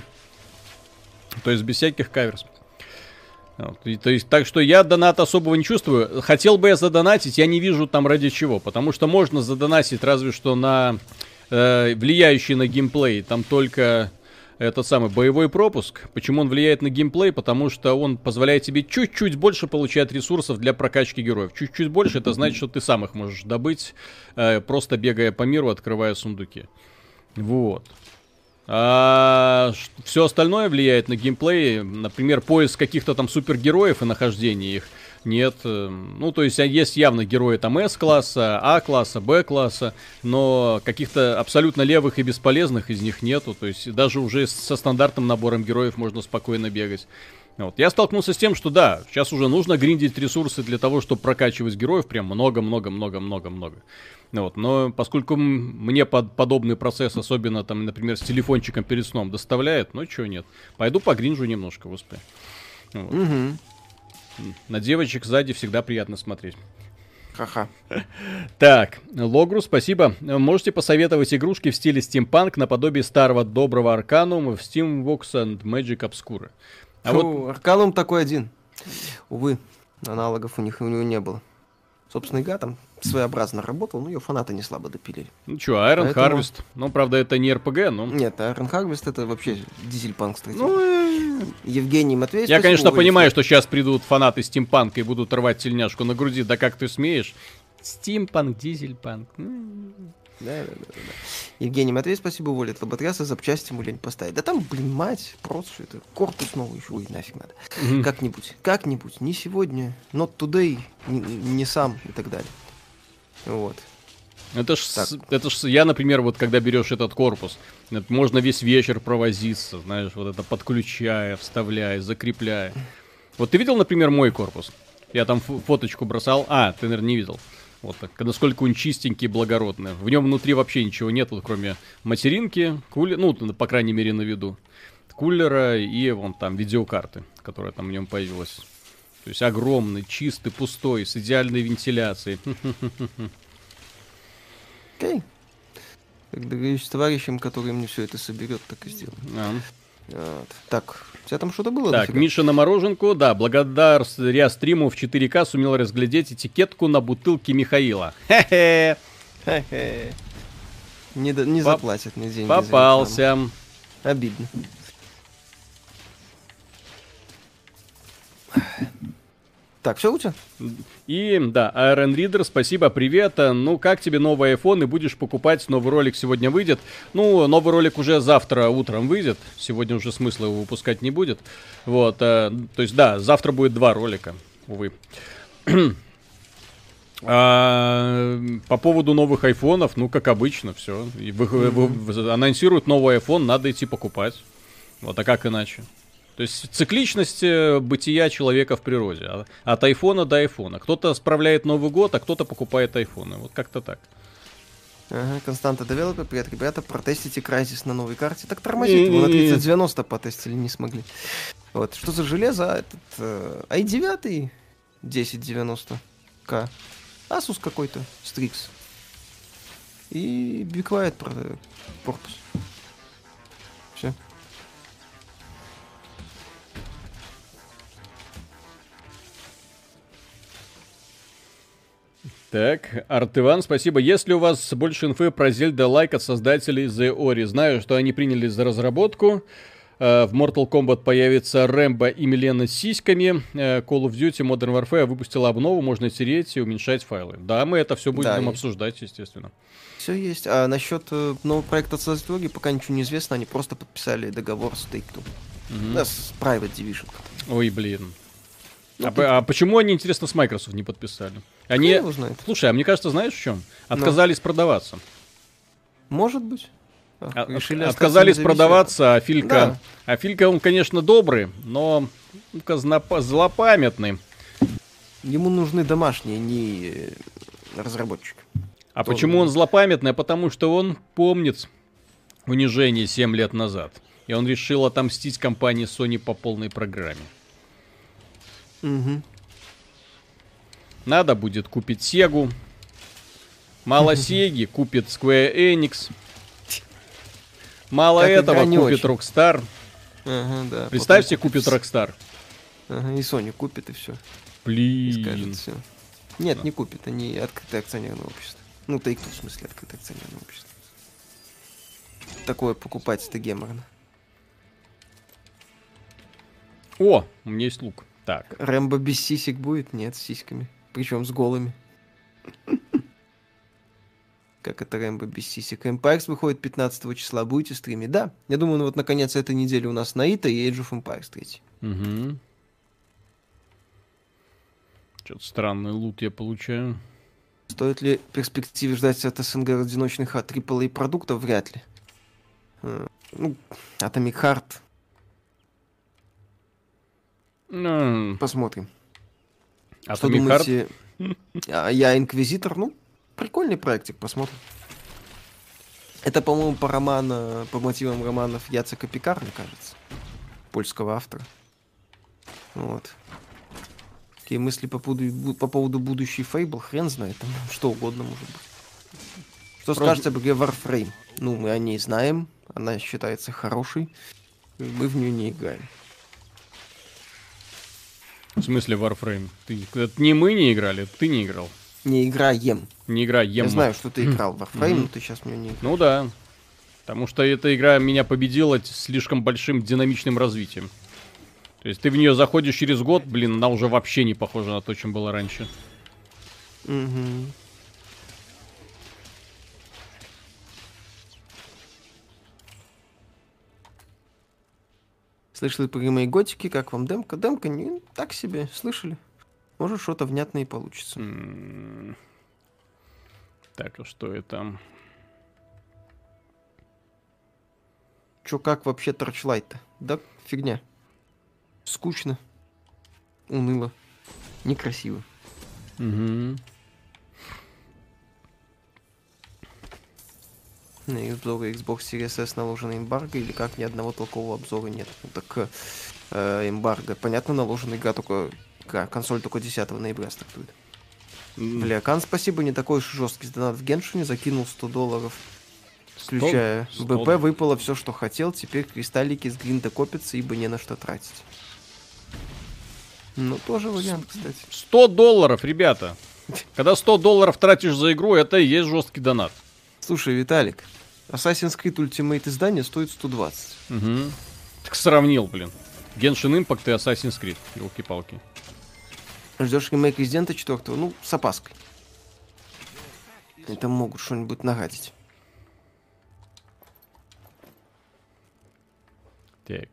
То есть без всяких каверс. Вот. И, то есть, так что я донат особого не чувствую. Хотел бы я задонатить, я не вижу там ради чего. Потому что можно задонатить разве что на... влияющий на геймплей, там только этот самый боевой пропуск. Почему он влияет на геймплей? Потому что он позволяет тебе чуть-чуть больше получать ресурсов для прокачки героев. Чуть-чуть больше, это значит, что ты сам их можешь добыть, просто бегая по миру, открывая сундуки. Вот. А все остальное влияет на геймплей, например, поиск каких-то там супергероев и нахождение их. Нет, ну то есть есть явно герои там С-класса, А-класса, Б-класса, но каких-то абсолютно левых и бесполезных из них нету, то есть даже уже со стандартным набором героев можно спокойно бегать. Вот. Я столкнулся с тем, что да, сейчас уже нужно гриндить ресурсы для того, чтобы прокачивать героев прям много-много-много-много-много. Вот. Но поскольку мне под подобный процесс, особенно там, например, с телефончиком перед сном доставляет, ну чего нет. Пойду погринжу немножко, господи. Вот. Угу. На девочек сзади всегда приятно смотреть.
Ха-ха.
Так, Логру, спасибо. Можете посоветовать игрушки в стиле стимпанк наподобие старого доброго Арканума в Steamworks and Magic Obscura?
А Фу, вот... Арканум такой один. Увы, аналогов у них у него не было. Собственно, игра там своеобразно работала, но ее фанаты не слабо допилили.
Ну что, Iron Поэтому... Harvest. Ну, правда, это не эр пи джи, но...
Нет, Iron Harvest это вообще дизель-панк стратегия. Ну, Евгений Матвей...
Я, конечно, понимаю, что сейчас придут фанаты стимпанка и будут рвать тельняшку на груди. Да как ты смеешь? Стимпанк, дизель-панк.
Да, да, да, да. Евгений Матвей, спасибо, уволит лоботряса, запчасти ему лень поставить. Да там, блин, мать, просто что это, корпус новый еще, ой, нафиг надо. Mm-hmm. Как-нибудь, как-нибудь, не сегодня, not today, не, не сам и так далее. Вот.
Это ж, с, это ж я, например, вот когда берешь этот корпус, можно весь вечер провозиться, знаешь, вот это подключая, вставляя, закрепляя. Вот ты видел, например, мой корпус? Я там фоточку бросал. А, ты, наверное, не видел. Вот так. Насколько он чистенький, благородный. В нем внутри вообще ничего нет, вот, кроме материнки, кулера, ну, по крайней мере, на виду. Кулера и вон там видеокарты, которая там в нем появилась. То есть огромный, чистый, пустой, с идеальной вентиляцией.
Окей. Как договорюсь с товарищем, который мне все это соберет, так и сделаю. А. Вот. Так, у тебя там что-то было?
Так, дофига? Миша на мороженку, да, благодаря стриму в четыре ка сумел разглядеть этикетку на бутылке Михаила. Хе-хе.
Хе-хе. Не, до, не Поп... заплатят мне деньги.
Попался.
Обидно. Так, все у тебя?
И, да, Iron Reader, спасибо, привет. Ну, как тебе новый iPhone и будешь покупать? Новый ролик сегодня выйдет. Ну, новый ролик уже завтра утром выйдет. Сегодня уже смысла его выпускать не будет. Вот, а, то есть, да, завтра будет два ролика, увы. А, по поводу новых айфонов, ну, как обычно, все. Вы, вы, вы, анонсируют новый iPhone, надо идти покупать. Вот, а как иначе? То есть цикличность бытия человека в природе. От айфона до айфона. Кто-то справляет Новый год, а кто-то покупает айфоны. Вот как-то так.
Ага, Константа Девелопер, привет, ребята, протестите Crysis на новой карте. Так тормозит, его на тридцать девяносто потестили, не смогли. Вот, что за железо? Этот э, ай девять десять девяносто ка. Asus какой-то, Strix. И Be Quiet корпус. Все.
Так, Артыван, спасибо. Есть ли у вас больше инфы про Zelda Like от создателей The Ori? Знаю, что они принялись за разработку. Uh, в Mortal Kombat появится Рэмбо и Милена с сиськами. Uh, Call of Duty Modern Warfare выпустила обнову, можно тереть и уменьшать файлы. Да, мы это все будем да, обсуждать, естественно.
Все есть. А насчет uh, нового проекта от создателей пока ничего не известно. Они просто подписали договор с Take-Two. Mm-hmm. Да, с Private Division.
Ой, блин. Ну, а, ты... а почему они, интересно, с Microsoft не подписали? Они, слушай, а мне кажется, знаешь в чем? Отказались Но. продаваться.
Может быть.
А, отказались продаваться, а Филька, да. а Филька, он, конечно, добрый, но злопамятный.
Ему нужны домашние, не разработчики.
А Тоже почему он злопамятный? Потому что он помнит унижение семь лет назад. И он решил отомстить компании Sony по полной программе.
Угу.
Надо будет купить Сегу. Мало Сеги, купит Square Enix. Мало как этого, купит Rockstar.
Ага, да.
Представьте, купит Rockstar.
Ага, и Sony купит, и все.
Блин.
И скажет, все. Нет, да. не купит, они открытое акционерное общество. Ну, Take-Two, в смысле, открытое акционерное общество. Такое покупать это геморно.
О, у меня есть лук. Так.
Рэмбо без сисек будет? Нет, с сиськами. Причем с голыми. Как это Рэмбо без сисек? Empires выходит пятнадцатого числа. Будете стримить? Да. Я думаю, ну вот наконец этой недели у нас Наита и Age of Empires три.
Угу. Что-то странный лут я получаю.
Стоит ли в перспективе ждать от СНГ одиночных трипл эй продуктов? Вряд ли. Ну, Atomic Heart.
Ну,
Посмотрим.
а
Что
Atomic Heart?
думаете? А я Инквизитор, ну, прикольный проектик, посмотрим. Это, по-моему, по роману, по мотивам романов Яцека Пикар, мне кажется. Польского автора. Вот. Какие мысли по поводу, по поводу будущей Fable, хрен знает, там что угодно может быть. Что
Просто-
скажете об игре Warframe? Ну, мы о ней знаем, она считается хорошей, мы в нее не играем.
В смысле Warframe? Ты, это не мы не играли, ты не играл.
Не играем.
Не играем.
Я знаю, что ты играл в Warframe, но ты сейчас в нее не играешь.
Ну да. Потому что эта игра меня победила слишком большим динамичным развитием. То есть ты в нее заходишь через год, блин, она уже вообще не похожа на то, чем было раньше.
Мгм. Слышали по ремейк Готики, как вам демка? Демка не так себе, слышали? Может, что-то внятное и получится.
М. Так, а что это?
Чё, как вообще Торчлайт-то? Да фигня. Скучно. Уныло. Некрасиво.
Мгм.
На обзоры Xbox Series S наложена эмбарго, или как, ни одного толкового обзора нет. Ну, так э, эмбарго. Понятно, наложена игра только... игра, консоль только десятого ноября стартует.
М,
Блякан, спасибо, не такой уж жесткий донат в Геншине, закинул сто долларов. Включая
сто?
БП, выпало все, что хотел, теперь кристаллики с гринда копятся, ибо не на что тратить. Ну, тоже вариант, кстати.
сто долларов, ребята. Когда сто долларов тратишь за игру, это и есть жесткий донат.
Слушай, Виталик, Assassin's Creed Ultimate издание стоит сто двадцать.
Угу. Так сравнил, блин. Genshin Impact и Assassin's Creed. Ёлки-палки.
Ждешь ремейк Резидента четвёртого? Ну, с опаской. Они там могут что-нибудь нагадить.
Так.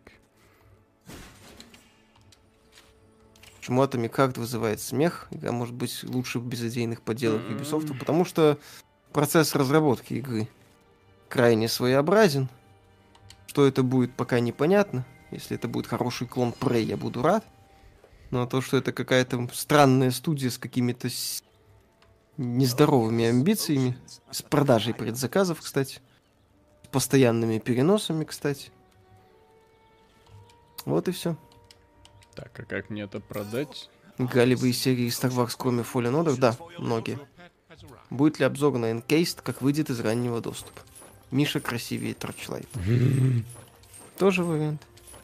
Почему Atomic Heart вызывает смех? Игра может быть лучше без идейных подделок Ubisoft, потому что процесс разработки игры крайне своеобразен. Что это будет, пока непонятно. Если это будет хороший клон Prey, я буду рад. Но то, что это какая-то странная студия с какими-то с... нездоровыми амбициями, с продажей предзаказов, кстати, с постоянными переносами, кстати. Вот и все.
Так, а как мне это продать?
Играли вы из серии Star Wars, кроме Fallen Order? Да, многие. Будет ли обзор на Encased, как выйдет из раннего доступа? Миша красивее Torchlight. Тоже вариант.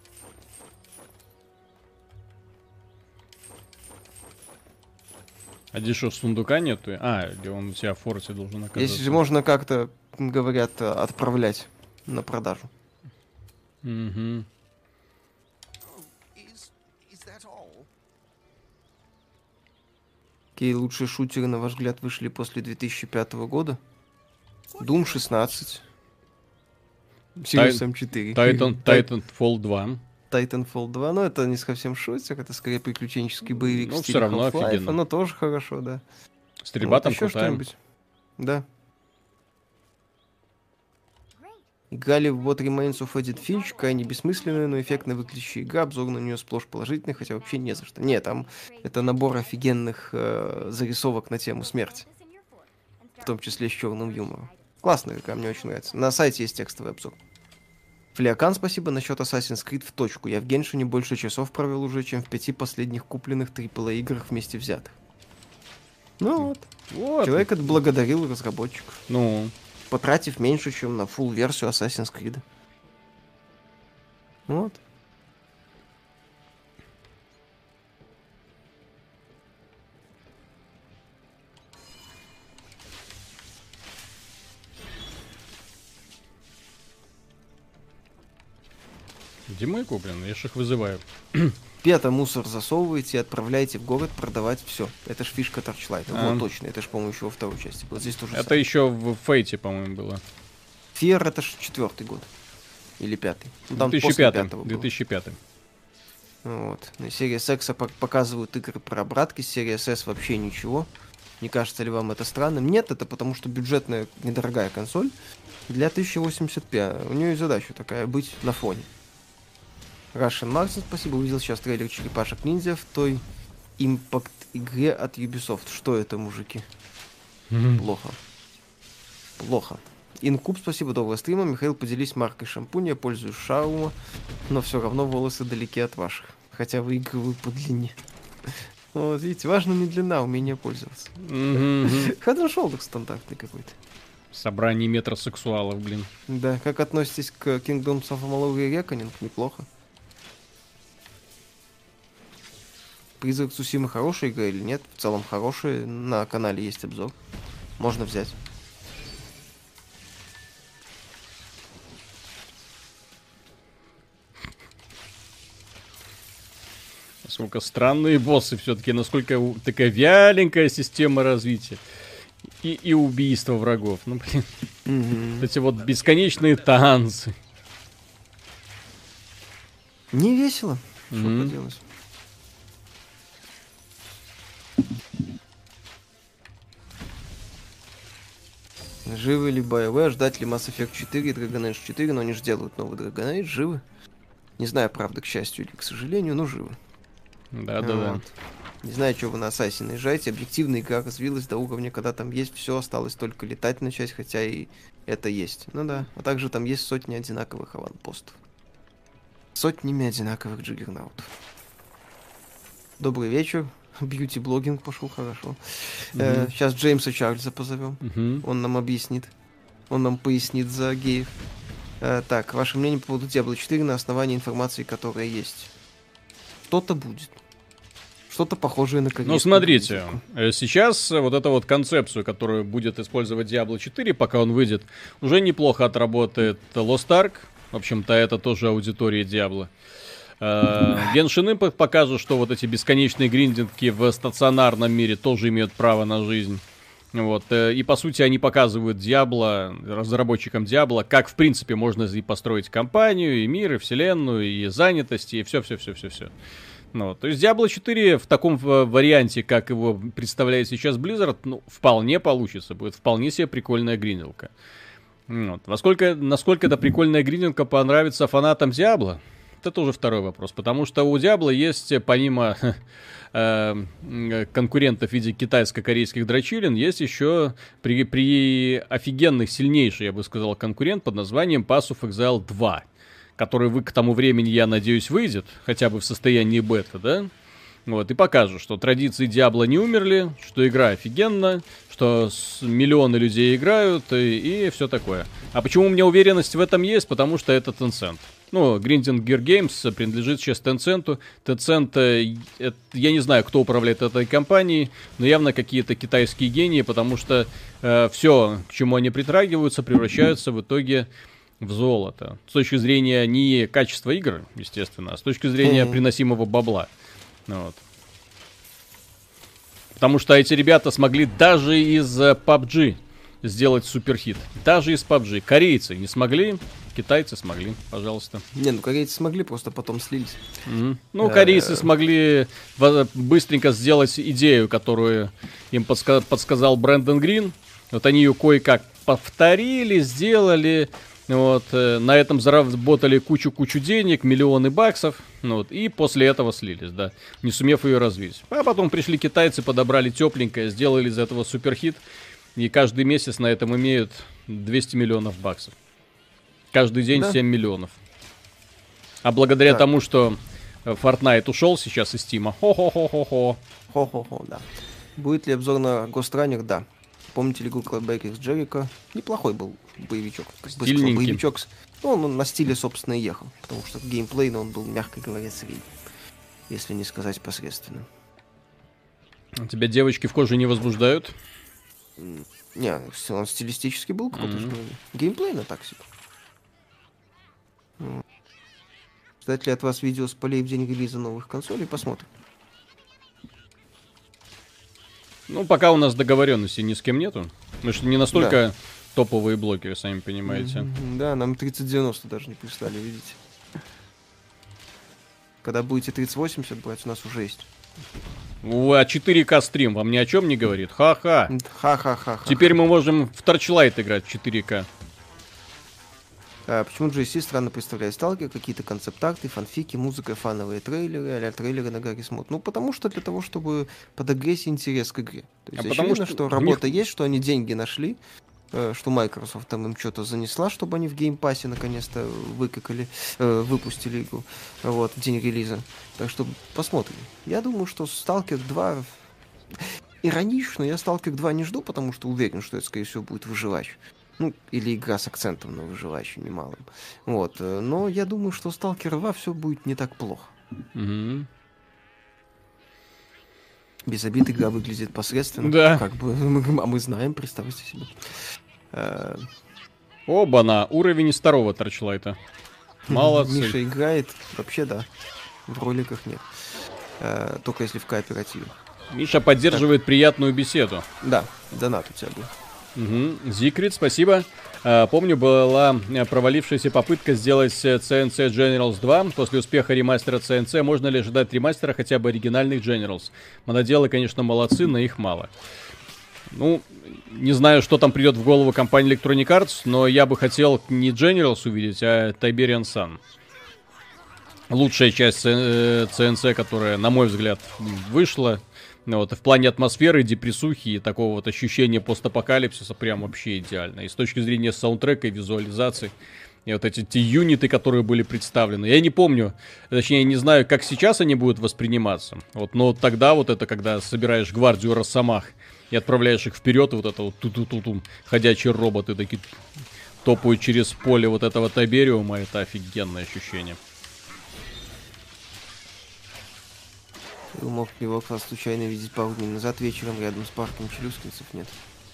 А здесь что, сундука нету? А, где он у тебя в форте должен оказаться.
Если же можно как-то, говорят, отправлять на продажу.
Угу.
Какие лучшие шутеры, на ваш взгляд, вышли после две тысячи пятого года? Doom шестнадцать. Serious эм четыре.
Titan, Titanfall два.
Titanfall два. Ну, это не совсем шутер, это скорее приключенческий боевик
Ну,
в стиле
всё равно
Half-Life.
офигенно.
Оно тоже хорошо, да.
Стрельба
Вот
там
еще
крутая.
что-нибудь. Да. Играли в What Remains of Edith Finch, крайне бессмысленная, но эффектно выглядящая игра, обзор на нее сплошь положительный, хотя вообще не за что. Нет, там это набор офигенных э, зарисовок на тему смерти, в том числе с черным юмором. Классная игра, мне очень нравится. На сайте есть текстовый обзор. Флиакан, спасибо насчет Assassin's Creed в точку. Я в Геншине больше часов провел уже, чем в пяти последних купленных трипл эй играх вместе взятых. Ну вот.
Вот.
Человек отблагодарил разработчиков,
Ну,
потратив меньше, чем на full версию Assassin's Creed. Вот.
где мой блин? Я ж их вызываю.
Пета мусор засовываете и отправляете в город продавать все. Это ж фишка Торчлайта.
А.
Вот точно. Это ж, по-моему, еще во второй части было. Здесь тоже
Это
самое.
еще в Фейте, по-моему, было.
Фиер это ж четвертый год. Или пятый. Ну, там
две тысячи
после
пятый.
пятого
две
было.
тысячи пятый.
Вот. На серии Секса показывают игры про обратки, серия эс вообще ничего. Не кажется ли вам это странным? Нет, это потому что бюджетная, недорогая консоль для тысяча восемьдесят пи. У нее и задача такая — быть на фоне. Russian Martin, спасибо. Увидел сейчас трейлер Черепашек Ниндзя в той импакт игре от Ubisoft. Что это, мужики? Mm-hmm. Плохо. Плохо. Инкуб, спасибо, доброго стрима. Михаил, поделись маркой шампуня. Я пользуюсь Шаума, но все равно волосы далеки от ваших. Хотя выигрываю по длине. Вот, видите, важно не длина, умение пользоваться.
Mm-hmm.
Head and Shoulders стандартный какой-то.
Собрание метросексуалов, блин.
Да, как относитесь к Kingdoms of Amalur и Reckoning? Неплохо. Призрак Цусимы хорошая игра или нет? В целом хорошая. На канале есть обзор. Можно взять.
Насколько странные боссы все-таки, насколько такая вяленькая система развития. И, и убийство врагов. Ну, блин. Mm-hmm. Эти вот бесконечные танцы.
Не весело.
Mm-hmm.
Что поделать. Живы ли BioWare? Ждать ли Mass Effect четыре и Dragon Age четыре? Но они же делают новый Dragon Age. Живы. Не знаю, правда, к счастью или к сожалению, но живы.
Да-да-да.
Вот. Не знаю, что вы на Assassin наезжаете. Объективная игра развилась до уровня, когда там есть все, осталось только летать начать, хотя и это есть. Ну да. А также там есть сотни одинаковых аванпостов. Сотнями одинаковых джиггернаутов. Добрый вечер. Бьюти-блогинг пошел хорошо. Mm-hmm. Э, сейчас Джеймса Чарльза позовем.
Mm-hmm.
Он нам объяснит. Он нам пояснит за геев. Э, так, ваше мнение по поводу Diablo четыре на основании информации, которая есть. Что-то будет. Что-то похожее на корейскую.
Ну, смотрите, музыку. Сейчас вот эту вот концепцию, которую будет использовать Diablo четыре, пока он выйдет, уже неплохо отработает Lost Ark. В общем-то, это тоже аудитория Diablo. Genshin Impact покажет, что вот эти бесконечные гриндинги в стационарном мире тоже имеют право на жизнь. Вот. И, по сути, они показывают Diablo, разработчикам Diablo, как, в принципе, можно и построить компанию, и мир, и вселенную, и занятость, и все-все-все-все-все. Ну, вот. То есть Diablo четыре в таком варианте, как его представляет сейчас Blizzard, ну, вполне получится. Будет вполне себе прикольная гринделка. Вот. Насколько, насколько эта прикольная гринделка понравится фанатам Diablo, это тоже второй вопрос. Потому что у Diablo есть, помимо э, конкурентов в виде китайско-корейских дрочилин, есть еще при, при офигенных, сильнейший, я бы сказал, конкурент под названием Path of Exile два. Который вы к тому времени, я надеюсь, выйдет, хотя бы в состоянии бета, да? Вот, и покажет, что традиции Диабло не умерли, что игра офигенна, что миллионы людей играют и, и все такое. А почему у меня уверенность в этом есть? Потому что это Tencent. Ну, Grinding Gear Games принадлежит сейчас Tencent. Tencent, это, я не знаю, кто управляет этой компанией, но явно какие-то китайские гении, потому что э, все, к чему они притрагиваются, превращаются в итоге в золото. С точки зрения не качества игр, естественно, а с точки зрения mm-hmm. приносимого бабла. Вот. Потому что эти ребята смогли даже из пабг сделать суперхит. Даже из пабг. Корейцы не смогли, китайцы смогли, пожалуйста.
Не, ну корейцы смогли, просто потом слились.
Mm-hmm. Ну, корейцы смогли быстренько сделать идею, которую им подска- подсказал Брэндон Грин. Вот они ее кое-как повторили, сделали... Вот, э, на этом заработали кучу-кучу денег, миллионы баксов, ну, вот, и после этого слились, да, не сумев ее развить. А потом пришли китайцы, подобрали тепленькое, сделали из этого суперхит, и каждый месяц на этом имеют двести миллионов баксов. Каждый день да. семь миллионов. А благодаря так. тому, что Fortnite ушел сейчас из Стима, хо-хо-хо-хо-хо.
Хо-хо-хо, да. Будет ли обзор на Ghost Runner? Да. Помните ли Google Baker с Джерико? Неплохой был боевичок.
Стильненький.
Боевичок. Ну, он на стиле, собственно, и ехал. Потому что геймплейно он был, мягко говоря, средний. Если не сказать посредственным.
Тебя девочки в коже не возбуждают?
Не, он стилистически был круто. Mm-hmm. Геймплейно так себе. Ждать ли от вас видео с полей в день релиза новых консолей? Посмотрим.
Ну, пока у нас договоренности ни с кем нету. Мы же не настолько да. топовые блогеры, сами понимаете.
Mm-hmm. Да, нам тридцать девяносто даже не прислали, видите. Когда будете тридцать восемьдесят брать, у нас уже есть.
А четыре ка стрим вам ни о чем не говорит? Ха-ха.
Ха-ха-ха.
Теперь мы можем в Torchlight играть в четыре ка.
А, почему джей си странно представляет Сталкер? Какие-то концепт-арты, фанфики, музыка, фановые трейлеры, а-ля трейлеры на Гаррис Мод. Ну, потому что для того, чтобы подогреть интерес к игре. То есть,
А
очевидно,
потому
что,
что
работа
них...
есть, что они деньги нашли, э, что Microsoft там им что-то занесла, чтобы они в геймпассе наконец-то выкакали, э, выпустили игру вот, в день релиза. Так что посмотрим. Я думаю, что Сталкер два... Иронично, я Сталкер два не жду, потому что уверен, что это, скорее всего, будет выживач. Ну, или игра с акцентом на выживающем немалым. Вот. Но я думаю, что Сталкер два все будет не так плохо.
Угу.
Без обид игра выглядит посредственно.
Да.
Как бы, а мы знаем, представьте себе. А...
Оба-на, уровень из второго Торчлайта. Молодцы.
Миша играет, вообще да. В роликах нет. А, только если в кооперативе.
Миша поддерживает так. приятную беседу.
Да, донат у тебя был.
Угу. Зикрит, спасибо. А, помню, была провалившаяся попытка сделать си эн си Generals два. После успеха ремастера си эн си можно ли ожидать ремастера хотя бы оригинальных Generals? Моноделы, конечно, молодцы, но их мало. Ну, не знаю, что там придет в голову компании Electronic Arts, но я бы хотел не Generals увидеть, а Tiberian Sun. Лучшая часть си эн си, которая, на мой взгляд, вышла. Вот, и в плане атмосферы, депрессухи и такого вот ощущения постапокалипсиса прям вообще идеально. И с точки зрения саундтрека и визуализации. И вот эти те юниты, которые были представлены. Я не помню, точнее, я не знаю, как сейчас они будут восприниматься. Вот, но тогда вот это, когда собираешь гвардию Росомах и отправляешь их вперед, и вот это вот ту-ту-ту-тум, ходячие роботы такие топают через поле вот этого Тибериума, это офигенное ощущение.
Ты мог его класс случайно видеть пару дней назад вечером рядом с парком челюскинцев, нет?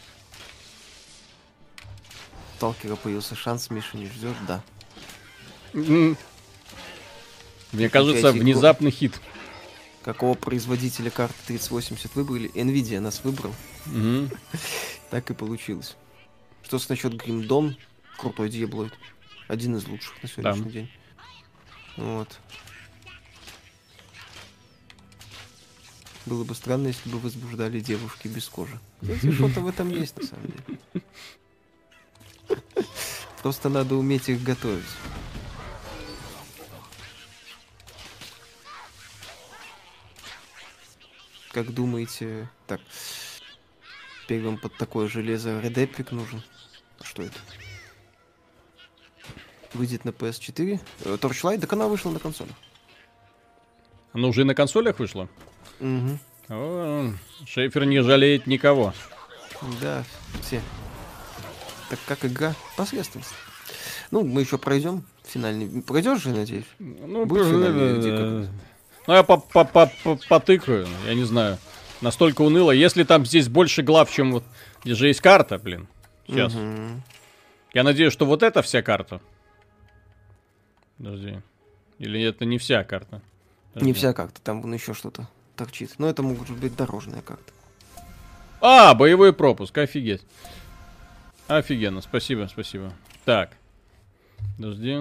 Сталкера появился шанс, Миша не ждет, да.
Mm-hmm. Мне кажется, внезапный хит.
Какого производителя карты тридцать восемьдесят выбрали? Nvidia нас выбрал.
Mm-hmm. Так
и получилось. Что насчет Grim Dawn? Крутой Диаблоид. Один из лучших на сегодняшний да. день. Вот. Было бы странно, если бы возбуждали девушки без кожи. Что-то в этом есть, на самом деле. Просто надо уметь их готовить. Как думаете... Так. Теперь вам под такое железо Red Epic нужен. Что это? Выйдет на пи эс четыре. Torchlight, так она вышла на консолях.
Она уже и на консолях вышла?
Угу.
О, Шефер не жалеет никого.
Да, все. Так как игра посредственность. Ну, мы еще пройдем финальный. Пройдешь же, надеюсь?
Ну, ну я потыкаю, я не знаю. Настолько уныло. Если там здесь больше глав, чем вот... Здесь же есть карта, блин. Сейчас. Угу. Я надеюсь, что вот эта вся карта. Подожди. Или это не вся карта? Подожди.
Не вся карта, там вон еще что-то торчит. Но это может быть дорожная карта.
А, боевой пропуск, офигеть. Офигенно, спасибо, спасибо. Так. Подожди.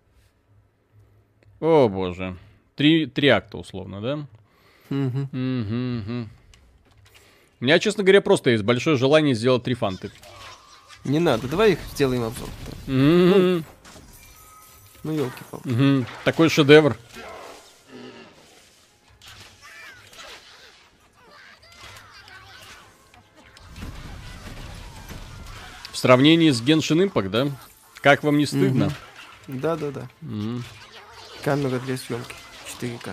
О, боже. Три, три акта условно, да?
Угу.
Угу, угу. У меня, честно говоря, просто есть большое желание сделать три фанты.
Не надо, давай их сделаем обзор.
Mm-hmm.
Ну, ну елки-палки.
Mm-hmm. Такой шедевр. В сравнении с Genshin Impact, да? Как вам не стыдно?
Mm-hmm. Да-да-да.
Mm-hmm.
Камера для съемки. четыре ка.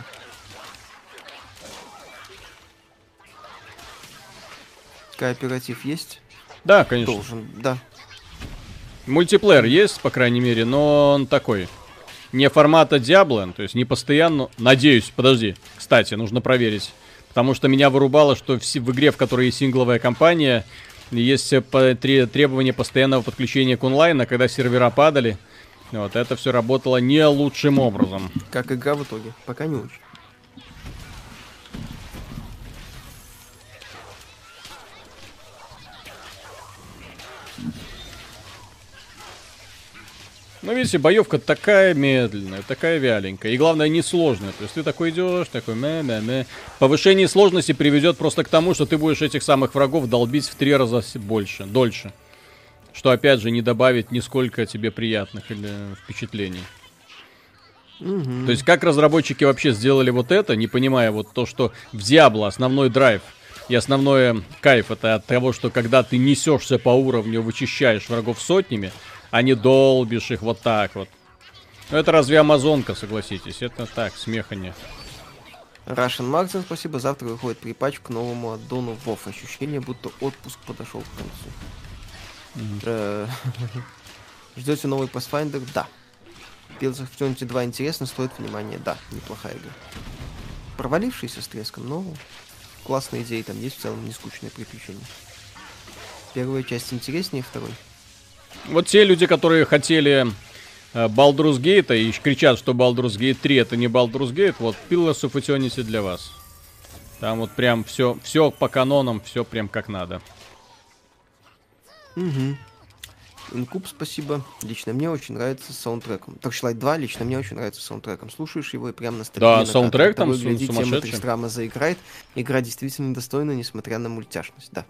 Кооператив есть?
Да, конечно.
Должен, да.
Мультиплеер есть, по крайней мере, но он такой. Не формата Diablo, то есть не постоянно... Надеюсь, подожди. Кстати, нужно проверить. Потому что меня вырубало, что в, в игре, в которой есть сингловая кампания, есть требование постоянного подключения к онлайну, а когда сервера падали, вот это все работало не лучшим образом.
Как игра в итоге? Пока не очень.
Ну, видите, боевка такая медленная, такая вяленькая. И главное, не сложная. То есть ты такой идешь, такой мэ-мэ-мэ. Повышение сложности приведет просто к тому, что ты будешь этих самых врагов долбить в три раза больше, дольше. что, опять же, не добавит нисколько тебе приятных или впечатлений.
Угу.
То есть, как разработчики вообще сделали вот это, не понимая вот то, что в Diablo основной драйв и основной кайф это от того, что когда ты несешься по уровню, вычищаешь врагов сотнями, а не долбишь их вот так вот. Ну, это разве Амазонка, согласитесь? Это так, смеха нет.
Russian Magazine, спасибо. Завтра выходит припач к новому аддону WoW. Ощущение, будто отпуск подошел к концу. Ждете новый Pathfinder? Да. Pillars of Eternity два интересно, стоит внимания. Да, неплохая игра. Провалившийся с треском, но классные идеи там есть, в целом не скучные приключения. Первая часть интереснее второй.
Вот те люди, которые хотели Baldur's Gate и кричат, что Baldur's Gate три это не Baldur's Gate, вот Pillars of Eternity для вас. Там вот прям все, все по канонам, все прям как надо.
Угу. Инкуб, спасибо. Лично мне очень нравится с саундтреком. Torchlight два лично мне очень нравится с саундтреком. Слушаешь его и прям ностальгия.
Да, саундтрек там
глядит,
сумасшедший.
Тема Тристрама заиграет. Игра действительно достойна, несмотря на мультяшность. Да.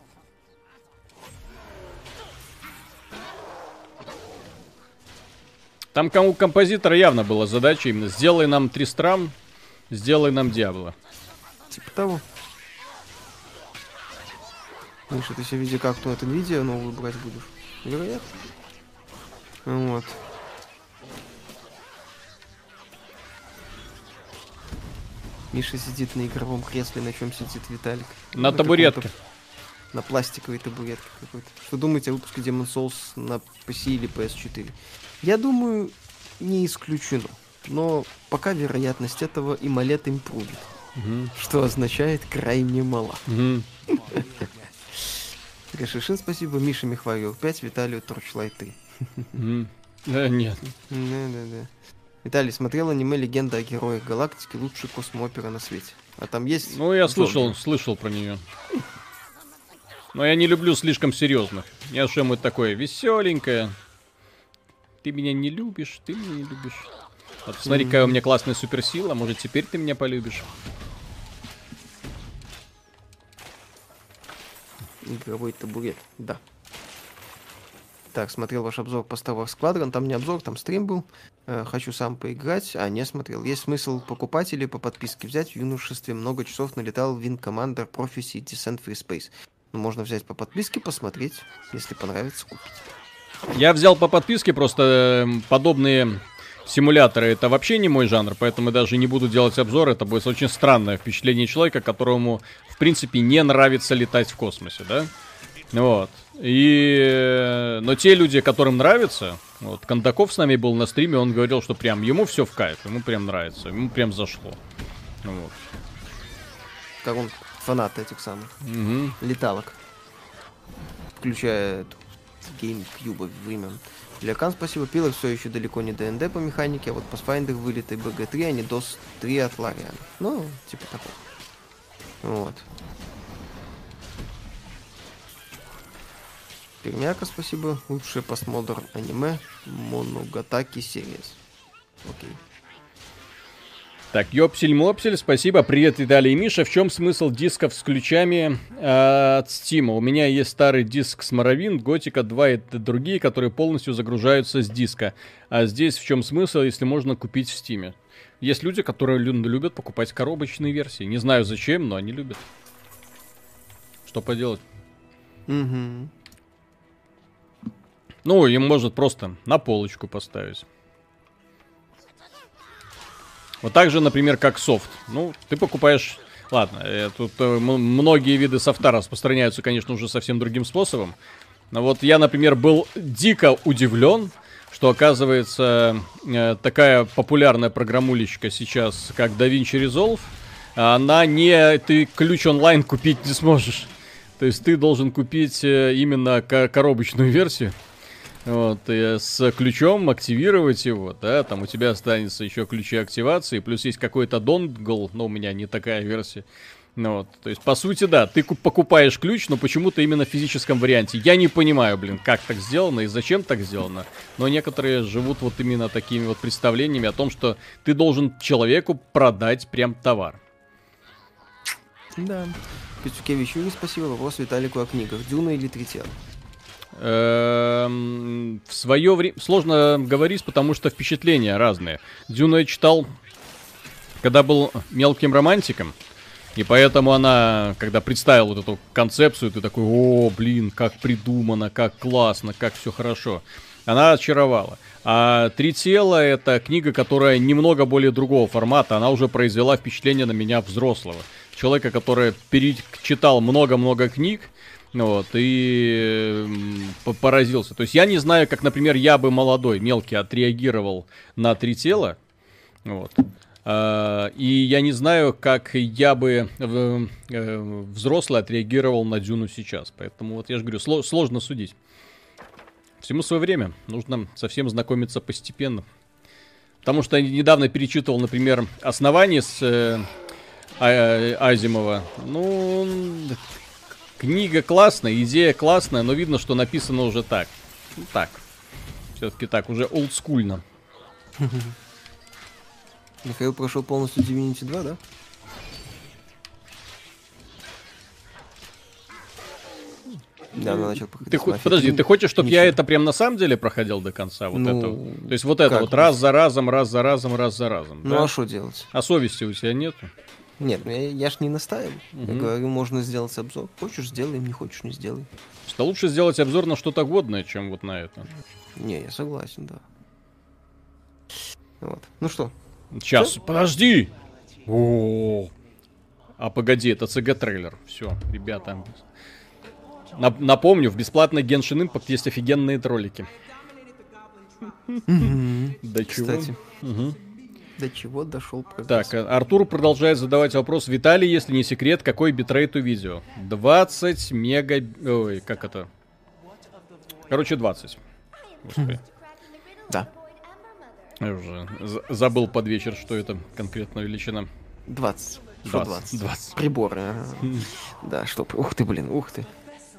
Там у композитора явно была задача именно сделай нам Тристрам, сделай нам Диабло.
Типа того. Миша, ты себе видео как-то это видео новую брать будешь? Вероятно. Вот. Миша сидит на игровом кресле, на чем сидит Виталик?
На, на табуретке.
На пластиковой табуретке какой-то. Что думаете о выпуске Demon's Souls на пи си или пи эс четыре? Я думаю, не исключено. Но пока вероятность этого и малет импрувит. Угу. Что означает крайне мало.
Угу.
Гашишин, спасибо. Миша Михварев пять, Виталию Torchlight три.
Mm. Да, нет.
Да, да, да. Виталий, смотрел аниме «Легенда о героях галактики», лучшая космоопера на свете. А там есть...
Ну, я слышал, слышал про нее. Но я не люблю слишком серьезных. Я что-нибудь такое веселенькое. Ты меня не любишь, ты меня не любишь. Вот смотри, какая у меня классная суперсила. Может, теперь ты меня полюбишь.
Игровой табурет, да. Так, смотрел ваш обзор по Star Wars Squadron. Там не обзор, там стрим был. Э, хочу сам поиграть. А, не смотрел. Есть смысл покупать или по подписке взять? В юношестве много часов налетал Wing Commander, Prophecy, Descent Free Space. Ну, можно взять по подписке, посмотреть. Если понравится, купить.
Я взял по подписке, просто подобные симуляторы это вообще не мой жанр, поэтому даже не буду делать обзор. Это будет очень странное впечатление человека, которому, в принципе, не нравится летать в космосе, да? Вот. И... Но те люди, которым нравится, вот, Кондаков с нами был на стриме, он говорил, что прям ему все в кайф, ему прям нравится, ему прям зашло. Вот.
Как он фанат этих самых
угу.
леталок. Включая GameCube времен. Лякан, спасибо. Пилар все еще далеко не ДНД по механике, а вот Pathfinder вылетай би джи три, а не дос три от Лариана. Ну, типа такого. Вот. Пермяка, спасибо. Лучшее постмодерн аниме Моногатаки Series. Окей.
Так, Ёпсель-мопсель, спасибо. Привет, Виталий и Миша. В чем смысл дисков с ключами э, от Steam? У меня есть старый диск с Morrowind, Готика два и другие, которые полностью загружаются с диска. А здесь в чем смысл, если можно купить в Steam? Есть люди, которые любят покупать коробочные версии. Не знаю зачем, но они любят. Что поделать?
Угу.
Ну, им может просто на полочку поставить. Вот так же, например, как софт. Ну, ты покупаешь... Ладно, э, тут э, многие виды софта распространяются, конечно, уже совсем другим способом. Но вот я, например, был дико удивлен, что, оказывается, э, такая популярная программулечка сейчас, как DaVinci Resolve, она не... Ты ключ онлайн купить не сможешь. То есть ты должен купить э, именно ко- коробочную версию. Вот, и с ключом активировать его, да, там у тебя останется еще ключи активации, плюс есть какой-то донгл, но у меня не такая версия. Ну, вот, то есть, по сути, да, ты покупаешь ключ, но почему-то именно в физическом варианте. Я не понимаю, блин, как так сделано и зачем так сделано, но некоторые живут вот именно такими вот представлениями о том, что ты должен человеку продать прям товар.
Да. Пиццукевич Юрий, спасибо. Вопрос Виталику о книгах. Дюна или Третьяк?
Эм, в свое время... Сложно говорить, потому что впечатления разные. Дюну я читал, когда был мелким романтиком. И поэтому она, когда представила вот эту концепцию, ты такой: о, блин, как придумано, как классно, как все хорошо. Она очаровала. А «Три тела» — это книга, которая немного более другого формата. Она уже произвела впечатление на меня взрослого. Человека, который перечитал много-много книг, вот, и поразился. То есть я не знаю, как, например, я бы молодой, мелкий, отреагировал на «Три тела». Вот. И я не знаю, как я бы взрослый отреагировал на Дюну сейчас. Поэтому вот я же говорю, сложно судить. Всему свое время. Нужно со всем знакомиться постепенно. Потому что я недавно перечитывал, например, «Основание» с э, а, Азимова. Ну, книга классная, идея классная, но видно, что написано уже так. Ну, так. Все-таки так, уже олдскульно.
Михаил прошел полностью Divinity два, да? Да, она начал
ты, подожди, ты хочешь, чтобы я это прям на самом деле проходил до конца? Вот ну, это? То есть вот это вот раз за разом, раз за разом, раз за разом.
Ну
да?
А что делать?
А совести у тебя нету?
Нет, ну я, я ж не настаиваю. Угу. Я говорю, можно сделать обзор. Хочешь — сделаем, не хочешь — не сделай.
Что лучше сделать обзор на что-то годное, чем вот на это.
Не, я согласен, да. Вот. Ну что?
Сейчас, что? Подожди! О-о-о. А погоди, это ЦГ-трейлер. Все, ребята. Напомню, в бесплатной Genshin Impact есть офигенные ролики.
До чего? Кстати. До чего дошел
прогресс? Так, Артур продолжает задавать вопрос. Виталий, если не секрет, какой битрейт у видео? двадцать мега... Ой, как это? Короче, двадцать. Господи.
Да.
Я уже забыл под вечер, что это конкретно величина.
двадцать.
Что двадцать? двадцать.
Приборы. Да, что... Ух ты, блин, ух ты.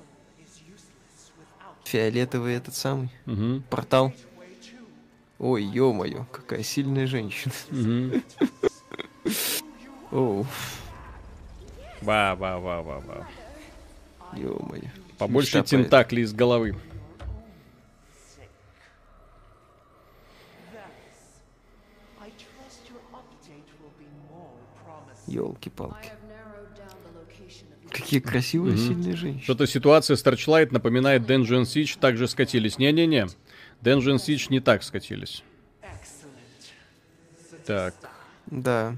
Фиолетовый этот самый.
Угу.
Портал. Ой, ё-моё, какая сильная женщина. Оу.
Ба-ба-ба-ба-ба.
Ё-моё.
Побольше тентаклей из головы.
Ёлки-палки. Какие красивые, mm-hmm. сильные женщины.
Что-то ситуация с Torchlight напоминает Dungeon Siege, также скатились. Не-не-не, Dungeon Siege не так скатились. Так.
Да.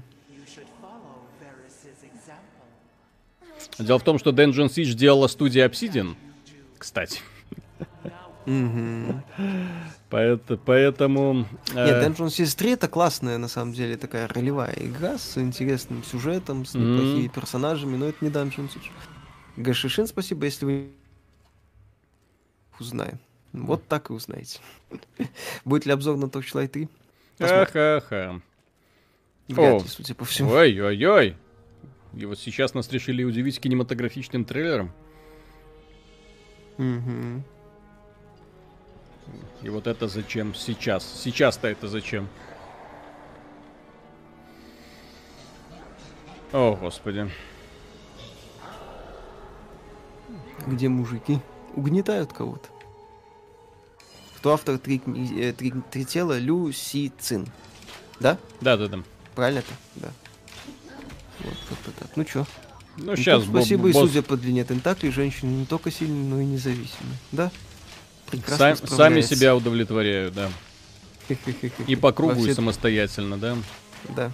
Дело в том, что Dungeon Siege делала студия Obsidian, кстати.
Mm-hmm.
Поэтому... поэтому
Нет, Dungeon Siege три — это классная, на самом деле, такая ролевая игра с интересным сюжетом, с неплохими mm-hmm. персонажами, но это не Dungeon Siege. Гашишин, спасибо, если вы узнаем. Вот так и узнаете. Будет ли обзор на Torchlight три?
Ха-ха-ха.
Вряд ли, судя по всему.
Ой-ой-ой. И вот сейчас нас решили удивить кинематографичным трейлером.
Угу.
И вот это зачем сейчас? Сейчас-то это зачем? О, господи.
Где мужики? Угнетают кого-то. Кто автор «Три, три, три тела»? Лю Си Цин. Да?
Да-да-да.
Правильно это? Да. Вот как-то так. Ну чё?
Ну,
ну
сейчас
спасибо, и судя по длине тентаклей, женщины не только сильные, но и независимые. Да?
Сам, сами себя удовлетворяют, да. И по кругу, и самостоятельно, да?
Да.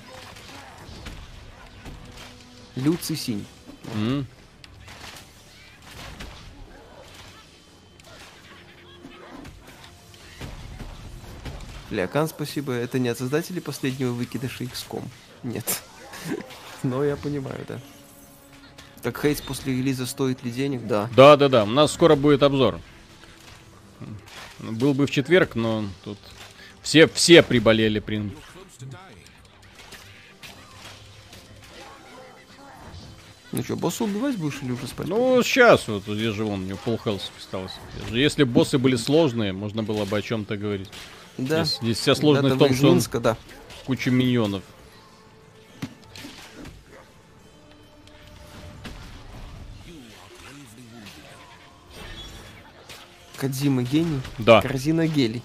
Лю Цисинь.
Mm.
Леокан, спасибо. Это не от создателей последнего выкидыша икс ком. Нет. Но я понимаю, да. Так Хейтс после релиза стоит ли денег? Да.
Да-да-да. У нас скоро будет обзор. Был бы в четверг, но тут все, все приболели при...
Ну что, босса убивать будешь или уже спать?
Ну, сейчас вот, здесь же вон, у него полхелса осталось. Если боссы были сложные, можно было бы о чем-то говорить.
Да.
Здесь, здесь вся сложность
да,
в том, что он
Минска, да.
куча миньонов.
Кодзима гений.
Да.
Корзина гелий.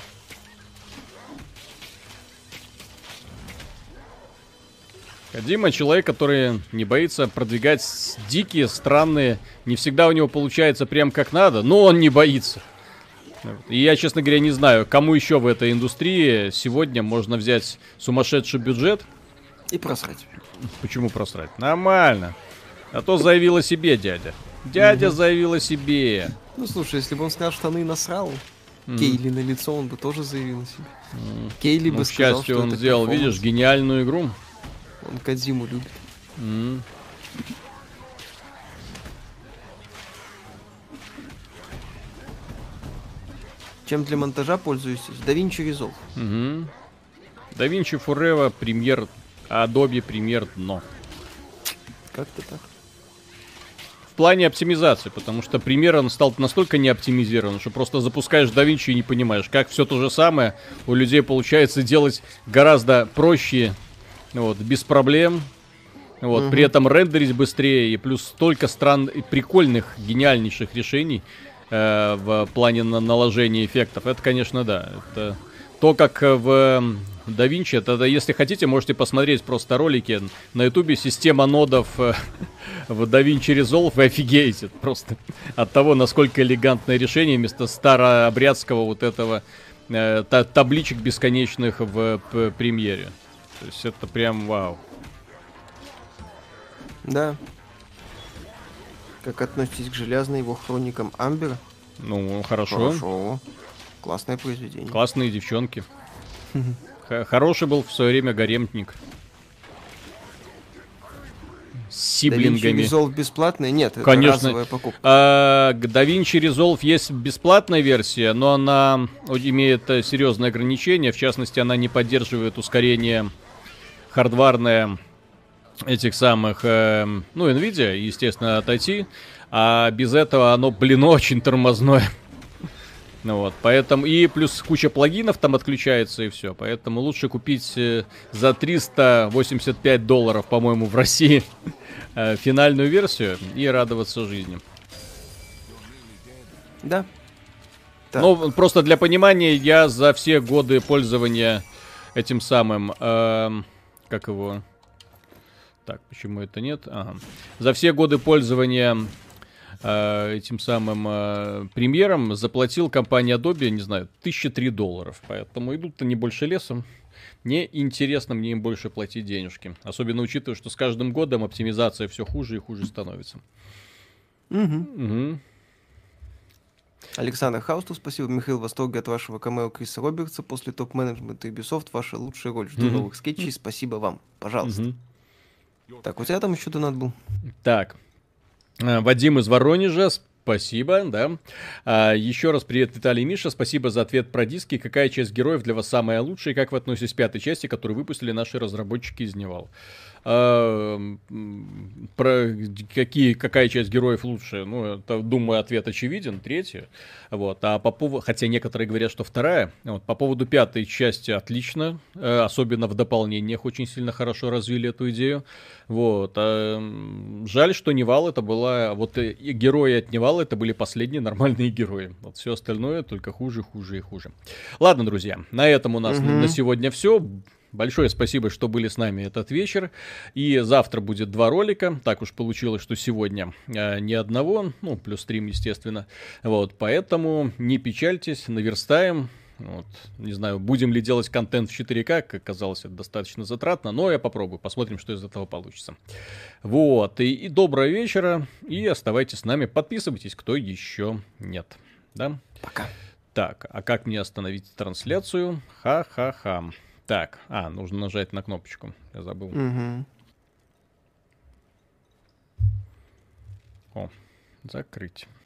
Кодзима человек, который не боится продвигать дикие, странные, не всегда у него получается прям как надо, но он не боится. И я, честно говоря, не знаю, кому еще в этой индустрии сегодня можно взять сумасшедший бюджет.
И просрать.
Почему просрать? Нормально. А то заявил о себе дядя. Дядя
Мгм.
заявил о себе.
Ну, слушай, если бы он сказал, что штаны насрал,
М.
Кейли на лицо, он бы тоже заявил о себе.
М.
Кейли
Ну,
бы
к
сказал,
счастью,
что
он
это
сделал,
перформанс.
видишь, гениальную игру.
Он Кодзиму любит.
М.
Чем для монтажа пользуетесь? DaVinci Resolve.
Мгм. DaVinci Forever, Premiere, Adobe Premiere дно.
Как-то так.
В плане оптимизации, потому что Premiere он стал настолько не оптимизирован, что просто запускаешь DaVinci и не понимаешь, как все то же самое у людей получается делать гораздо проще, вот, без проблем. Вот,
Мгм.
при этом рендерить быстрее, и плюс столько стран и прикольных, гениальнейших решений э, в плане на- наложения эффектов. Это, конечно, да. Это то, как э, в DaVinci, это, да, если хотите, можете посмотреть просто ролики на ютубе. Система нодов э, в DaVinci Resolve, вы офигеете просто от того, насколько элегантное решение вместо старообрядского вот этого э, та- табличек бесконечных в п- премьере. То есть это прям вау.
Да. Как относитесь к железной его хроникам Амбера?
Ну, хорошо.
Хорошо. Классное произведение.
Классные девчонки. Х- Хороший был в свое время гаремник. С
DaVinci
сиблингами.
Resolve бесплатная? Нет, это
Конечно.
разовая покупка.
А, к DaVinci Resolve есть бесплатная версия, но она о- имеет э, серьезные ограничения. В частности, она не поддерживает ускорение хардварное этих самых, э, ну, NVIDIA, и, естественно, от ай ти. А без этого оно, блин, очень тормозное. Ну вот, поэтому и плюс куча плагинов там отключается и все. Поэтому лучше купить э, за триста восемьдесят пять долларов, по-моему, в России э, финальную версию и радоваться жизни.
Да. Так.
Ну, просто для понимания, я за все годы пользования этим самым, эм, как его... Так, почему это нет? Ага. За все годы пользования э, этим самым э, премьером заплатил компания Adobe, не знаю, тысяча три долларов. Поэтому идут-то не больше лесом. Не интересно мне им больше платить денежки. Особенно учитывая, что с каждым годом оптимизация все хуже и хуже становится.
Мгм.
Мгм.
Александр Хаустов, спасибо. Михаил, в восторге от вашего камео Криса Робертса после топ-менеджмента Ubisoft. Ваша лучшая роль. Жду
Мгм.
новых скетчей. Спасибо вам. Пожалуйста.
Мгм.
Так, у тебя там еще донат был?
Так, э, Вадим из Воронежа, спасибо, да. А, еще раз привет, Виталий и Миша, спасибо за ответ про диски. Какая часть героев для вас самая лучшая, и как вы относитесь к пятой части, которую выпустили наши разработчики из Невал? А, м, про какие, какая часть героев лучше? Ну, это, думаю, ответ очевиден, третья. Вот. А по поводу, хотя некоторые говорят, что вторая. Вот. По поводу пятой части отлично, э, особенно в дополнениях очень сильно хорошо развили эту идею. Вот. А, м, жаль, что Невал это была, вот э, и герои от Невала это были последние нормальные герои. Вот все остальное только хуже, хуже и хуже. Ладно, друзья, на этом у нас
Мгм.
на сегодня все. Большое спасибо, что были с нами этот вечер. И завтра будет два ролика. Так уж получилось, что сегодня э, ни одного. Ну, плюс стрим, естественно. Вот, поэтому не печальтесь, наверстаем. Вот. Не знаю, будем ли делать контент в четыре ка, как оказалось, это достаточно затратно, но я попробую, посмотрим, что из этого получится. Вот, и, и доброго вечера, и оставайтесь с нами, подписывайтесь, кто еще нет. Да?
Пока.
Так, а как мне остановить трансляцию? Ха-ха-ха. Так, а, нужно нажать на кнопочку, я забыл.
Мгм.
О, закрыть.